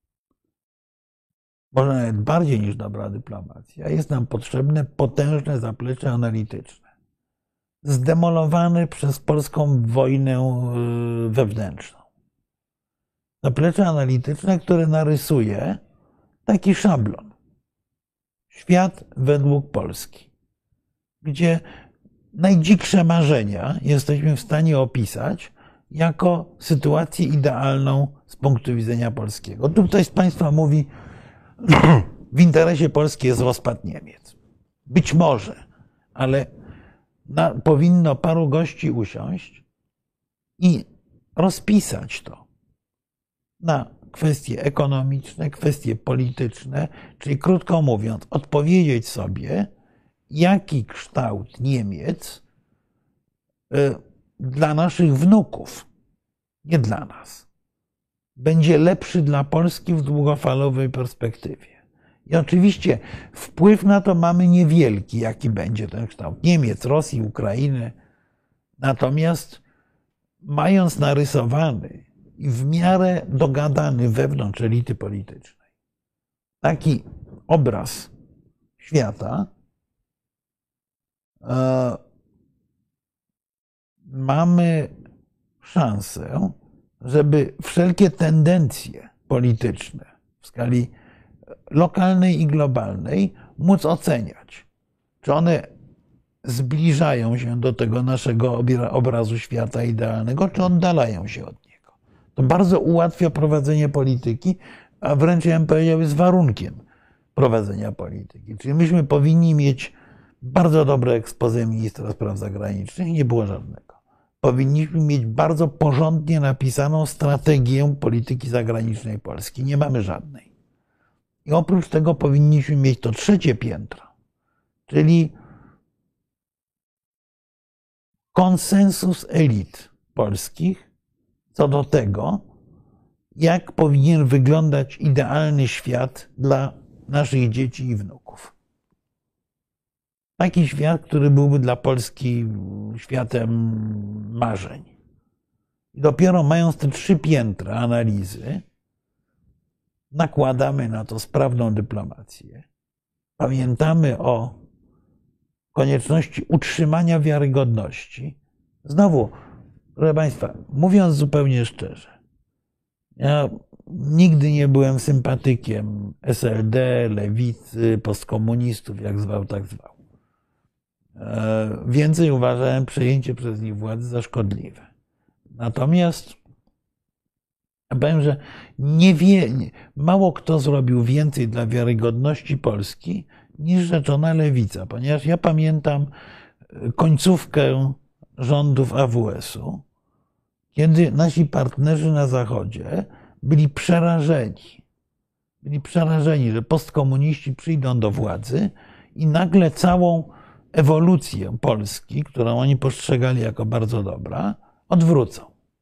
może nawet bardziej niż dobra dyplomacja, jest nam potrzebne potężne zaplecze analityczne, zdemolowane przez polską wojnę wewnętrzną. Zaplecze analityczne, które narysuje taki szablon. Świat według Polski, gdzie najdziksze marzenia jesteśmy w stanie opisać jako sytuację idealną z punktu widzenia polskiego. Tu ktoś z Państwa mówi, w interesie Polski jest rozpad Niemiec. Być może, ale na, powinno paru gości usiąść i rozpisać to na kwestie ekonomiczne, kwestie polityczne, czyli krótko mówiąc, odpowiedzieć sobie, jaki kształt Niemiec dla naszych wnuków, nie dla nas, będzie lepszy dla Polski w długofalowej perspektywie. I oczywiście wpływ na to mamy niewielki, jaki będzie ten kształt Niemiec, Rosji, Ukrainy. Natomiast mając narysowany i w miarę dogadany wewnątrz elity politycznej taki obraz świata, e, mamy szansę, żeby wszelkie tendencje polityczne w skali lokalnej i globalnej móc oceniać. czy one zbliżają się do tego naszego obrazu świata idealnego, czy oddalają się od niego. To bardzo ułatwia prowadzenie polityki, a wręcz, ja bym powiedział, jest warunkiem prowadzenia polityki. Czyli myśmy powinni mieć bardzo dobre exposé ministra spraw zagranicznych, nie było żadnego. Powinniśmy mieć bardzo porządnie napisaną strategię polityki zagranicznej Polski. Nie mamy żadnej. I oprócz tego powinniśmy mieć to trzecie piętro, czyli konsensus elit polskich co do tego, jak powinien wyglądać idealny świat dla naszych dzieci i wnuków. Taki świat, który byłby dla Polski światem marzeń. I dopiero mając te trzy piętra analizy, nakładamy na to sprawną dyplomację. Pamiętamy o konieczności utrzymania wiarygodności. Znowu, proszę Państwa, mówiąc zupełnie szczerze, ja nigdy nie byłem sympatykiem S L D, lewicy, postkomunistów, jak zwał, tak zwał. Więcej uważałem przejęcie przez nich władzy za szkodliwe. Natomiast powiem, że nie wie, mało kto zrobił więcej dla wiarygodności Polski niż rzeczona lewica, ponieważ ja pamiętam końcówkę rządów A W S-u, kiedy nasi partnerzy na Zachodzie byli przerażeni. Byli przerażeni, że postkomuniści przyjdą do władzy i nagle całą ewolucję Polski, którą oni postrzegali jako bardzo dobra, odwrócą.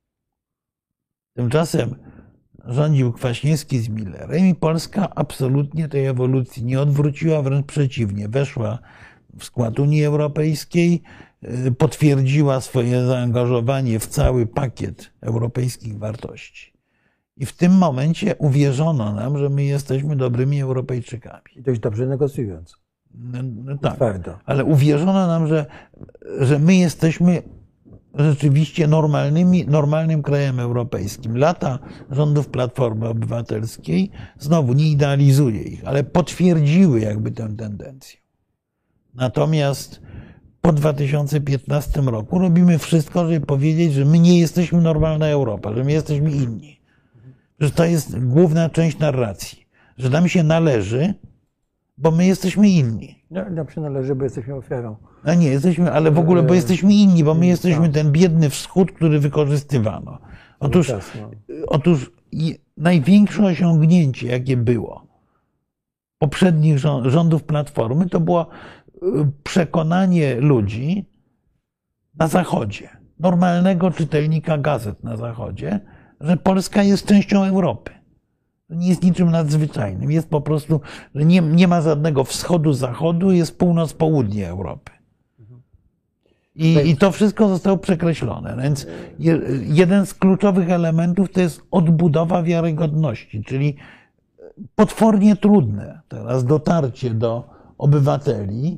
Tymczasem rządził Kwaśniewski z Millerem i Polska absolutnie tej ewolucji nie odwróciła, wręcz przeciwnie. Weszła w skład Unii Europejskiej, potwierdziła swoje zaangażowanie w cały pakiet europejskich wartości. I w tym momencie uwierzono nam, że my jesteśmy dobrymi Europejczykami. I dość dobrze negocjując. No, no tak, Twardo. Ale uwierzono nam, że, że my jesteśmy rzeczywiście normalnymi, normalnym krajem europejskim. Lata rządów Platformy Obywatelskiej, znowu nie idealizuję ich, ale potwierdziły jakby tę tendencję. Natomiast po dwa tysiące piętnastym roku robimy wszystko, żeby powiedzieć, że my nie jesteśmy normalna Europa, że my jesteśmy inni. Że to jest główna część narracji. Że nam się należy, bo my jesteśmy inni. No, nam się należy, bo jesteśmy ofiarą. A nie, jesteśmy, ale w ogóle, bo jesteśmy inni, bo my jesteśmy ten biedny wschód, który wykorzystywano. Otóż, otóż największe osiągnięcie, jakie było poprzednich rządów Platformy, to było przekonanie ludzi na Zachodzie, normalnego czytelnika gazet na Zachodzie, że Polska jest częścią Europy. To nie jest niczym nadzwyczajnym. Jest po prostu, że nie, nie ma żadnego wschodu, zachodu, jest północ, południe Europy. I, I to wszystko zostało przekreślone. Więc je, jeden z kluczowych elementów to jest odbudowa wiarygodności, czyli potwornie trudne teraz dotarcie do obywateli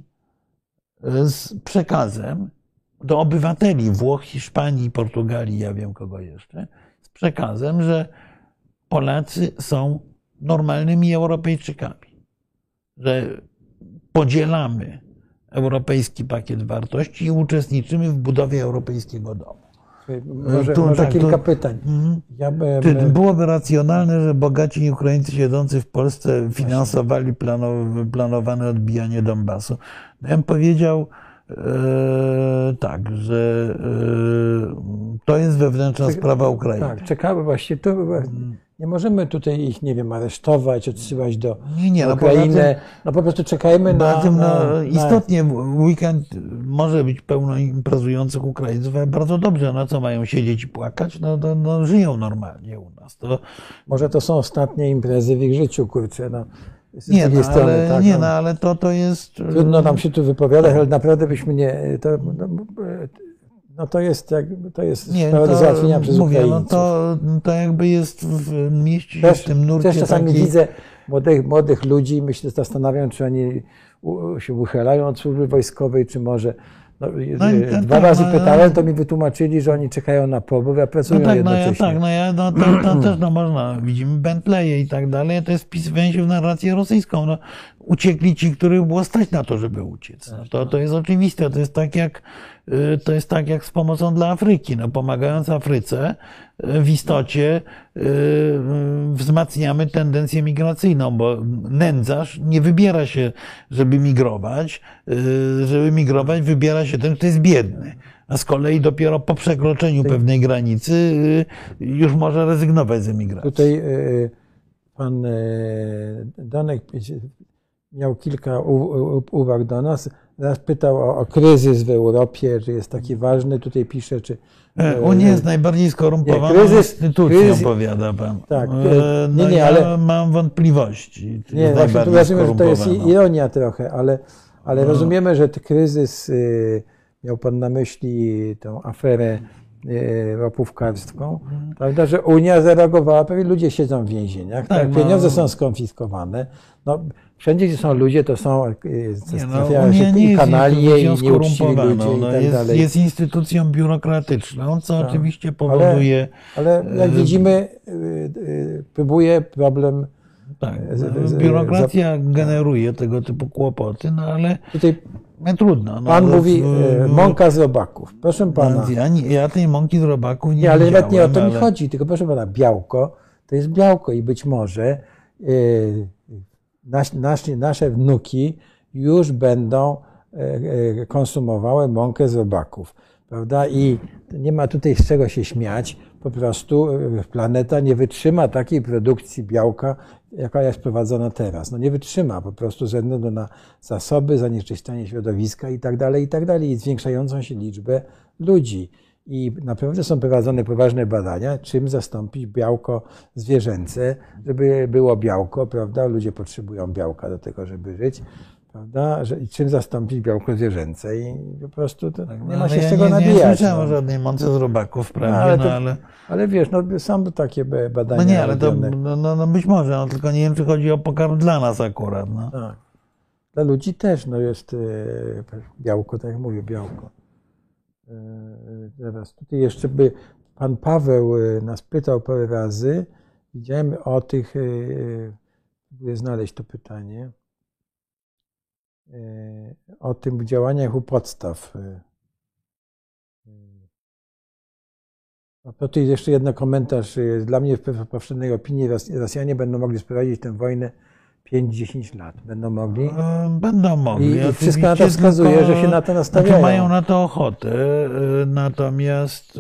z przekazem, do obywateli Włoch, Hiszpanii, Portugalii, ja wiem kogo jeszcze, z przekazem, że Polacy są normalnymi Europejczykami, że podzielamy europejski pakiet wartości i uczestniczymy w budowie europejskiego domu. Może, tu, może tak, kilka to, pytań. Ja bym... Czy byłoby racjonalne, że bogaci Ukraińcy siedzący w Polsce finansowali planow- planowane odbijanie Donbasu? Ja bym powiedział e, tak, że e, to jest wewnętrzna Czek- sprawa Ukrainy. Tak, czekamy właśnie. To, nie możemy tutaj ich, nie wiem, aresztować, odsyłać do nie, nie, no Ukrainy. Tym, no po prostu czekajmy na... Tym, no, na... Istotnie weekend może być pełno imprezujących Ukraińców, ale bardzo dobrze, no co mają siedzieć i płakać? No, no, no żyją normalnie u nas. To... Może to są ostatnie imprezy w ich życiu, kurczę. No. Nie, no, strony, ale, tak, nie no, ale to, to jest... Trudno nam się tu wypowiadać, ale naprawdę byśmy nie... To, no, no to jest, jak, to jest nie, sprawa do załatwienia przez mówię, Ukraińców. No to, to jakby jest w mieście też, w tym nurcie. Też czasami taki... widzę młodych, młodych ludzi i myślę, zastanawiam, czy oni u, się uchylają od służby wojskowej, czy może... No, no dwa tak, razy no, pytałem, to mi wytłumaczyli, że oni czekają na pobór, a pracują no tak, jednocześnie. No ja, tak, no ja, no to, to też no można, widzimy Bentleye i tak dalej, to jest wpisywanie się w narrację rosyjską. No, uciekli ci, których było stać na to, żeby uciec. No to, to jest oczywiste. To jest tak jak, to jest tak jak z pomocą dla Afryki. No, pomagając Afryce, w istocie wzmacniamy tendencję migracyjną, bo nędzarz nie wybiera się, żeby migrować. Żeby migrować, wybiera się ten, kto jest biedny. A z kolei dopiero po przekroczeniu pewnej granicy już może rezygnować z emigracji. Tutaj pan Danek miał kilka uwag do nas. Raz pytał o, o kryzys w Europie, że jest taki ważny. Tutaj pisze, czy... Unia jest najbardziej skorumpowaną nie, kryzys, instytucją, kryzys, powiada pan. Tak. No nie, nie, ja ale, mam wątpliwości. Czy nie, właśnie tu rozumiem, że to jest ironia trochę, ale, ale no. rozumiemy, że kryzys, miał pan na myśli tą aferę łapówkarską, prawda, że Unia zareagowała, pewnie ludzie siedzą w więzieniach, tak, tak, pieniądze no. są skonfiskowane. No, wszędzie, gdzie są ludzie, to są nie, no, Unia nie jest kanalie i nieuczciwi ludzie no, i tak jest, dalej. Jest instytucją biurokratyczną, co tak. oczywiście powoduje... Ale, ale jak widzimy, próbuje problem... Tak, biurokracja generuje tego typu kłopoty, no ale... Tutaj trudno. No, pan mówi e, mąka z robaków. Proszę pana. Ja, ja tej mąki z robaków nie Nie, ale nawet nie o to ale... mi chodzi, tylko proszę pana, białko to jest białko i być może e, nas, nas, nasze wnuki już będą e, konsumowały mąkę z robaków. Prawda? I nie ma tutaj z czego się śmiać. Po prostu planeta nie wytrzyma takiej produkcji białka, jaka jest prowadzona teraz. No nie wytrzyma po prostu ze względu na zasoby, zanieczyszczenie środowiska i tak dalej, i tak dalej, i zwiększającą się liczbę ludzi. I naprawdę są prowadzone poważne badania, czym zastąpić białko zwierzęce, żeby było białko, prawda? Ludzie potrzebują białka do tego, żeby żyć. Prawda? Że, czym zastąpić białko zwierzęce i po prostu to tak, nie ma się no, z czego ja nie, nabijać. Nie słyszałem o żadnej mące z robaków, prawda? No, ale, to, no, ale... ale wiesz, no, są takie badania. No nie, ale to no, no, być może, no, tylko nie wiem, czy chodzi o pokarm dla nas akurat. No. Tak. Dla ludzi też no, jest białko, tak jak mówię, białko. Teraz tutaj jeszcze by pan Paweł nas pytał parę razy. Widziałem o tych, próbuję znaleźć to pytanie, o tym działaniach u podstaw. A tutaj jeszcze jeden komentarz. Dla mnie w powszechnej opinii Rosjanie będą mogli sprowadzić tę wojnę pięć dziesięć lat. Będą mogli? Będą mogli. I wszystko na to wskazuje, że się na to nastawiają. Znaczy mają na to ochotę. Natomiast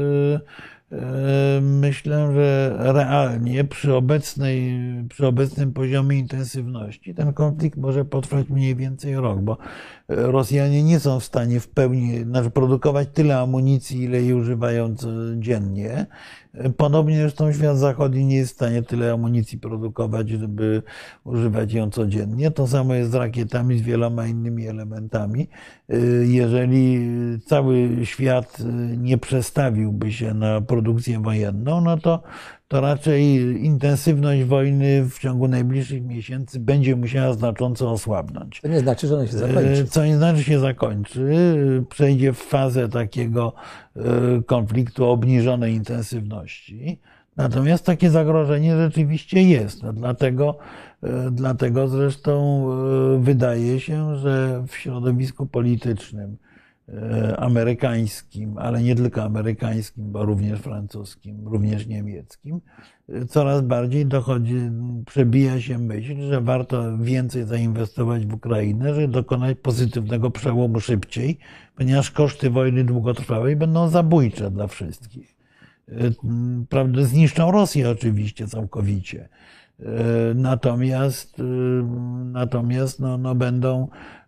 myślę, że realnie przy, obecnej, przy obecnym poziomie intensywności ten konflikt może potrwać mniej więcej rok, bo Rosjanie nie są w stanie w pełni, znaczy produkować tyle amunicji, ile jej używają dziennie. Podobnie zresztą świat zachodni nie jest w stanie tyle amunicji produkować, żeby używać ją codziennie. To samo jest z rakietami, z wieloma innymi elementami. Jeżeli cały świat nie przestawiłby się na produkcję wojenną, no to, to raczej intensywność wojny w ciągu najbliższych miesięcy będzie musiała znacząco osłabnąć. To nie znaczy, że ona się zakończy. Co nie znaczy, że się zakończy. Przejdzie w fazę takiego konfliktu o obniżonej intensywności. Natomiast takie zagrożenie rzeczywiście jest. No dlatego, dlatego zresztą wydaje się, że w środowisku politycznym amerykańskim, ale nie tylko amerykańskim, bo również francuskim, również niemieckim, coraz bardziej dochodzi, przebija się myśl, że warto więcej zainwestować w Ukrainę, żeby dokonać pozytywnego przełomu szybciej, ponieważ koszty wojny długotrwałej będą zabójcze dla wszystkich. Prawda, zniszczą Rosję oczywiście całkowicie. Natomiast, natomiast no, no będą,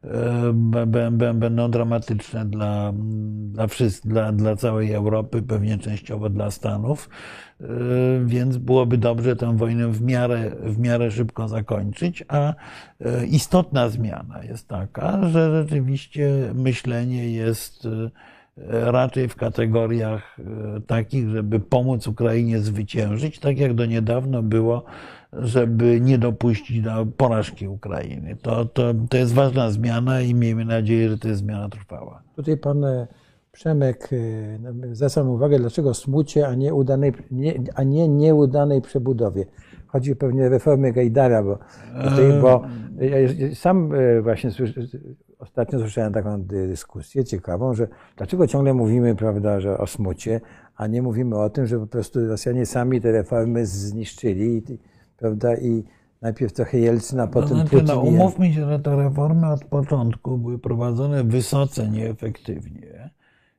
będą dramatyczne dla, dla, wszystkich, dla, dla całej Europy, pewnie częściowo dla Stanów, więc byłoby dobrze tę wojnę w miarę, w miarę szybko zakończyć, a istotna zmiana jest taka, że rzeczywiście myślenie jest raczej w kategoriach takich, żeby pomóc Ukrainie zwyciężyć, tak jak do niedawno było, żeby nie dopuścić do porażki Ukrainy. To, to, to jest ważna zmiana i miejmy nadzieję, że to jest zmiana trwała. Tutaj pan Przemek zwraca uwagę, dlaczego smucie, a nie, udanej, nie, a nie nieudanej przebudowie. chodzi pewnie o reformę Gajdara, bo, bo, bo ja sam właśnie słyszę, ostatnio słyszałem taką dyskusję ciekawą, że dlaczego ciągle mówimy, prawda, że o smucie, a nie mówimy o tym, że po prostu Rosjanie sami te reformy zniszczyli, prawda, i najpierw trochę Jelcyn, a potem znaczy, Putin. No, umówmy się, że te reformy od początku były prowadzone wysoce nieefektywnie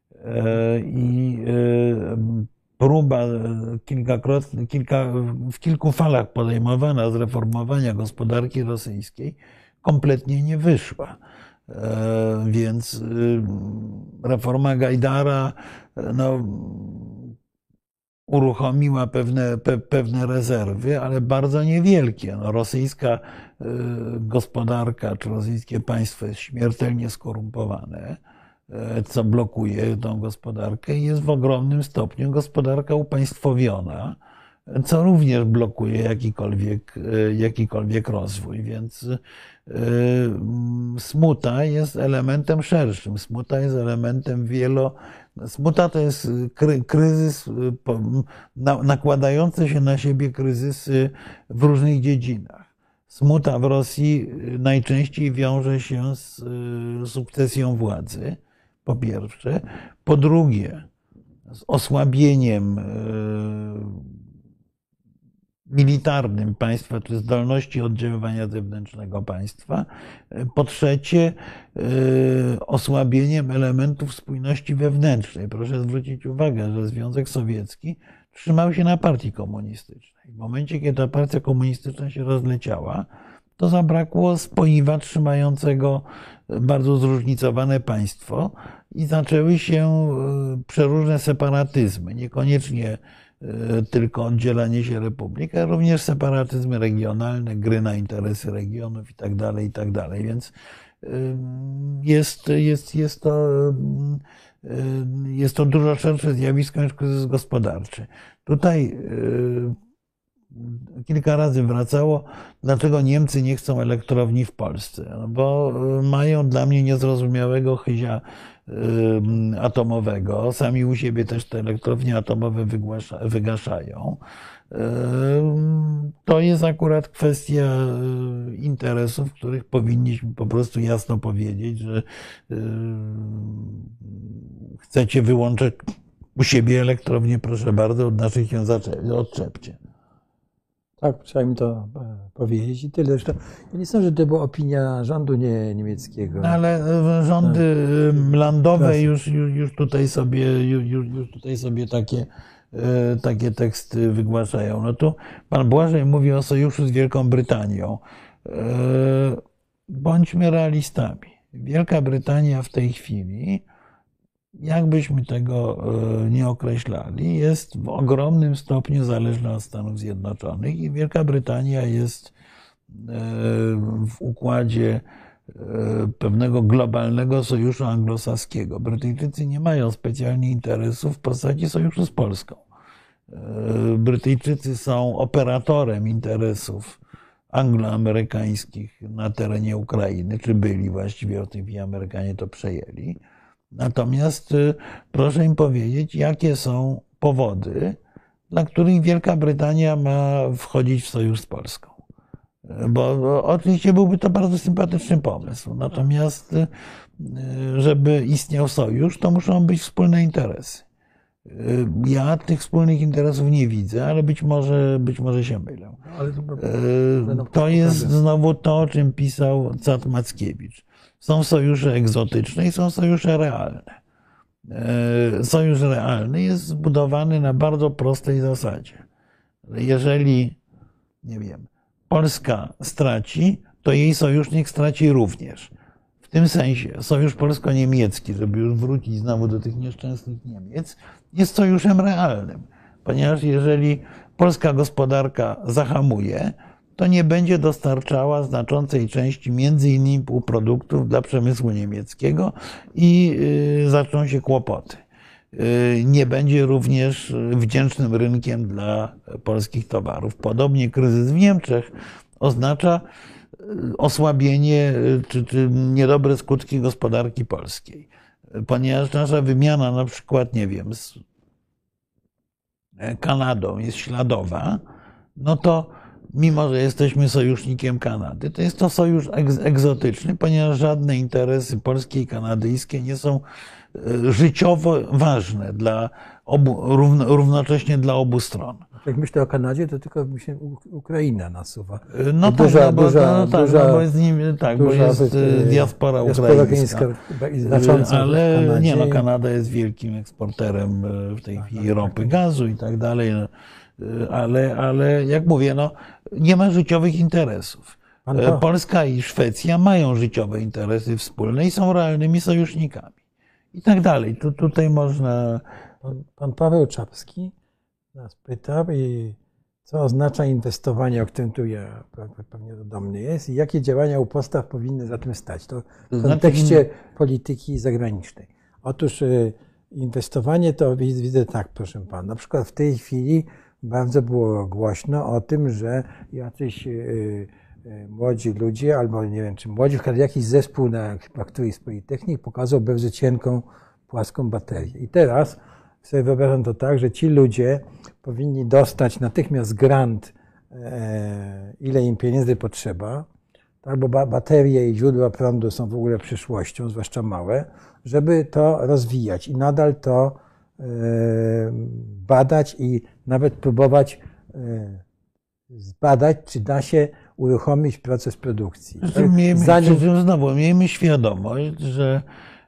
i próba kilkakrotnie, kilka, w kilku falach podejmowana zreformowania gospodarki rosyjskiej kompletnie nie wyszła. Więc reforma Gajdara no, uruchomiła pewne, pe, pewne rezerwy, ale bardzo niewielkie. No, rosyjska gospodarka czy rosyjskie państwo jest śmiertelnie skorumpowane, co blokuje tą gospodarkę i jest w ogromnym stopniu gospodarka upaństwowiona, co również blokuje jakikolwiek, jakikolwiek rozwój. Więc smuta jest elementem szerszym. Smuta jest elementem wielo... Smuta to jest kryzys, nakładające się na siebie kryzysy w różnych dziedzinach. Smuta w Rosji najczęściej wiąże się z sukcesją władzy, po pierwsze. Po drugie, z osłabieniem militarnym państwa, czy zdolności oddziaływania zewnętrznego państwa. Po trzecie, osłabieniem elementów spójności wewnętrznej. Proszę zwrócić uwagę, że Związek Sowiecki trzymał się na partii komunistycznej. W momencie, kiedy ta partia komunistyczna się rozleciała, to zabrakło spoiwa trzymającego bardzo zróżnicowane państwo i zaczęły się przeróżne separatyzmy, niekoniecznie tylko oddzielanie się republik, ale również separatyzmy regionalne, gry na interesy regionów i tak dalej, i tak dalej. Więc jest, jest, jest, to, jest to dużo szersze zjawisko niż kryzys gospodarczy. Tutaj kilka razy wracało, dlaczego Niemcy nie chcą elektrowni w Polsce. No bo mają dla mnie niezrozumiałego chyzia atomowego. Sami u siebie też te elektrownie atomowe wygaszają. To jest akurat kwestia interesów, których powinniśmy po prostu jasno powiedzieć, że chcecie wyłączyć u siebie elektrownię, proszę bardzo, od naszych się odczepcie. Tak, trzeba im to powiedzieć i tyle. Zresztą ja nie sądzę, że to była opinia rządu nie, niemieckiego. No, ale rządy tak. landowe już, już, już, tutaj sobie, już, już tutaj sobie takie, takie teksty wygłaszają. No tu pan Błażej mówi o sojuszu z Wielką Brytanią. Bądźmy realistami. Wielka Brytania w tej chwili, jakbyśmy tego nie określali, jest w ogromnym stopniu zależna od Stanów Zjednoczonych i Wielka Brytania jest w układzie pewnego globalnego sojuszu anglosaskiego. Brytyjczycy nie mają specjalnie interesów w postaci sojuszu z Polską. Brytyjczycy są operatorem interesów angloamerykańskich na terenie Ukrainy, czy byli właściwie, w tej chwili Amerykanie to przejęli. Natomiast proszę im powiedzieć, jakie są powody, dla których Wielka Brytania ma wchodzić w sojusz z Polską. Bo, bo oczywiście byłby to bardzo sympatyczny pomysł. Natomiast żeby istniał sojusz, to muszą być wspólne interesy. Ja tych wspólnych interesów nie widzę, ale być może, być może się mylę. To jest znowu to, o czym pisał Cat Mackiewicz. Są sojusze egzotyczne i są sojusze realne. Sojusz realny jest zbudowany na bardzo prostej zasadzie. Jeżeli, nie wiem, Polska straci, to jej sojusznik straci również. W tym sensie sojusz polsko-niemiecki, żeby już wrócić znowu do tych nieszczęsnych Niemiec, jest sojuszem realnym. Ponieważ jeżeli polska gospodarka zahamuje, to nie będzie dostarczała znaczącej części między innymi półproduktów dla przemysłu niemieckiego i zaczną się kłopoty. Nie będzie również wdzięcznym rynkiem dla polskich towarów. Podobnie kryzys w Niemczech oznacza osłabienie czy, czy niedobre skutki gospodarki polskiej. Ponieważ nasza wymiana na przykład, nie wiem, z Kanadą jest śladowa, no to mimo że jesteśmy sojusznikiem Kanady, to jest to sojusz egzotyczny, ponieważ żadne interesy polskie i kanadyjskie nie są życiowo ważne dla obu, równo, równocześnie dla obu stron. Jak myślę o Kanadzie, to tylko mi się Ukraina nasuwa. No tak, duża, no bo, duża, no, tak, duża, no bo jest, nim, tak, bo jest y, diaspora ukraińska. Znacząca ale nie, no Kanada jest wielkim eksporterem w tej chwili ropy, gazu i tak dalej. Ale, ale jak mówię, no, nie ma życiowych interesów. Polska i Szwecja mają życiowe interesy wspólne i są realnymi sojusznikami. I tak dalej. Tu, tutaj można... Pan, pan Paweł Czapski nas pyta, co oznacza inwestowanie, o którym tu ja pewnie do mnie jest, i jakie działania u podstaw powinny za tym stać. To w kontekście polityki zagranicznej. Otóż inwestowanie to widzę tak, proszę pana. Na przykład w tej chwili bardzo było głośno o tym, że jacyś młodzi ludzie, albo nie wiem, czy młodzi, ale jakiś zespół na chyba którejś z politechnik pokazał bardzo cienką, płaską baterię. I teraz sobie wyobrażam to tak, że ci ludzie powinni dostać natychmiast grant, e, ile im pieniędzy potrzeba, tak, bo baterie i źródła prądu są w ogóle przyszłością, zwłaszcza małe, żeby to rozwijać i nadal to e, badać i nawet próbować e, zbadać, czy da się uruchomić proces produkcji. Tak? Miejmy, Zanim... Znowu, miejmy świadomość, że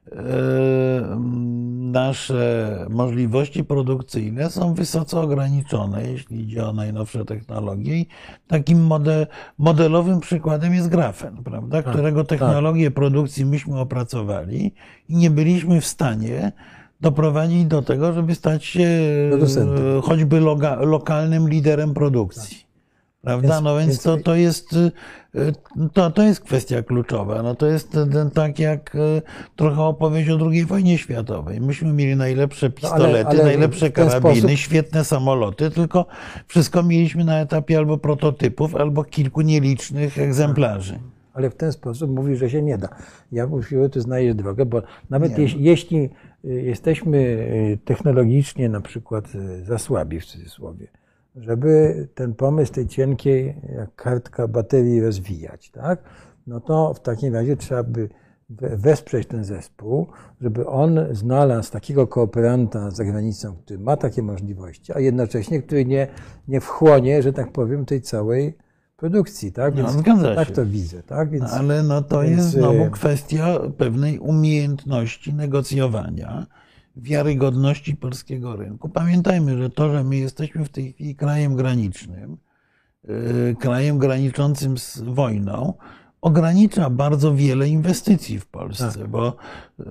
nasze możliwości produkcyjne są wysoce ograniczone, jeśli idzie o najnowsze technologie. I takim model, modelowym przykładem jest grafen, prawda? Którego technologię tak. produkcji myśmy opracowali i nie byliśmy w stanie doprowadzić do tego, żeby stać się producentem, choćby loga, lokalnym liderem produkcji. Tak. Prawda? Więc, no więc, więc to, to, jest, to, to jest kwestia kluczowa. No to jest tak jak trochę opowieść o drugiej wojnie światowej. Myśmy mieli najlepsze pistolety, no ale, ale najlepsze karabiny, sposób... świetne samoloty, tylko wszystko mieliśmy na etapie albo prototypów, albo kilku nielicznych egzemplarzy. Ale w ten sposób mówi, że się nie da. Ja mówię, tu znajdziesz drogę, bo nawet je, jeśli jesteśmy technologicznie na przykład za słabi w cudzysłowie, żeby ten pomysł tej cienkiej, jak kartka baterii rozwijać, tak? No to w takim razie trzeba by wesprzeć ten zespół, żeby on znalazł takiego kooperanta za granicą, który ma takie możliwości, a jednocześnie, który nie, nie wchłonie, że tak powiem, tej całej produkcji, tak? Więc no, zgadza tak się. to widzę, tak? Więc, ale no to więc... jest znowu kwestia pewnej umiejętności negocjowania, wiarygodności polskiego rynku. Pamiętajmy, że to, że my jesteśmy w tej chwili krajem granicznym, krajem graniczącym z wojną, ogranicza bardzo wiele inwestycji w Polsce, tak. bo y,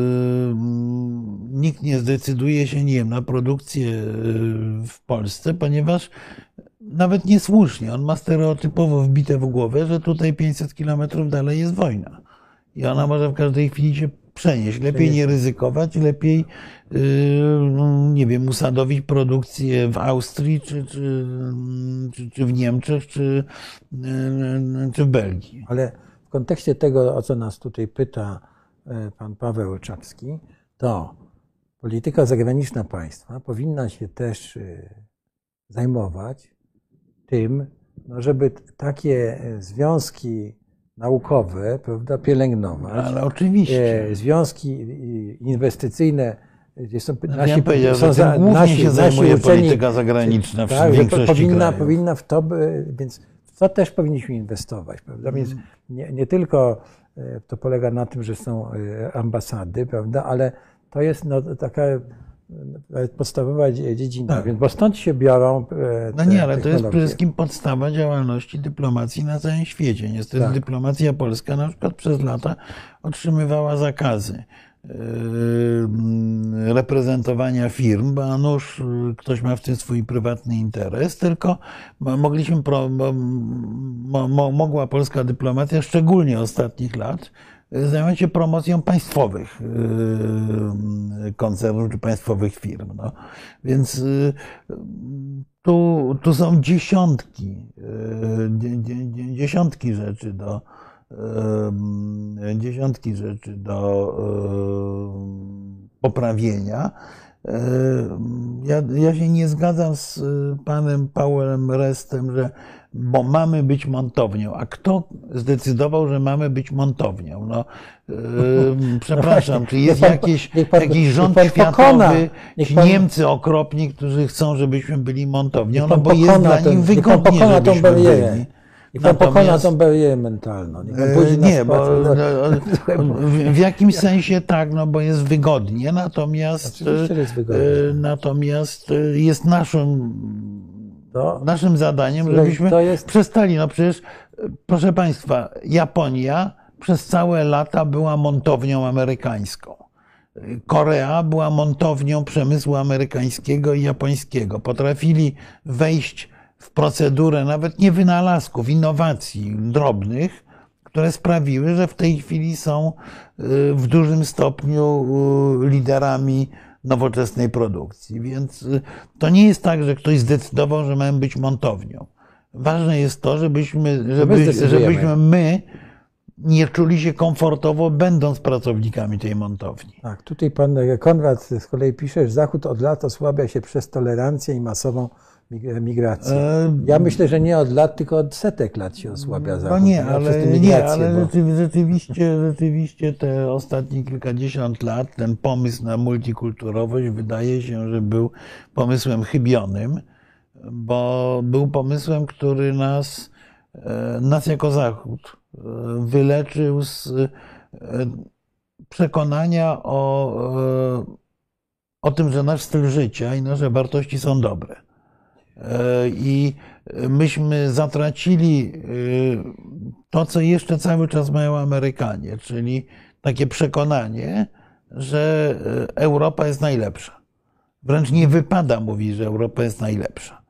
nikt nie zdecyduje się, nie wiem, na produkcję w Polsce, ponieważ nawet niesłusznie, on ma stereotypowo wbite w głowę, że tutaj pięćset kilometrów dalej jest wojna i ona może w każdej chwili się przenieść. Lepiej nie ryzykować, lepiej, nie wiem, usadowić produkcję w Austrii, czy, czy, czy, czy w Niemczech, czy, czy w Belgii. Ale w kontekście tego, o co nas tutaj pyta pan Paweł Czapski, to polityka zagraniczna państwa powinna się też zajmować tym, no żeby takie związki naukowe, prawda, pielęgnować. Ale oczywiście. Związki inwestycyjne, gdzie są nasi, ja powiedział, są za, głównie nasi, się zajmuje uczeni, polityka zagraniczna w tak, większości powinna, krajów. powinna w to, więc w to też powinniśmy inwestować, prawda? Więc nie, nie tylko to polega na tym, że są ambasady, prawda, ale to jest no, taka podstawowa dziedzina, tak. Więc bo stąd się biorą te No nie, ale to jest przede wszystkim podstawa działalności dyplomacji na całym świecie. Niestety tak. Dyplomacja polska na przykład przez lata otrzymywała zakazy reprezentowania firm, bo a nuż ktoś ma w tym swój prywatny interes, tylko mogliśmy, mogła polska dyplomacja, szczególnie ostatnich lat, zajmować się promocją państwowych koncernów czy państwowych firm. No. Więc tu, tu są dziesiątki, dziesiątki rzeczy do dziesiątki rzeczy do poprawienia. ja, ja się nie zgadzam z panem Pawłem Restem, że bo mamy być montownią. A kto zdecydował, że mamy być montownią? No, yy, przepraszam, no czy jest pan, jakieś, pan, jakiś rząd światowy, ci pan, Niemcy okropni, którzy chcą, żebyśmy byli montownią, no bo jest dla nich wygodnie, żebyśmy byli. Niech pan pokona tą barierę mentalną. Nie, bo no, w, w jakimś sensie tak, no bo jest wygodnie, natomiast jest, wygodnie. natomiast jest naszym, to, naszym zadaniem, żebyśmy to jest... przestali. No przecież, proszę państwa, Japonia przez całe lata była montownią amerykańską. Korea była montownią przemysłu amerykańskiego i japońskiego. Potrafili wejść w procedurę nawet nie wynalazków, innowacji drobnych, które sprawiły, że w tej chwili są w dużym stopniu liderami nowoczesnej produkcji. Więc to nie jest tak, że ktoś zdecydował, że mamy być montownią. Ważne jest to, żebyśmy, żeby, żebyśmy my nie czuli się komfortowo, będąc pracownikami tej montowni. Tak, tutaj pan Konrad z kolei pisze, że Zachód od lat osłabia się przez tolerancję i masową migrację. Ja myślę, że nie od lat, tylko od setek lat się osłabia Zachód. No nie, ale, nie, ale bo... rzeczywiście, rzeczywiście te ostatnie kilkadziesiąt lat ten pomysł na multikulturowość wydaje się, że był pomysłem chybionym, bo był pomysłem, który nas, nas jako Zachód wyleczył z przekonania o, o tym, że nasz styl życia i nasze wartości są dobre. I myśmy zatracili to, co jeszcze cały czas mają Amerykanie, czyli takie przekonanie, że Europa jest najlepsza. Wręcz nie wypada mówić, że Europa jest najlepsza.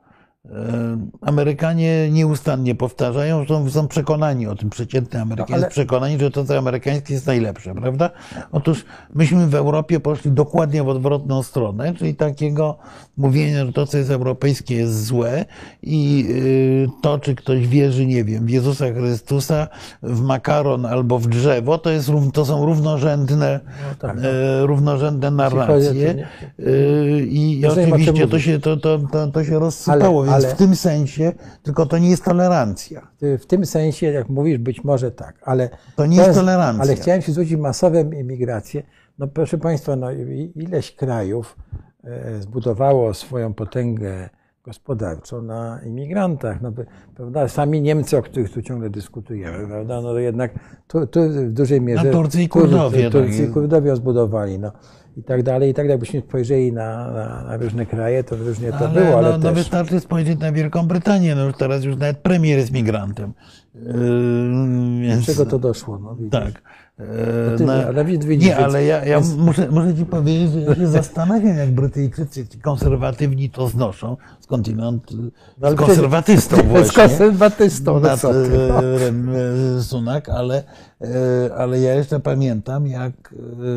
Amerykanie nieustannie powtarzają, że są, są przekonani o tym, przeciętny Amerykanin no, ale... jest przekonani, że to, co amerykańskie jest najlepsze, prawda? Otóż myśmy w Europie poszli dokładnie w odwrotną stronę, czyli takiego mówienia, że to, co jest europejskie, jest złe i to, czy ktoś wierzy, nie wiem, w Jezusa Chrystusa, w makaron albo w drzewo, to, jest, to są równorzędne, no tak, no. równorzędne narracje i, i oczywiście to się, to, to, to, to się rozsypało. Ale... Ale w tym sensie, tylko to nie jest tolerancja. W tym sensie, jak mówisz, być może tak, ale to nie jest tolerancja. Ale chciałem się zwrócić masową imigrację. No proszę państwa, no ileś krajów zbudowało swoją potęgę gospodarczą na imigrantach. No, prawda? Sami Niemcy, o których tu ciągle dyskutujemy, prawda? No jednak tu, tu w dużej mierze na Turcy i Kurdowie, Turcy i Kurdowie zbudowali. No. I tak dalej, i tak dalej. Jakbyśmy spojrzeli na, na, na różne kraje, to różnie to ale, było, ale no, też... No wystarczy spojrzeć na Wielką Brytanię, no już teraz już nawet premier jest migrantem. Yy, więc... Do czego to doszło? No, tak. Ty, no, ale widzisz, nie, ale ja, ja więc... muszę, muszę ci powiedzieć, że ja się zastanawiam, jak Brytyjczycy, ci konserwatywni to znoszą, skądinąd no, z konserwatystą właśnie. Z konserwatystą, no co ty, no. Sunak, ale, ale ja jeszcze pamiętam, jak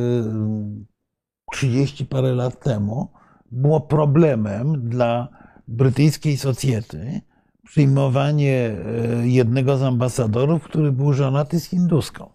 trzydzieści parę lat temu było problemem dla brytyjskiej socjety przyjmowanie jednego z ambasadorów, który był żonaty z hinduską.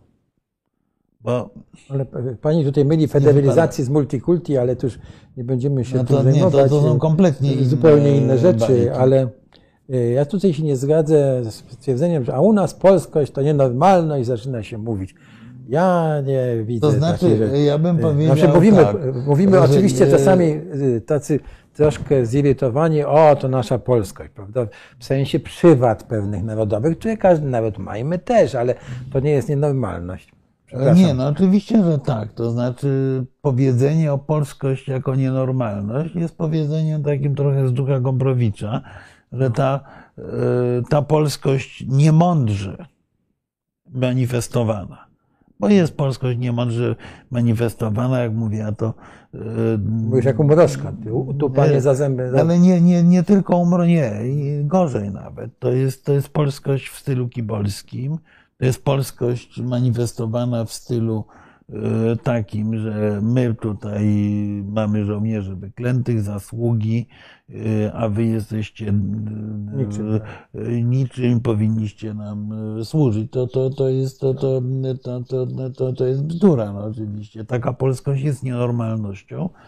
Bo ale pani tutaj myli federalizację z multikulti, ale to już nie będziemy się no to, tym zajmować. Nie, to, to są kompletnie inne, zupełnie inne rzeczy, bajki. Ale ja tutaj się nie zgadzę z stwierdzeniem, że a u nas polskość to nienormalność i zaczyna się mówić. Ja nie widzę. To znaczy, takiej, ja bym powiedział znaczy mówimy, tak, mówimy że, oczywiście czasami tacy troszkę zirytowani, o, to nasza polskość, prawda? W sensie przywad pewnych narodowych, które każdy naród ma i my też, ale to nie jest nienormalność. Nie, no oczywiście, że tak. To znaczy powiedzenie o polskość jako nienormalność jest powiedzeniem takim trochę z ducha Gombrowicza, że ta, ta polskość niemądrze manifestowana. Bo jest polskość niemądrze manifestowana, jak mówię, a to... Mówisz jak umrożka, tu panie za zęby... Ale nie, nie, nie tylko umro, nie, gorzej nawet. To jest, to jest polskość w stylu kibolskim, to jest polskość manifestowana w stylu takim, że my tutaj mamy żołnierzy wyklętych, zasługi, a wy jesteście niczym, niczym powinniście nam służyć. To, to, to, jest, to, to, to, to, to, to jest bzdura, no oczywiście. Taka polskość jest nienormalnością.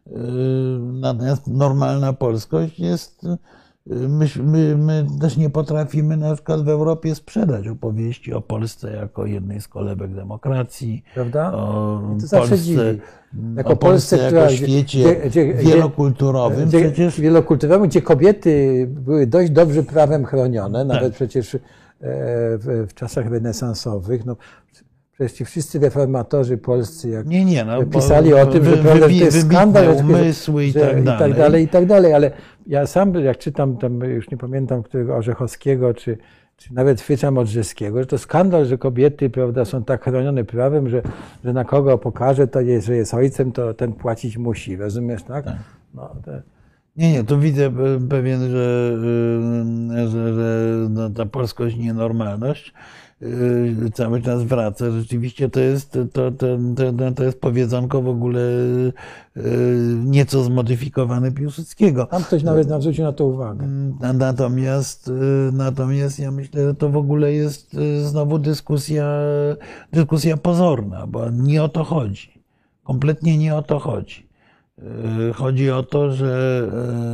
Natomiast normalna polskość jest. My, my, my też nie potrafimy na przykład w Europie sprzedać opowieści o Polsce jako jednej z kolebek demokracji. Prawda? O to zawsze Polsce, dziwi. Jako o Polsce Polsce, jako świecie gdzie, gdzie, wielokulturowym. Gdzie, przecież... Wielokulturowym, gdzie kobiety były dość dobrze prawem chronione, nawet tak. przecież w, w czasach renesansowych. No, przecież ci wszyscy reformatorzy polscy, jak nie, nie, no, pisali o tym, że, prawda, że to jest skandal, umysły i, że, tak i tak dalej, i tak dalej, ale ja sam, jak czytam tam, już nie pamiętam, którego Orzechowskiego, czy, czy nawet Frycza Modrzewskiego, że to skandal, że kobiety, prawda, są tak chronione prawem, że, że na kogo pokaże, to jest, że jest ojcem, to ten płacić musi, rozumiesz, tak? tak. No, to... Nie, nie, tu widzę pewien, że, że, że no, ta polskość, nienormalność cały czas wraca. Rzeczywiście to jest, to, to, to, to jest powiedzonko w ogóle nieco zmodyfikowane Piłsudskiego. Tam ktoś nawet nam zwrócił na to uwagę. Natomiast, natomiast ja myślę, że to w ogóle jest znowu dyskusja, dyskusja pozorna, bo nie o to chodzi. Kompletnie nie o to chodzi. Chodzi o to, że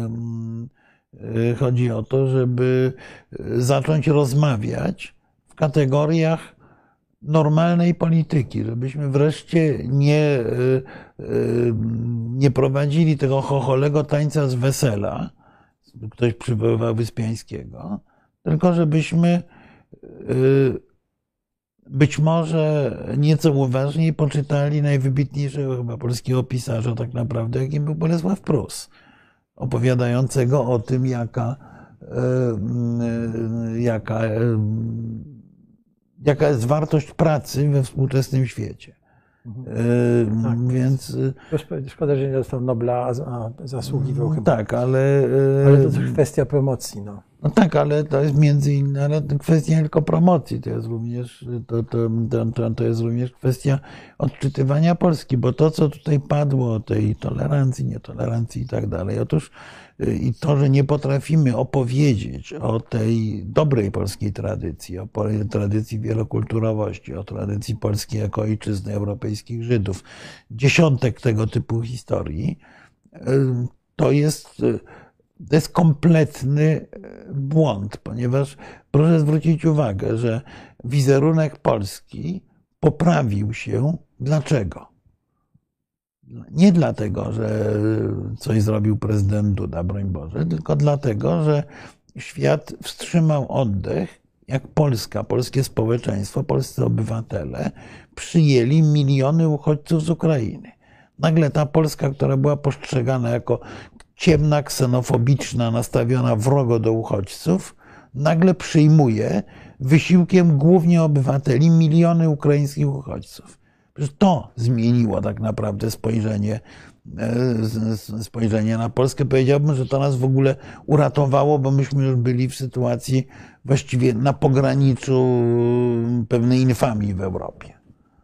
chodzi o to, żeby zacząć rozmawiać w kategoriach normalnej polityki, żebyśmy wreszcie nie, nie prowadzili tego chocholego tańca z wesela, ktoś przywoływał Wyspiańskiego, tylko żebyśmy być może nieco uważniej poczytali najwybitniejszego chyba polskiego pisarza tak naprawdę, jakim był Bolesław Prus, opowiadającego o tym, jaka, jaka, jaka jest wartość pracy we współczesnym świecie. Mhm. Tak. Więc szkoda, że nie dostał Nobla, a zasługiwał chyba. Tak, ale... Ale to też kwestia promocji, no. No tak, ale to jest między innymi, ale kwestia nie tylko promocji, to jest również, to, to, to, to jest również kwestia odczytywania Polski, bo to, co tutaj padło o tej tolerancji, nietolerancji i tak dalej, otóż i to, że nie potrafimy opowiedzieć o tej dobrej polskiej tradycji, o tradycji wielokulturowości, o tradycji polskiej jako ojczyzny europejskich Żydów, dziesiątek tego typu historii, to jest... To jest kompletny błąd, ponieważ proszę zwrócić uwagę, że wizerunek Polski poprawił się. Dlaczego? Nie dlatego, że coś zrobił prezydent Duda, broń Boże, tylko dlatego, że świat wstrzymał oddech, jak Polska, polskie społeczeństwo, polscy obywatele przyjęli miliony uchodźców z Ukrainy. Nagle ta Polska, która była postrzegana jako ciemna, ksenofobiczna, nastawiona wrogo do uchodźców, nagle przyjmuje wysiłkiem głównie obywateli miliony ukraińskich uchodźców. Przecież to zmieniło tak naprawdę spojrzenie, spojrzenie na Polskę. Powiedziałbym, że to nas w ogóle uratowało, bo myśmy już byli w sytuacji właściwie na pograniczu pewnej infamii w Europie.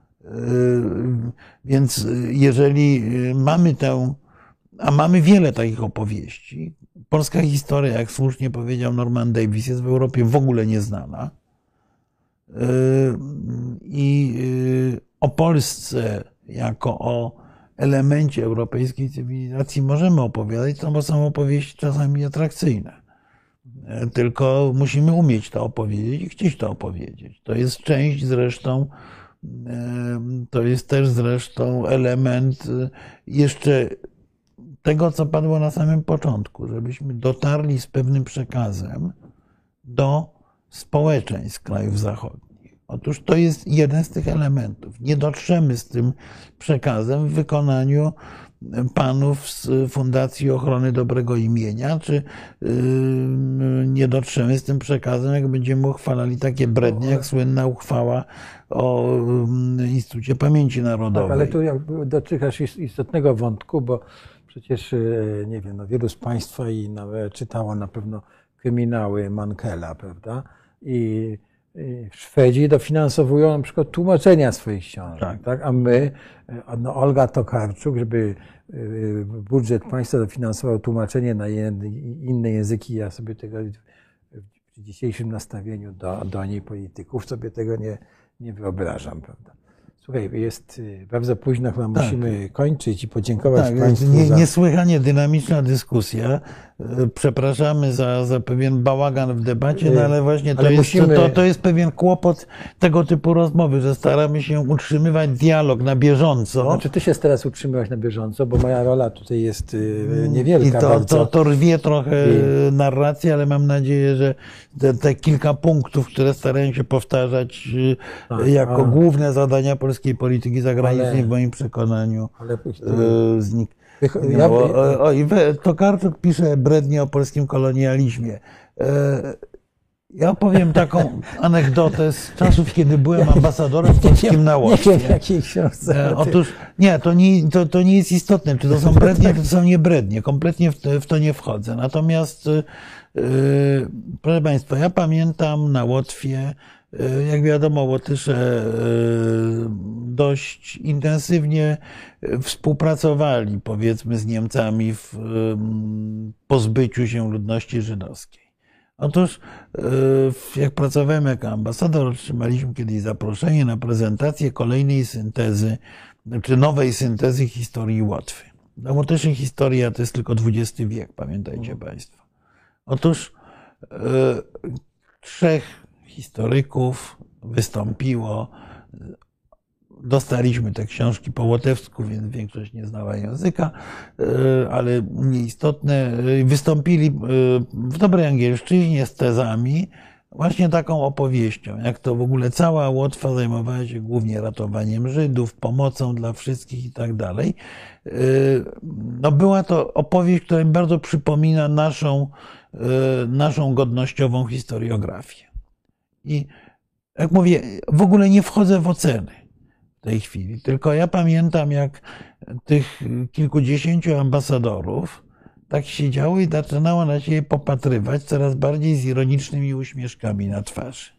Więc jeżeli mamy tę A mamy wiele takich opowieści. Polska historia, jak słusznie powiedział Norman Davis, jest w Europie w ogóle nieznana. I o Polsce jako o elemencie europejskiej cywilizacji możemy opowiadać, bo są opowieści czasami atrakcyjne. Tylko musimy umieć to opowiedzieć i chcieć to opowiedzieć. To jest część zresztą, to jest też zresztą element jeszcze tego, co padło na samym początku, żebyśmy dotarli z pewnym przekazem do społeczeństw krajów zachodnich. Otóż to jest jeden z tych elementów. Nie dotrzemy z tym przekazem w wykonaniu panów z Fundacji Ochrony Dobrego Imienia, czy nie dotrzemy z tym przekazem, jak będziemy uchwalali takie brednie, jak słynna uchwała o Instytucie Pamięci Narodowej. Tak, ale tu dotykasz istotnego wątku, bo przecież, nie wiem, no wielu z Państwa i nawet czytało na pewno kryminały Mankela, prawda? I Szwedzi dofinansowują na przykład tłumaczenia swoich książek, tak. tak? A my, no Olga Tokarczuk, żeby budżet państwa dofinansował tłumaczenie na inne języki, ja sobie tego w dzisiejszym nastawieniu do, do niej polityków sobie tego nie, nie wyobrażam, prawda? Słuchaj, jest bardzo późno, chyba Tak. musimy kończyć i podziękować Tak, Państwu nie, za... niesłychanie dynamiczna dyskusja. Przepraszamy za, za pewien bałagan w debacie, no ale właśnie to, Ale jest, musimy- to, to jest pewien kłopot tego typu rozmowy, że staramy się utrzymywać dialog na bieżąco. Znaczy, ty się teraz utrzymywać na bieżąco, bo moja rola tutaj jest y, niewielka I to, bardzo. to, to rwie trochę I- narrację, ale mam nadzieję, że te, te kilka punktów, które starają się powtarzać y, A, jako a. główne zadania polskiej polityki zagranicznej, Ale- w moim przekonaniu, Ale y, znik. Wych- No, ja- o, o, i we- Tokarczuk pisze brednie o polskim kolonializmie. E, Ja opowiem taką anegdotę z czasów, kiedy byłem ambasadorem polskim na nie Łotwie. wiem, w jakiej książce. E, ty- Otóż nie, to nie, to, to nie jest istotne, czy to są brednie, czy to są niebrednie. Kompletnie w to, w to nie wchodzę. Natomiast, e, proszę Państwa, ja pamiętam na Łotwie, e, jak wiadomo, Łotysze e, dość intensywnie współpracowali, powiedzmy, z Niemcami w e, pozbyciu się ludności żydowskiej. Otóż, e, jak pracowałem jako ambasador, otrzymaliśmy kiedyś zaproszenie na prezentację kolejnej syntezy, czy nowej syntezy historii Łotwy. Dla Łotyszy historia to jest tylko dwudziesty wiek, pamiętajcie Państwo. Otóż e, trzech historyków wystąpiło. Dostaliśmy te książki po łotewsku, więc większość nie znała języka, ale nieistotne. Wystąpili w dobrej angielszczyźnie z tezami, właśnie taką opowieścią, jak to w ogóle cała Łotwa zajmowała się głównie ratowaniem Żydów, pomocą dla wszystkich i tak dalej. No była to opowieść, która mi bardzo przypomina naszą, naszą godnościową historiografię. I jak mówię, w ogóle nie wchodzę w oceny w tej chwili, tylko ja pamiętam, jak tych kilkudziesięciu ambasadorów tak siedziało i zaczynało na siebie popatrywać coraz bardziej z ironicznymi uśmieszkami na twarzy.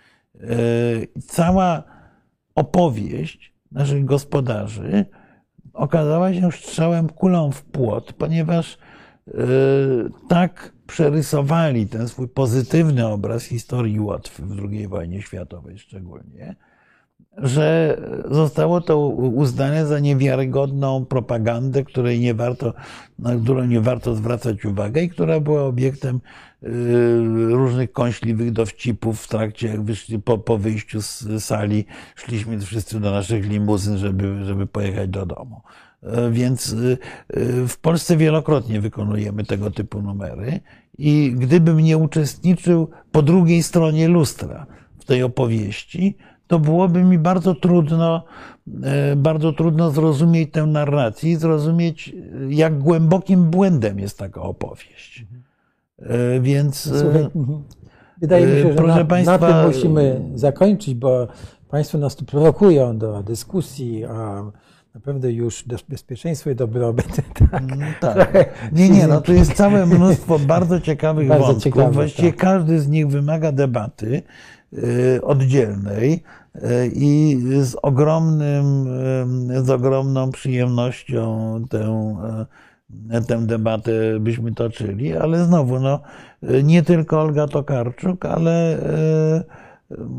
Cała opowieść naszych gospodarzy okazała się strzałem kulą w płot, ponieważ tak przerysowali ten swój pozytywny obraz historii Łotwy w drugiej wojnie światowej szczególnie, że zostało to uznane za niewiarygodną propagandę, której nie warto, na którą nie warto zwracać uwagę i która była obiektem różnych kąśliwych dowcipów w trakcie, jak wyszli, po, po wyjściu z sali, szliśmy wszyscy do naszych limuzyn, żeby, żeby pojechać do domu. Więc w Polsce wielokrotnie wykonujemy tego typu numery i gdybym nie uczestniczył po drugiej stronie lustra w tej opowieści, to byłoby mi bardzo trudno, bardzo trudno zrozumieć tę narrację i zrozumieć, jak głębokim błędem jest taka opowieść. Więc Słuchaj, wydaje mi się, że proszę na, Państwa, na tym musimy zakończyć, bo Państwo nas tu prowokują do dyskusji, a naprawdę już bezpieczeństwo i dobrobyt. Tak. Tak. Nie, nie, no tu jest całe mnóstwo bardzo ciekawych Bardzo wątków. ciekawe, Właściwie tak. każdy z nich wymaga debaty y, oddzielnej y, i z ogromnym, y, z ogromną przyjemnością tę, y, tę debatę byśmy toczyli, ale znowu, no, y, nie tylko Olga Tokarczuk, ale y, y,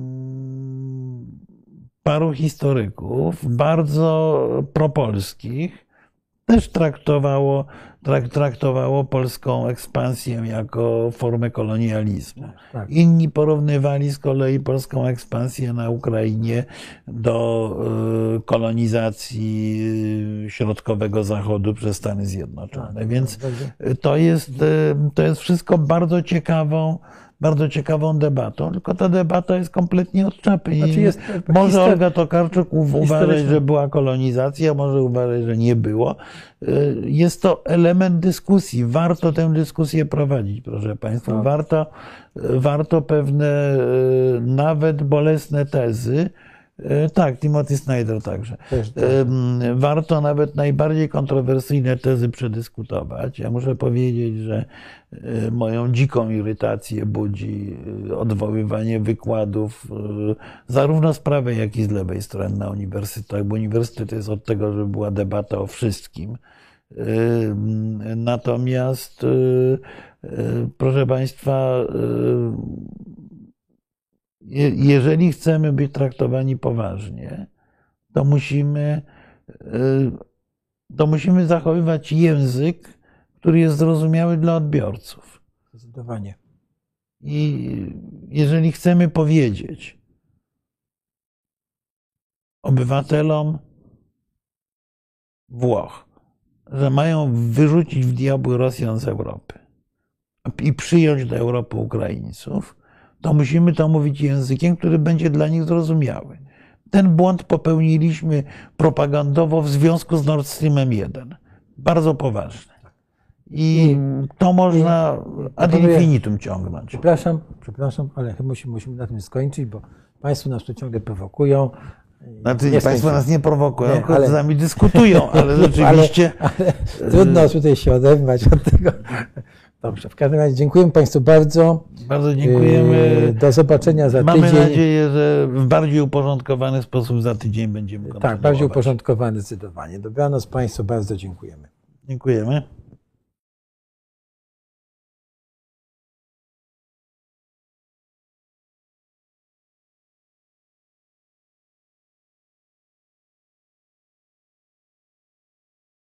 paru historyków, bardzo propolskich, też traktowało, trak, traktowało polską ekspansję jako formę kolonializmu. Tak. Inni porównywali z kolei polską ekspansję na Ukrainie do y, kolonizacji środkowego Zachodu przez Stany Zjednoczone. Tak, Więc tak. to jest, y, to jest wszystko bardzo ciekawą, bardzo ciekawą debatą, tylko ta debata jest kompletnie od czapy. Znaczy jest Może histor- Olga Tokarczuk uważać, historyczna. że była kolonizacja, może uważać, że nie było. Jest to element dyskusji. Warto tę dyskusję prowadzić, proszę Państwa. Tak. Warto, warto pewne nawet bolesne tezy. Tak, Timothy Snyder także. Też, tak. Warto nawet najbardziej kontrowersyjne tezy przedyskutować. Ja muszę powiedzieć, że moją dziką irytację budzi odwoływanie wykładów zarówno z prawej, jak i z lewej strony na uniwersytetach, bo uniwersytet jest od tego, żeby była debata o wszystkim. Natomiast, proszę Państwa, jeżeli chcemy być traktowani poważnie, to musimy, to musimy zachowywać język, który jest zrozumiały dla odbiorców. Zdecydowanie. I jeżeli chcemy powiedzieć obywatelom Włoch, że mają wyrzucić w diabły Rosjan z Europy i przyjąć do Europy Ukraińców, to musimy to mówić językiem, który będzie dla nich zrozumiały. Ten błąd popełniliśmy propagandowo w związku z Nord Streamem jeden. Bardzo poważny. I to można ad infinitum ciągnąć. Przepraszam, przepraszam, ale musimy, musimy na tym skończyć, bo Państwo nas tu ciągle prowokują. Znaczy, nie Państwo nas nie prowokują, nie, ale, z nami dyskutują, ale rzeczywiście... Ale, ale trudno tutaj się oderwać od tego. Dobrze, w każdym razie dziękuję Państwu bardzo. Bardzo dziękujemy. Do zobaczenia za Mamy tydzień. Mamy nadzieję, że w bardziej uporządkowany sposób za tydzień będziemy kontynuować. Tak, bardziej uporządkowany zdecydowanie. Dobranoc Państwu, bardzo dziękujemy. Dziękujemy.